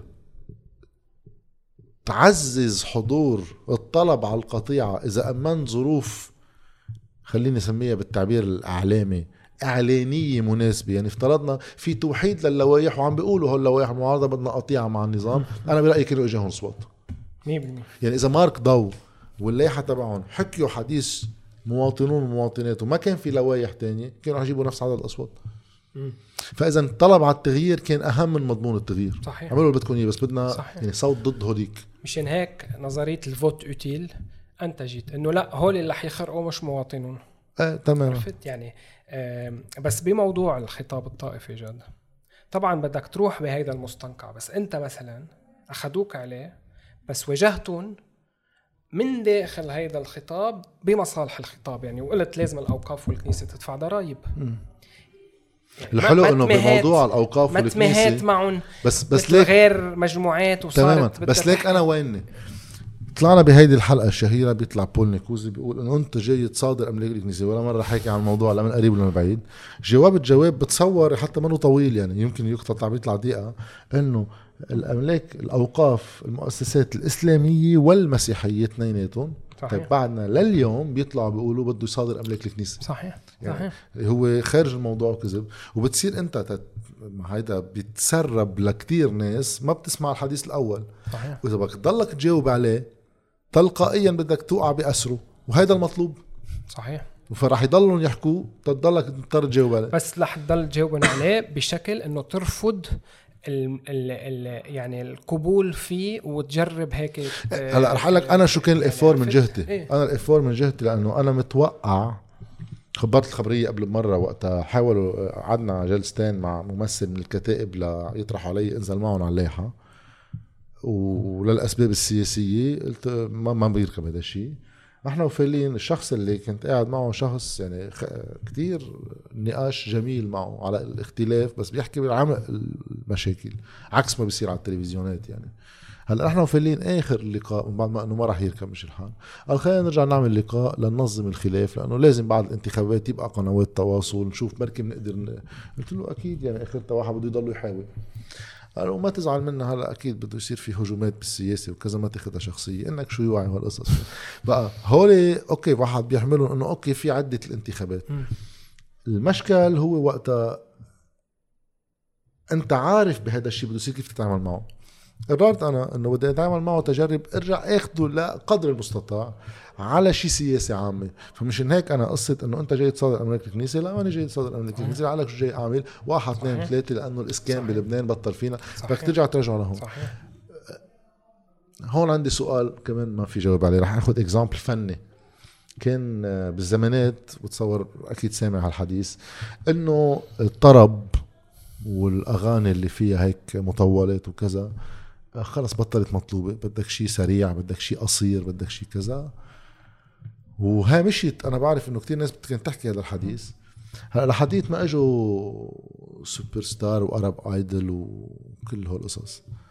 تعزز حضور الطلب على القطيعة إذا أمن ظروف، خليني أسميها بالتعبير الإعلامي، إعلانية مناسبة؟ يعني افترضنا في توحيد للوائح وعم بيقولوا هاللوائح المعارضة بدنا قطيعة مع النظام، أنا برأيي كانوا إجاهم صوت مية بالمية. يعني إذا مارك ضو واللائحة تبعهم حكيوا حديث مواطنون ومواطنات وما كان في لوائح تانية، كانوا يجيبوا نفس عدد الأصوات. فإذا الطلب على التغيير كان أهم من مضمون التغيير. صحيح. عملوا اللي بدكم إياه بس بدنا صحيح. يعني صوت ضد هوديك. مشان هيك نظرية الفوت أوتيل أنتجت إنه لا، هول اللي رح يخرقوا مش مواطنون. آه، تمام. عرفت يعني. آه، بس بموضوع الخطاب الطائفي جد طبعا بدك تروح بهيدا المستنقع، بس أنت مثلا أخدوك عليه بس واجهتون من داخل هيدا الخطاب بمصالح الخطاب، يعني وقلت لازم الأوقاف والكنيسة تدفع ضرائب. يعني الحلو انه بموضوع الاوقاف والكنيسه معهم بس بس ليك غير مجموعات وصارت بس ليك انا ويني طلعنا بهيدي الحلقه الشهيره بيطلع بول نيكوزي بيقول انه انت جاي تصادر املاك الكنيسه، ولا مره حكي عن الموضوع لا من قريب ولا من بعيد. جواب الجواب بتصور حتى منه طويل، يعني يمكن يقطع بيطلع دقيقه، انه الاملاك الاوقاف المؤسسات الاسلاميه والمسيحيه اثنيناتهم طيب بعدنا لليوم بيطلعوا بيقولوا بده يصادر املاك الكنيسه. صحيح. يعني صحيح. هو خارج الموضوع وكذب، وبتصير انت تت... هيدا بيتسرب لكتير ناس ما بتسمع الحديث الاول. صحيح. واذا بدك تضلك تجاوب عليه تلقائيا بدك توقع بأسره، وهذا المطلوب. صحيح. فراح يضلون يحكوا تضلك تضطر تجاوب عليه، بس رح تضل تجاوبون عليه بشكل انه ترفض ال ال ال يعني القبول فيه وتجرب هيك. هلا رح اقول لك انا شو كان الافور من جهتي. إيه؟ انا الافور من جهتي لانه انا متوقع، خبرت الخبريه قبل مرة وقتها حاولوا قعدنا جلستين مع ممثل من الكتائب ليطرحوا علي انزل معهم على اللائحه، وللأسباب السياسية قلت ما ما بيركب هذا الشيء. احنا وفعليا الشخص اللي كنت قاعد معه شخص يعني كتير نقاش جميل معه على الاختلاف، بس بيحكي بالعمق المشاكل عكس ما بيصير على التلفزيونات. يعني هلا احنا وفعليا اخر اللقاء بعد ما انه ما راح يركب مش الحال، قال خلينا نرجع نعمل لقاء لننظم الخلاف، لانه لازم بعد الانتخابات يبقى قنوات تواصل نشوف بركي بنقدر ن... قلت له اكيد يعني اخرتها واحد بده يضل يحاول. قالوا ما تزعل منها، هلا اكيد بده يصير في هجومات بالسياسه وكذا، ما تاخذها شخصيه، انك شو يوعي هالقصص. بقى هولي اوكي واحد بيحملون انه اوكي في عده الانتخابات. المشكل هو وقتها انت عارف بهذا الشيء بده يصير كيف تتعامل معه. قررت انا انه بدي اتعامل معه تجرب ارجع اخذه لقدر المستطاع على شيء سياسي عامه. فمشان هيك انا قصه انه انت جاي تصادر املاك الكنيسه، لا ماني جاي تصادر املاك الكنيسه، عليك شو جاي اعمل واحد اثنين ثلاثه، لانه الاسكان صحيح. بلبنان بطل فينا، بدك ترجع ترجع لهون. صحيح. هون عندي سؤال كمان ما في جواب عليه، رح اخذ اكزامبل فني كان بالزمانات، بتصور اكيد سامع هالحديث، انه الطرب والاغاني اللي فيها هيك مطولات وكذا خلص بطلت مطلوبه، بدك شيء سريع، بدك شيء قصير، بدك شيء كذا، وها مشيت. انا بعرف انه كتير ناس كانت تحكي هذا الحديث. هلا لحديت ما اجوا سوبر ستار وارب ايدل وكل هالقصص،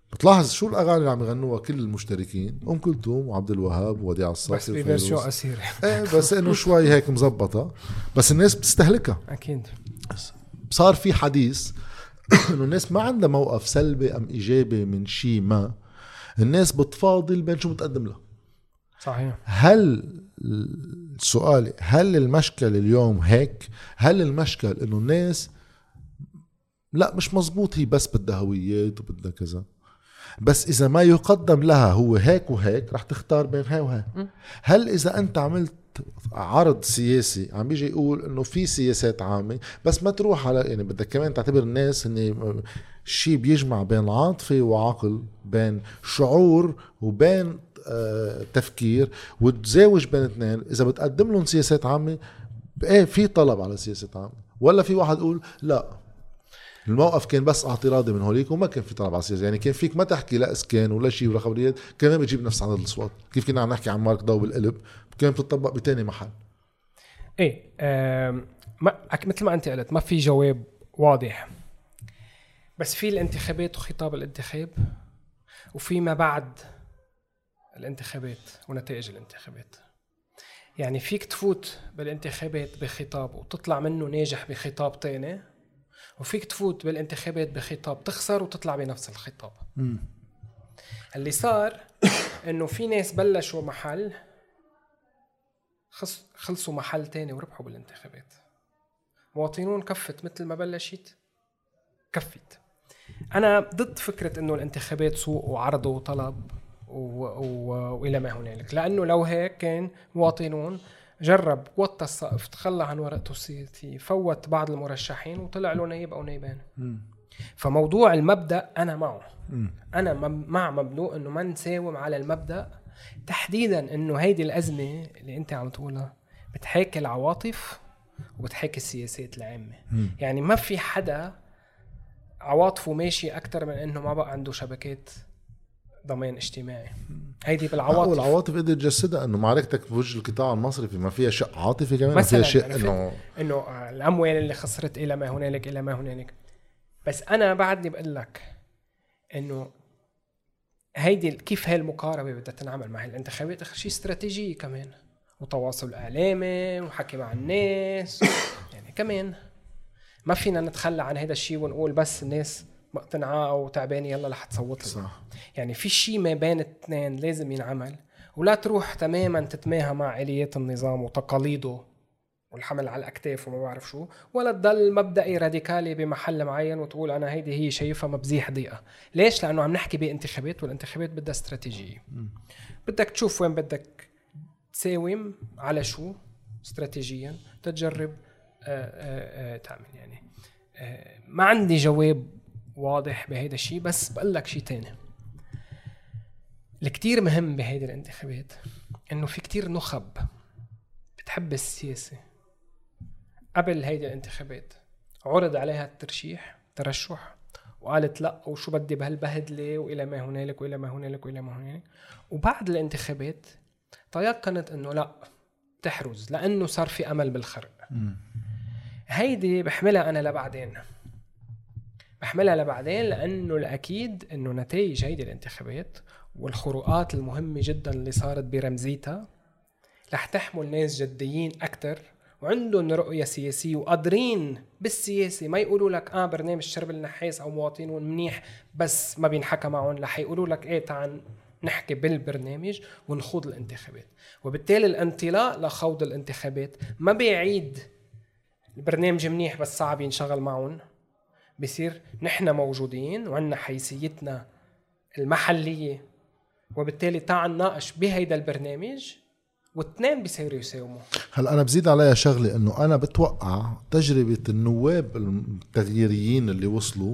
بتلاحظ شو الاغاني اللي عم يغنوها كل المشتركين؟ ام كلثوم وعبد الوهاب ووديع الصافي بس بفيرسيون قصيره. ايه بس انه شوي هيك مزبطه، بس الناس بتستهلكها اكيد. صار في حديث انه الناس ما عندها موقف سلبي ام ايجابي من شيء ما، الناس بتفاضل بين شو بتقدم له. صحيح. هل سؤالي، هل المشكل اليوم هيك؟ هل المشكل انه الناس لا مش مزبوط، هي بس بدها هويات وبدها كذا، بس إذا ما يقدم لها هو هيك وهيك رح تختار بين هاي وهاي. هل إذا أنت عملت عرض سياسي عم بيجي يقول إنه في سياسات عامة بس ما تروح على، يعني بدك كمان تعتبر الناس إن شيء بيجمع بين عاطفة وعقل، بين شعور وبين آه تفكير، وتزاوج بين اثنين. إذا بتقدم لهم سياسات عامة ايه في طلب على سياسات عامة، ولا في واحد يقول لا الموقف كان بس اعتراضي من هوليك وما كان في طلب على السياسة. يعني كان فيك ما تحكي لا اسكان ولا شيء ولا خبريات، كمان بتجيب نفس عدد الاصوات. كيف كنا عم نحكي عن مارك ضو بالقلب كان بتطبق بتاني محل. ايه ما مثل ما انت قلت ما في جواب واضح، بس في الانتخابات وخطاب الانتخاب، وفي ما بعد الانتخابات ونتائج الانتخابات. يعني فيك تفوت بالانتخابات بخطاب وتطلع منه ناجح بخطاب تاني، وفيك تفوت بالانتخابات بخطاب تخسر وتطلع بنفس الخطاب. م. اللي صار انه في ناس بلشوا محل خلصوا محل تاني وربحوا بالانتخابات. مواطنون كفت مثل ما بلشت كفت. انا ضد فكرة انه الانتخابات سوق وعرض وطلب و... و... والى ما هنالك، لانه لو هيك كان مواطنون جرب وطى السقف، تخلى عن ورقته السياسي، فوت بعض المرشحين وطلع له نايب او نايبان. فموضوع المبدأ انا معه. م. انا مع مبدأ انه ما نساوم على المبدأ، تحديدا انه هيدي الازمه اللي انت عم تقولها بتحاكي العواطف وبتحاكي السياسات العامه. م. يعني ما في حدا عواطفه ماشي اكتر من انه ما بقى عنده شبكات ضمان اجتماعي. هيدي بالعواطف. العواطف قدر تجسدها انه معركتك بوجه القطاع المصرفي ما فيها شيء عاطفي كمان، ما فيها شيء انه انه الاموال اللي خسرت الى ما هنالك الى ما هنالك. بس انا بعدني بقول لك انه هيدي كيف هاي المقاربه بدها تنعمل مع الانتخابات. اخر شيء استراتيجيه كمان، وتواصل اعلامي وحكي مع الناس. يعني كمان ما فينا نتخلى عن هذا الشيء ونقول بس الناس مقتنعة أو تعبانة يلا رح تصوت لنا. صح. يعني في شيء ما بين الاثنين لازم ينعمل، ولا تروح تماما تتماهى مع آليات النظام وتقاليده والحمل على الأكتاف وما بعرف شو، ولا تضل مبدئي راديكالي بمحل معين وتقول أنا هيدي هي شايفها مبزيح ضيقة. ليش؟ لأنه عم نحكي بانتخابات، والانتخابات بدها استراتيجية. م. بدك تشوف وين بدك تساوم على شو استراتيجيا تتجرب آآ آآ تعمل. يعني ما عندي جواب واضح بهيدا الشيء، بس بقول لك شيء تاني الكتير مهم بهيدا الانتخابات، انه في كتير نخب بتحب السياسة. قبل هيدا الانتخابات عرض عليها الترشيح ترشح وقالت لا وشو بدي بهالبهدلة والى ما هنالك والى ما هنالك والى ما هنالك، وبعد الانتخابات تيقنت انه لا تحرز لانه صار في امل بالخرق. م. هيدي بحملها انا لبعدين بحملها لبعدين لأنه الأكيد أنه نتائج هيدي الانتخابات والخروقات المهمة جدا اللي صارت برمزيتها رح تحمل ناس جديين أكتر وعندهم رؤية سياسية وقادرين بالسياسة ما يقولوا لك آه برنامج شرب النحاس أو مواطنون منيح بس ما بينحكى معهم، رح يقولوا لك إيه تعال نحكي بالبرنامج ونخوض الانتخابات. وبالتالي الانطلاق لخوض الانتخابات ما بيعيد البرنامج منيح بس صعب ينشغل معهم، بيصير نحن موجودين وعنا حيثيتنا المحلية، وبالتالي تعال ناقش بهيدا البرنامج واثنين بيصيروا يساوموا. هلا أنا بزيد عليها شغلة إنه أنا بتوقع تجربة النواب التغييريين اللي وصلوا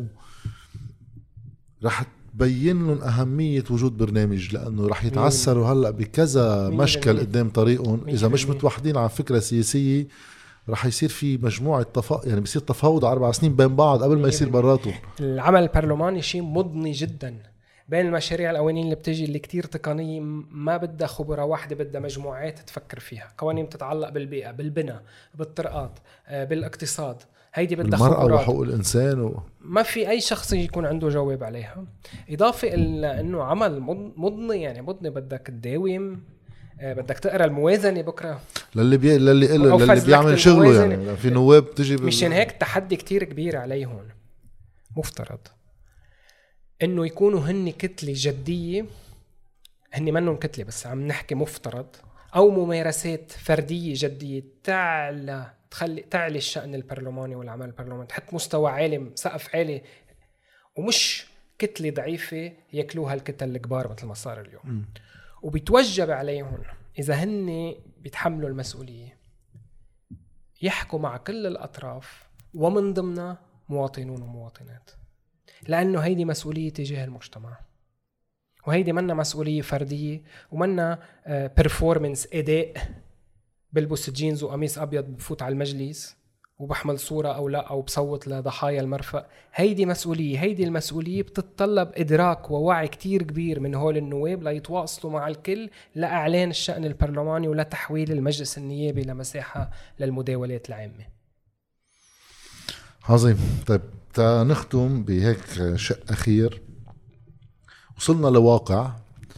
رح تبين لهم أهمية وجود برنامج، لأنه رح يتعسروا هلأ بكذا مشكل قدام طريقهم. إذا مش متوحدين على فكرة سياسية رح يصير في مجموعة تفا... يعني بيصير تفاوض أربع سنين بين بعض قبل ما يصير براته. العمل البرلماني شيء مضني جدا بين المشاريع القوانين اللي بتجي اللي كتير تقنية ما بدها خبرة واحدة، بدها مجموعات تفكر فيها. قوانين بتتعلق بالبيئة، بالبناء، بالطرقات، بالاقتصاد. هيدي بدها المرأة خبرات، وحقوق الإنسان و... ما في أي شخص يكون عنده جواب عليها. إضافة إلى أنه عمل مضني، يعني مضني بدك تداوم، بدك تقرأ الموازنة بكرة للي بي... للي, للي بيعمل شغله، يعني في نواب تجي بال... مشان هيك تحدي كتير كبير عليهم. مفترض أنه يكونوا هن كتلة جدية، هن منهم كتلة بس عم نحكي مفترض، أو ممارسات فردية جدية تعلى تخلي تعلي الشأن البرلماني والعمل البرلماني، تحط مستوى عالي، سقف عالي، ومش كتلة ضعيفة ياكلوها الكتل الكبار مثل ما صار اليوم. م. وبيتوجب عليهم إذا هن بيتحملوا المسؤولية يحكوا مع كل الأطراف ومن ضمنها مواطنون ومواطنات، لأنه هيدي مسؤولية تجاه المجتمع، وهيدي منا مسؤولية فردية ومنا performance أداء بلبس جينز وقميص أبيض بفوت على المجلس وبحمل صورة أو لا أو بصوت لضحايا المرفأ. هيدي مسؤولية، هيدي المسؤولية بتتطلب إدراك ووعي كتير كبير من هول النواب ليتواصلوا مع الكل لإعلان الشأن البرلماني ولا تحويل المجلس النيابي لمساحة للمداولات العامة. عظيم. طيب نختم بهيك شيء أخير. وصلنا لواقع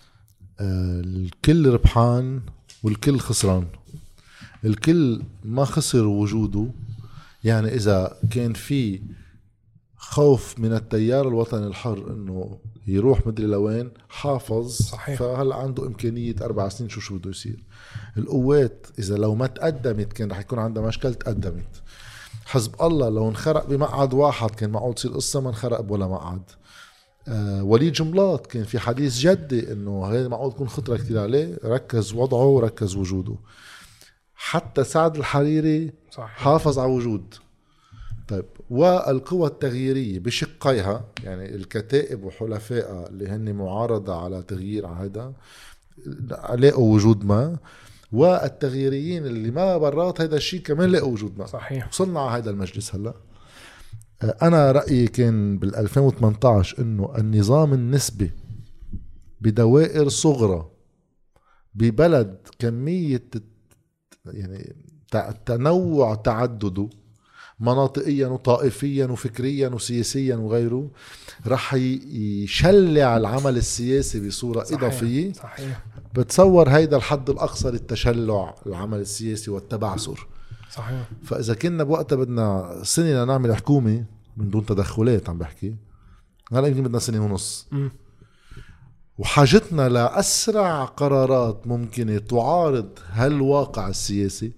الكل ربحان والكل خسران. الكل ما خسر وجوده، يعني إذا كان في خوف من التيار الوطني الحر إنه يروح مدري لوين حافظ، صحيح. فهل عنده إمكانية أربع سنين شو شو بده يصير. القوات إذا لو ما تقدمت كان رح يكون عندها مشكلة، تقدمت. حزب الله لو انخرق بمقعد واحد كان معقول تصير قصة، ما انخرق بولا مقعد. آه وليد جملات كان في حديث جدي إنه هذا معقول تكون خطرة كتير عليه، ركز وضعه وركز وجوده. حتى سعد الحريري صحيح. حافظ على وجود. طيب والقوى التغييرية بشقيها، يعني الكتائب وحلفائها اللي هن معارضة على تغيير هذا لقوا وجود ما، والتغييريين اللي ما برات هذا الشيء كمان لقوا وجود ما. صحيح. وصلنا على هذا المجلس هلأ. أنا رأيي كان بالألفين وثمانية عشر إنه النظام النسبي بدوائر صغرى ببلد كمية يعني تنوع تعدده مناطقيا وطائفيا وفكريا وسياسيا وغيره رح يشلع العمل السياسي بصورة صحيح. إضافية. صحيح. بتصور هيدا الحد الأقصى للتشلع العمل السياسي والتبعثر. صحيح. فإذا كنا بوقتها بدنا سنة نعمل حكومة من دون تدخلات، عم بحكي هلا يمكن بدنا سنة ونص. م. وحاجتنا لأسرع قرارات ممكنة تعارض هالواقع السياسي.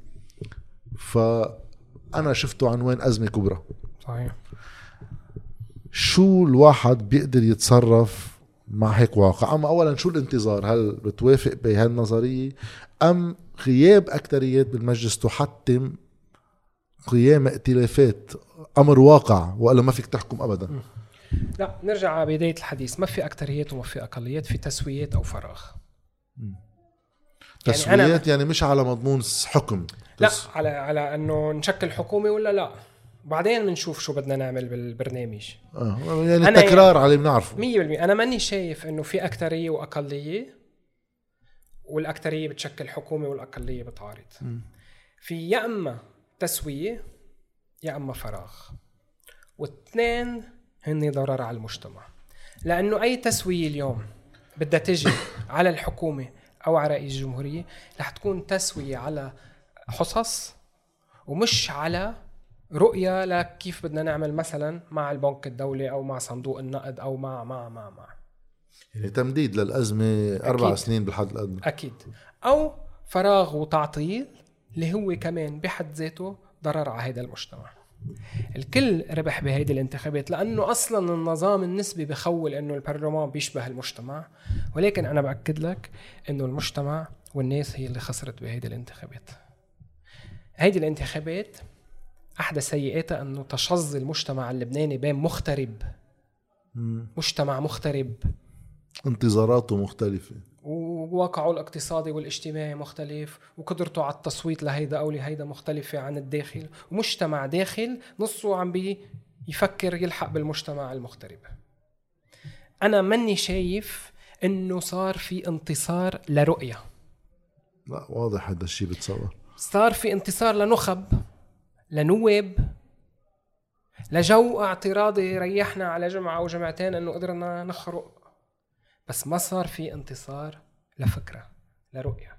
فأنا شفته عنوان أزمة كبرى. صحيح. شو الواحد بيقدر يتصرف مع هيك واقع؟ أما أولا شو الانتظار؟ هل بتوافق بهالنظرية أم غياب أكتريات بالمجلس تحتم قيام ائتلافات؟ أمر واقع وإلا ما فيك تحكم أبدا. م. لا، نرجع على بداية الحديث. ما في أكتريات وما في أقليات، في تسويات أو فراغ. م. تسويات يعني, يعني مش على مضمون حكم، لا على على أنه نشكل حكومة ولا لا، بعدين بنشوف شو بدنا نعمل بالبرنامج. آه. يعني التكرار يعني عليه بنعرفه مية بالمية. أنا ماني شايف أنه في أكترية وأقلية والأكترية بتشكل حكومة والأقلية بتعارض. م. في يا أما تسوية يا أما فراغ، واثنين هن ضرر على المجتمع. لأنه أي تسوية اليوم بدها تجي على الحكومة أو على رئيس الجمهورية رح تكون تسوية على حصص ومش على رؤية لكيف بدنا نعمل مثلا مع البنك الدولي أو مع صندوق النقد أو مع مع مع مع يعني تمديد للأزمة أربع أكيد. سنين بالحد الأدنى أكيد، أو فراغ وتعطيل اللي هو كمان بحد ذاته ضرر على هذا المجتمع. الكل ربح بهيدي الانتخابات لأنه أصلا النظام النسبي بخول أنه البرلمان بيشبه المجتمع، ولكن أنا بأكد لك أنه المجتمع والناس هي اللي خسرت بهيدي الانتخابات. هيدي الانتخابات أحدى سيئاتها أنه تشظ المجتمع اللبناني بين مخترب م. مجتمع مخترب، انتظاراته مختلفة وواقعه الاقتصادي والاجتماعي مختلف، وقدرته على التصويت لهيدا أو لهيدا مختلفة عن الداخل، ومجتمع داخل نصه عم بيفكر يلحق بالمجتمع المخترب. أنا مني شايف إنه صار في انتصار لرؤية. لا واضح هذا الشيء بتصور. صار في انتصار لنخب، لنواب لجو اعتراضي ريحنا على جمعة أو جمعتين أنه قدرنا نخرق، بس ما صار في انتصار لفكرة لرؤية.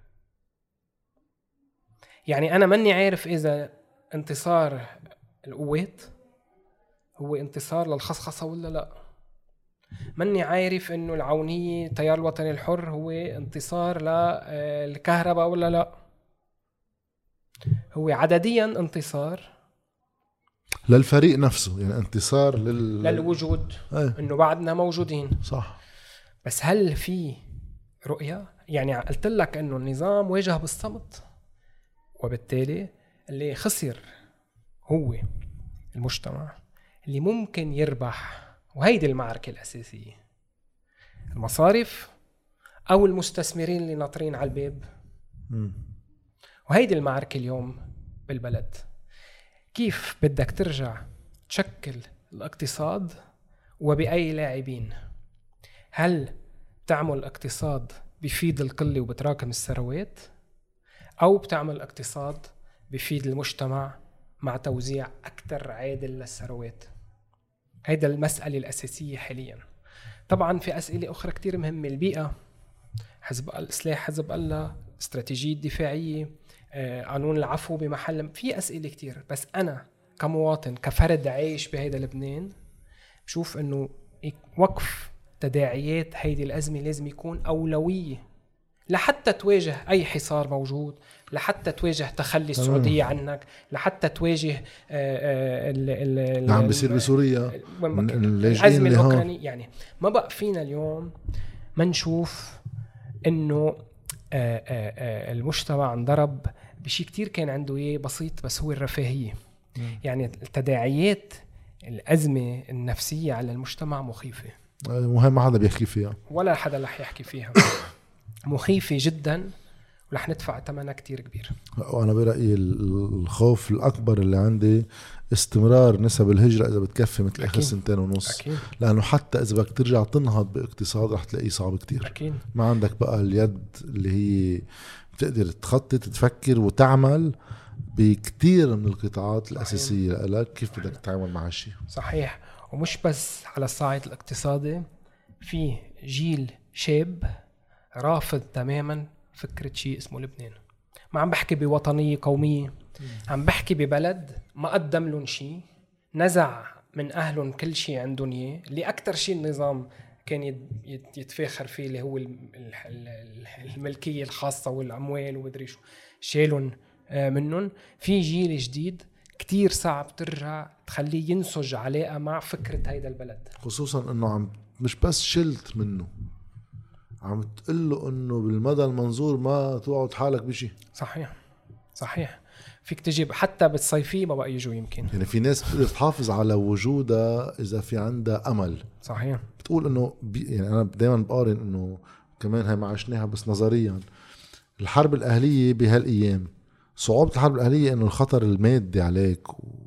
يعني أنا مني عارف إذا انتصار القوات هو انتصار للخصخصة ولا لا. مني عارف إنه العونية التيار الوطني الحر هو انتصار للكهرباء ولا لا. هو عدديا انتصار للفريق نفسه، يعني انتصار لل... للوجود، أيه. إنه بعدنا موجودين. صح. بس هل في رؤية؟ يعني قلت لك إنه النظام واجه بالصمت، وبالتالي اللي خسر هو المجتمع اللي ممكن يربح. وهيدي المعركة الأساسية، المصارف أو المستثمرين اللي ناطرين على الباب. م. وهيدي المعركة اليوم بالبلد. كيف بدك ترجع تشكل الاقتصاد وبأي لاعبين؟ هل تعمل اقتصاد بيفيد القلة وبتراكم الثروات، أو بتعمل اقتصاد بيفيد المجتمع مع توزيع أكثر عادل للثروات؟ هيدا المسألة الأساسية حاليا. طبعا في أسئلة أخرى كتير مهمة، البيئة، حزب الإصلاح حزب الله، استراتيجية دفاعية، آه، قانون العفو بمحل، في أسئلة كتير. بس أنا كمواطن كفرد عايش بهيدا لبنان بشوف أنه وقف تداعيات هيدي الأزمة لازم يكون أولوية لحتى تواجه أي حصار موجود، لحتى تواجه تخلي السعودية عنك، لحتى تواجه اللي عم بيصير بسوريا، الأزمة الأوكرانية. يعني ما بقى فينا اليوم ما نشوف إنه المجتمع انضرب بشي كتير كان عنده إيه بسيط، بس هو الرفاهية. يعني التداعيات الأزمة النفسية على المجتمع مخيفة، مهم ما حدا بيحكي فيها ولا حدا رح يحكي فيها. مخيفة جدا ورح ندفع ثمنها كتير كبير. وأنا برأيي الخوف الأكبر اللي عندي استمرار نسب الهجرة إذا بتكفي مثل آخر سنتين ونص. أكيد. لأنه حتى إذا بدك ترجع تنهض باقتصاد رح تلاقيه صعب كتير. أكيد. ما عندك بقى اليد اللي هي بتقدر تخطط تفكر وتعمل بكتير من القطاعات. صحيح. الأساسية لك كيف بدك تتعامل مع هالشيء. صحيح. ومش بس على الصعيد الاقتصادي، في جيل شاب رافض تماما فكرة شيء اسمه لبنان. ما عم بحكي بوطنية قومية، عم بحكي ببلد ما قدم لهم شيء، نزع من أهلهم كل شيء عندهم إياه، اللي أكتر شيء النظام كان يتفاخر فيه اللي هو الملكية الخاصة والأموال ومدري شو، شالهم منهم. في جيل جديد كتير صعب ترجع تخليه ينسج علاقة مع فكرة هيدا البلد، خصوصا أنه عم مش بس شلت منه، عم تقله انه بالمدى المنظور ما تقعد حالك بشي. صحيح. صحيح. فيك تجيب حتى بالصيفية ما بقى يجوا يمكن. يعني في ناس بتقدر تحافظ على وجودها اذا في عندها امل. صحيح. بتقول انه بي يعني انا دايما بقارن انه كمان هاي ما عشناها بس نظريا، الحرب الاهلية بهالايام صعوبة الحرب الاهلية انه الخطر المادي عليك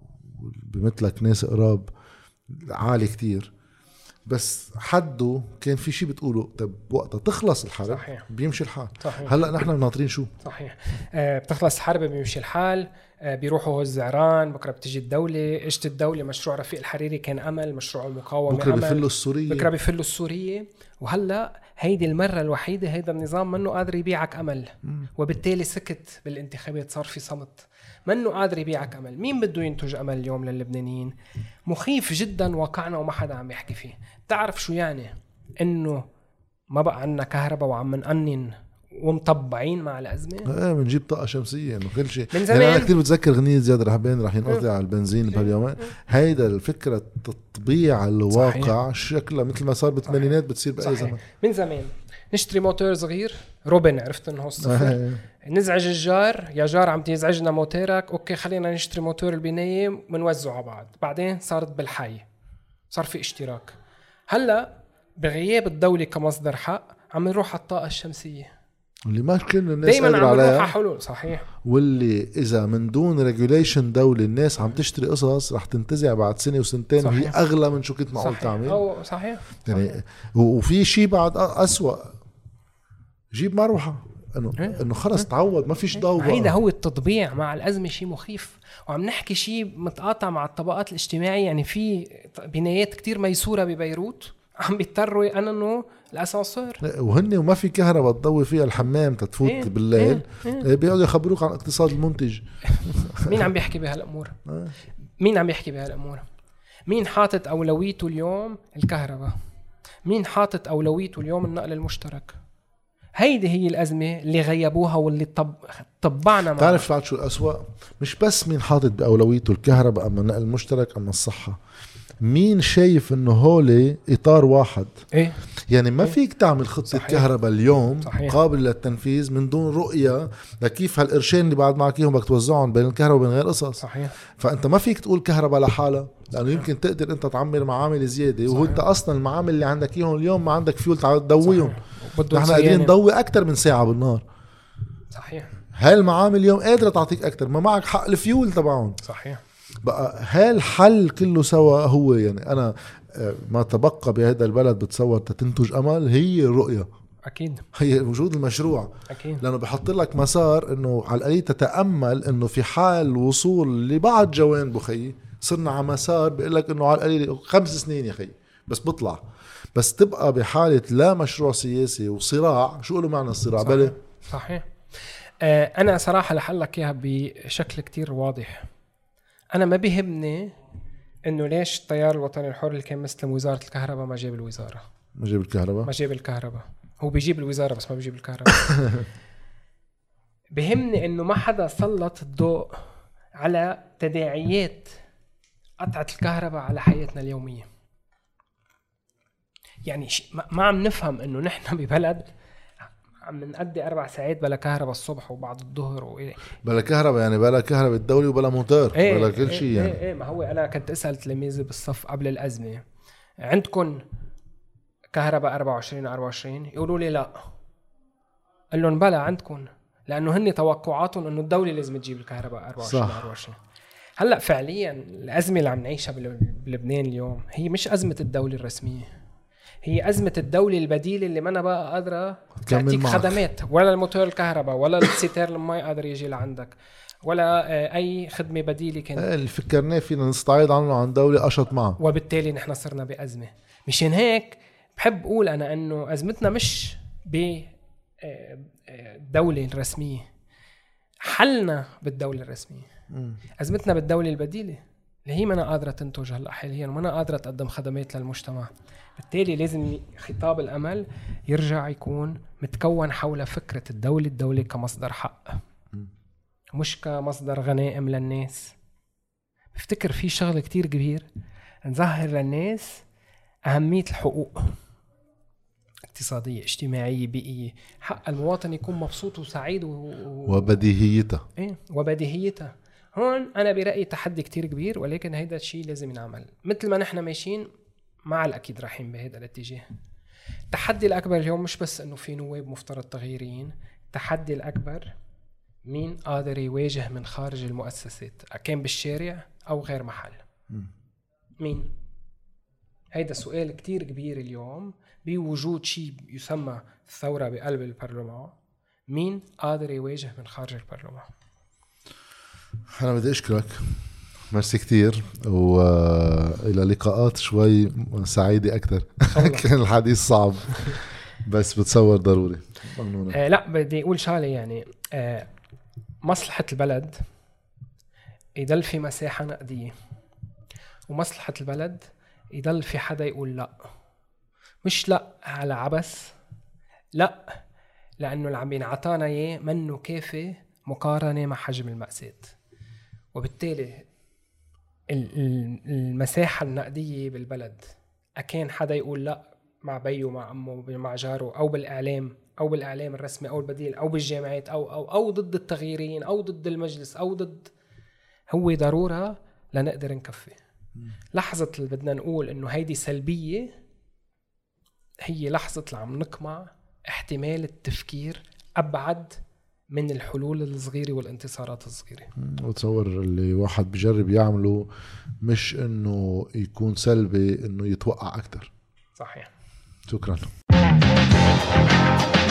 وبمثلك ناس قراب عالي كتير، بس حده كان في شيء بتقوله طب وقتها تخلص الحرب. صحيح. بيمشي الحال. صحيح. هلأ نحن ناطرين شو؟ صحيح. آه بتخلص الحرب بيمشي الحال، آه بيروحوا الزعران، بكرة بتجي الدولة، اجت الدولة، مشروع رفيق الحريري كان أمل، مشروع المقاومة بكرة بيفلوا السورية، بكرة بيفلوا السورية. وهلأ هيدي المرة الوحيدة هيدا النظام منه قادر يبيعك أمل، م. وبالتالي سكت بالانتخابات، صار في صمت، منه قادر يبيعك أمل. مين بده ينتج أمل اليوم للبنانيين؟ مخيف جدا واقعنا وما حدا عم يحكي فيه. تعرف شو يعني إنه ما بقى عنا كهرباء وعم نقنن ومطبعين مع الأزمة؟ ايه بنجيب طاقة شمسية إنه كل شيء. من زمان. يعني أنا كتير بتذكر غنية زياد رحبين راح ينقضي على البنزين بهاليومين. هيدا الفكرة تطبيع الواقع. صحيح. شكلها مثل ما صار بالثمانينات بتصير بأي زمان. من زمان نشتري موتور صغير روبن، عرفت انه الصفر. نزعج الجار، يا جار عم تزعجنا موتورك، اوكي خلينا نشتري موتور البناية ونوزعه على بعض. بعدين صارت بالحي، صار في اشتراك. هلا بغياب الدولة كمصدر حق عم نروح على الطاقة الشمسية اللي ما كل الناس قادرة عليها. حلول. صحيح. واللي إذا من دون ريجوليشن دولة الناس عم تشتري قصص رح تنتزع بعد سنة وسنتين. صحيح. وهي أغلى من شو كنت معقول تعمل. أو صحيح. يعني صحيح. وفي شيء بعد أسوأ، جيب مروحة انه انه خلص تعود ما فيش ضوء. هيدا هو التطبيع مع الازمه، شيء مخيف، وعم نحكي شيء متقاطع مع الطبقات الاجتماعيه. يعني في بنايات كتير ميسوره ببيروت عم بيضطروا يقننوا الاسانسير، وهن وما في كهرباء تضوي فيها الحمام تتفوت إيه بالليل. إيه إيه بيقعدوا يخبروك عن اقتصاد المنتج. مين عم بيحكي بهالامور؟ مين عم بيحكي بهالامور؟ مين حاطط اولويته اليوم الكهرباء؟ مين حاطط اولويته اليوم النقل المشترك؟ هيدي هي الازمه اللي غيبوها واللي طب طبعنا معها. تعرف بعد شو الأسوأ؟ مش بس مين حاطط باولويته الكهرباء اما النقل المشترك اما الصحه، مين شايف انه هولي اطار واحد. إيه؟ يعني ما إيه؟ فيك تعمل خطة كهرباء اليوم صحيح. قابل للتنفيذ من دون رؤية لكيف هالقرشين اللي بعد معك اياهم بدك توزعهم بين الكهرباء وبين غير قصص. صحيح. فانت ما فيك تقول كهرباء لحالها، لانه يمكن تقدر انت تعمر معامل زيادة، وهو انت اصلا المعامل اللي عندك اياهم اليوم ما عندك فيول تضويهم. نحن قادرين نضوي اكتر من ساعة بالنهار. صحيح. هاي المعامل اليوم قادرة تعطيك اكتر، ما معك حق الفيول تبعهم. صحيح. بقى هالحل كله سوا هو يعني أنا ما تبقى بهذا البلد بتصور تنتج أمل هي الرؤية. أكيد. هي وجود المشروع. أكيد. لأنه بحط لك مسار إنه على القليل تتأمل إنه في حال وصول لبعض جوانبه خيي صرنا على مسار بيقول لك إنه على القليل خمس سنين يا خي بس بطلع. بس تبقى بحالة لا مشروع سياسي وصراع. شو له معنى الصراع؟ صحيح. بلي صحيح. آه أنا صراحة لحلك إياها بشكل كتير واضح. أنا ما بيهمني إنه ليش التيار الوطني الحر اللي كان مسلم وزارة الكهرباء ما جاب الوزارة. ما جاب الكهرباء. ما جاب الكهرباء. هو بيجيب الوزارة بس ما بيجيب الكهرباء. بيهمني إنه ما حدا سلط الضوء على تداعيات قطعة الكهرباء على حياتنا اليومية. يعني ما عم نفهم إنه نحن ببلد عم نقضي أربع ساعات بلا كهرباء الصبح وبعد الظهر وإيه. بلا كهرباء يعني بلا كهرباء الدولي وبلا موتور. إيه بلا كل شيء. إيه يعني إيه إيه ما هو أنا كنت أسأل تلاميذي بالصف قبل الأزمة عندكم كهرباء أربعة وعشرين أربعة وعشرين؟ يقولوا لي لا. قال لهم بلا عندكم، لأنه هني توقعاتهم إنه الدولة لازم تجيب الكهرباء أربعة وعشرين أربعة وعشرين. هلأ فعليا الأزمة اللي عم نعيشها بلبنان اليوم هي مش أزمة الدولة الرسمية، هي أزمة الدولة البديلة اللي ما أنا بقى قادرة تعطيك خدمات، ولا الموتور الكهرباء ولا الستير الماء قادر يجي لعندك ولا أي خدمة بديلة كانت. اللي فكرناه فينا نستعيد عنه عن دولة أشط معه، وبالتالي نحن صرنا بأزمة. مشان هيك بحب أقول أنا أنه أزمتنا مش بالدولة الرسمية، حلنا بالدولة الرسمية. أزمتنا بالدولة البديلة اللي هي ما أنا قادرة تنتج هلأ حاليا وما أنا قادرة تقدم خدمات للمجتمع. بالتالي لازم خطاب الأمل يرجع يكون متكون حول فكرة الدولة الدولة كمصدر حق مش كمصدر غنائم للناس. بفتكر في شغل كتير كبير نظهر للناس أهمية الحقوق اقتصادية اجتماعية بيئية، حق المواطن يكون مبسوط وسعيد و... وبديهيتها. إيه؟ وبديهيتها. هون أنا برأيي تحدي كتير كبير، ولكن هيدا الشيء لازم ينعمل مثل ما نحن ماشيين مع الأكيد رايحين بهذا الاتجاه. التحدي الأكبر اليوم مش بس إنه في نواب مفترض تغييرين، التحدي الأكبر مين قادر يواجه من خارج المؤسسات، كان بالشارع أو غير محل. مين؟ هيدا سؤال كتير كبير اليوم بوجود شيء يسمى الثورة بقلب البرلمان. مين قادر يواجه من خارج البرلمان؟ أنا بدي أشكرك، ميرسي كتير، وإلى لقاءات شوي سعيدة أكتر. كان الحديث صعب بس بتصور ضروري. آه لا بدي أقول شغلة يعني آه مصلحة البلد يضل في مساحة نقدية، ومصلحة البلد يضل في حدا يقول لا. مش لا على عبس، لا لأنه اللي عم ينعطانا إياه منه كافي مقارنة مع حجم المأساة. وبالتالي المساحة النقدية بالبلد أكان حدا يقول لا مع بيه مع أمه مع جاره أو بالإعلام أو بالإعلام الرسمي أو البديل أو بالجامعات أو أو أو ضد التغييرين أو ضد المجلس أو ضد، هو ضرورة لنقدر نكفي. لحظة اللي بدنا نقول إنه هيدي سلبية هي لحظة اللي عم نقمع احتمال التفكير أبعد من الحلول الصغيرة والانتصارات الصغيرة. وتصور اللي واحد بيجرب يعمله مش إنه يكون سلبي، إنه يتوقع أكتر. صحيح. شكرا.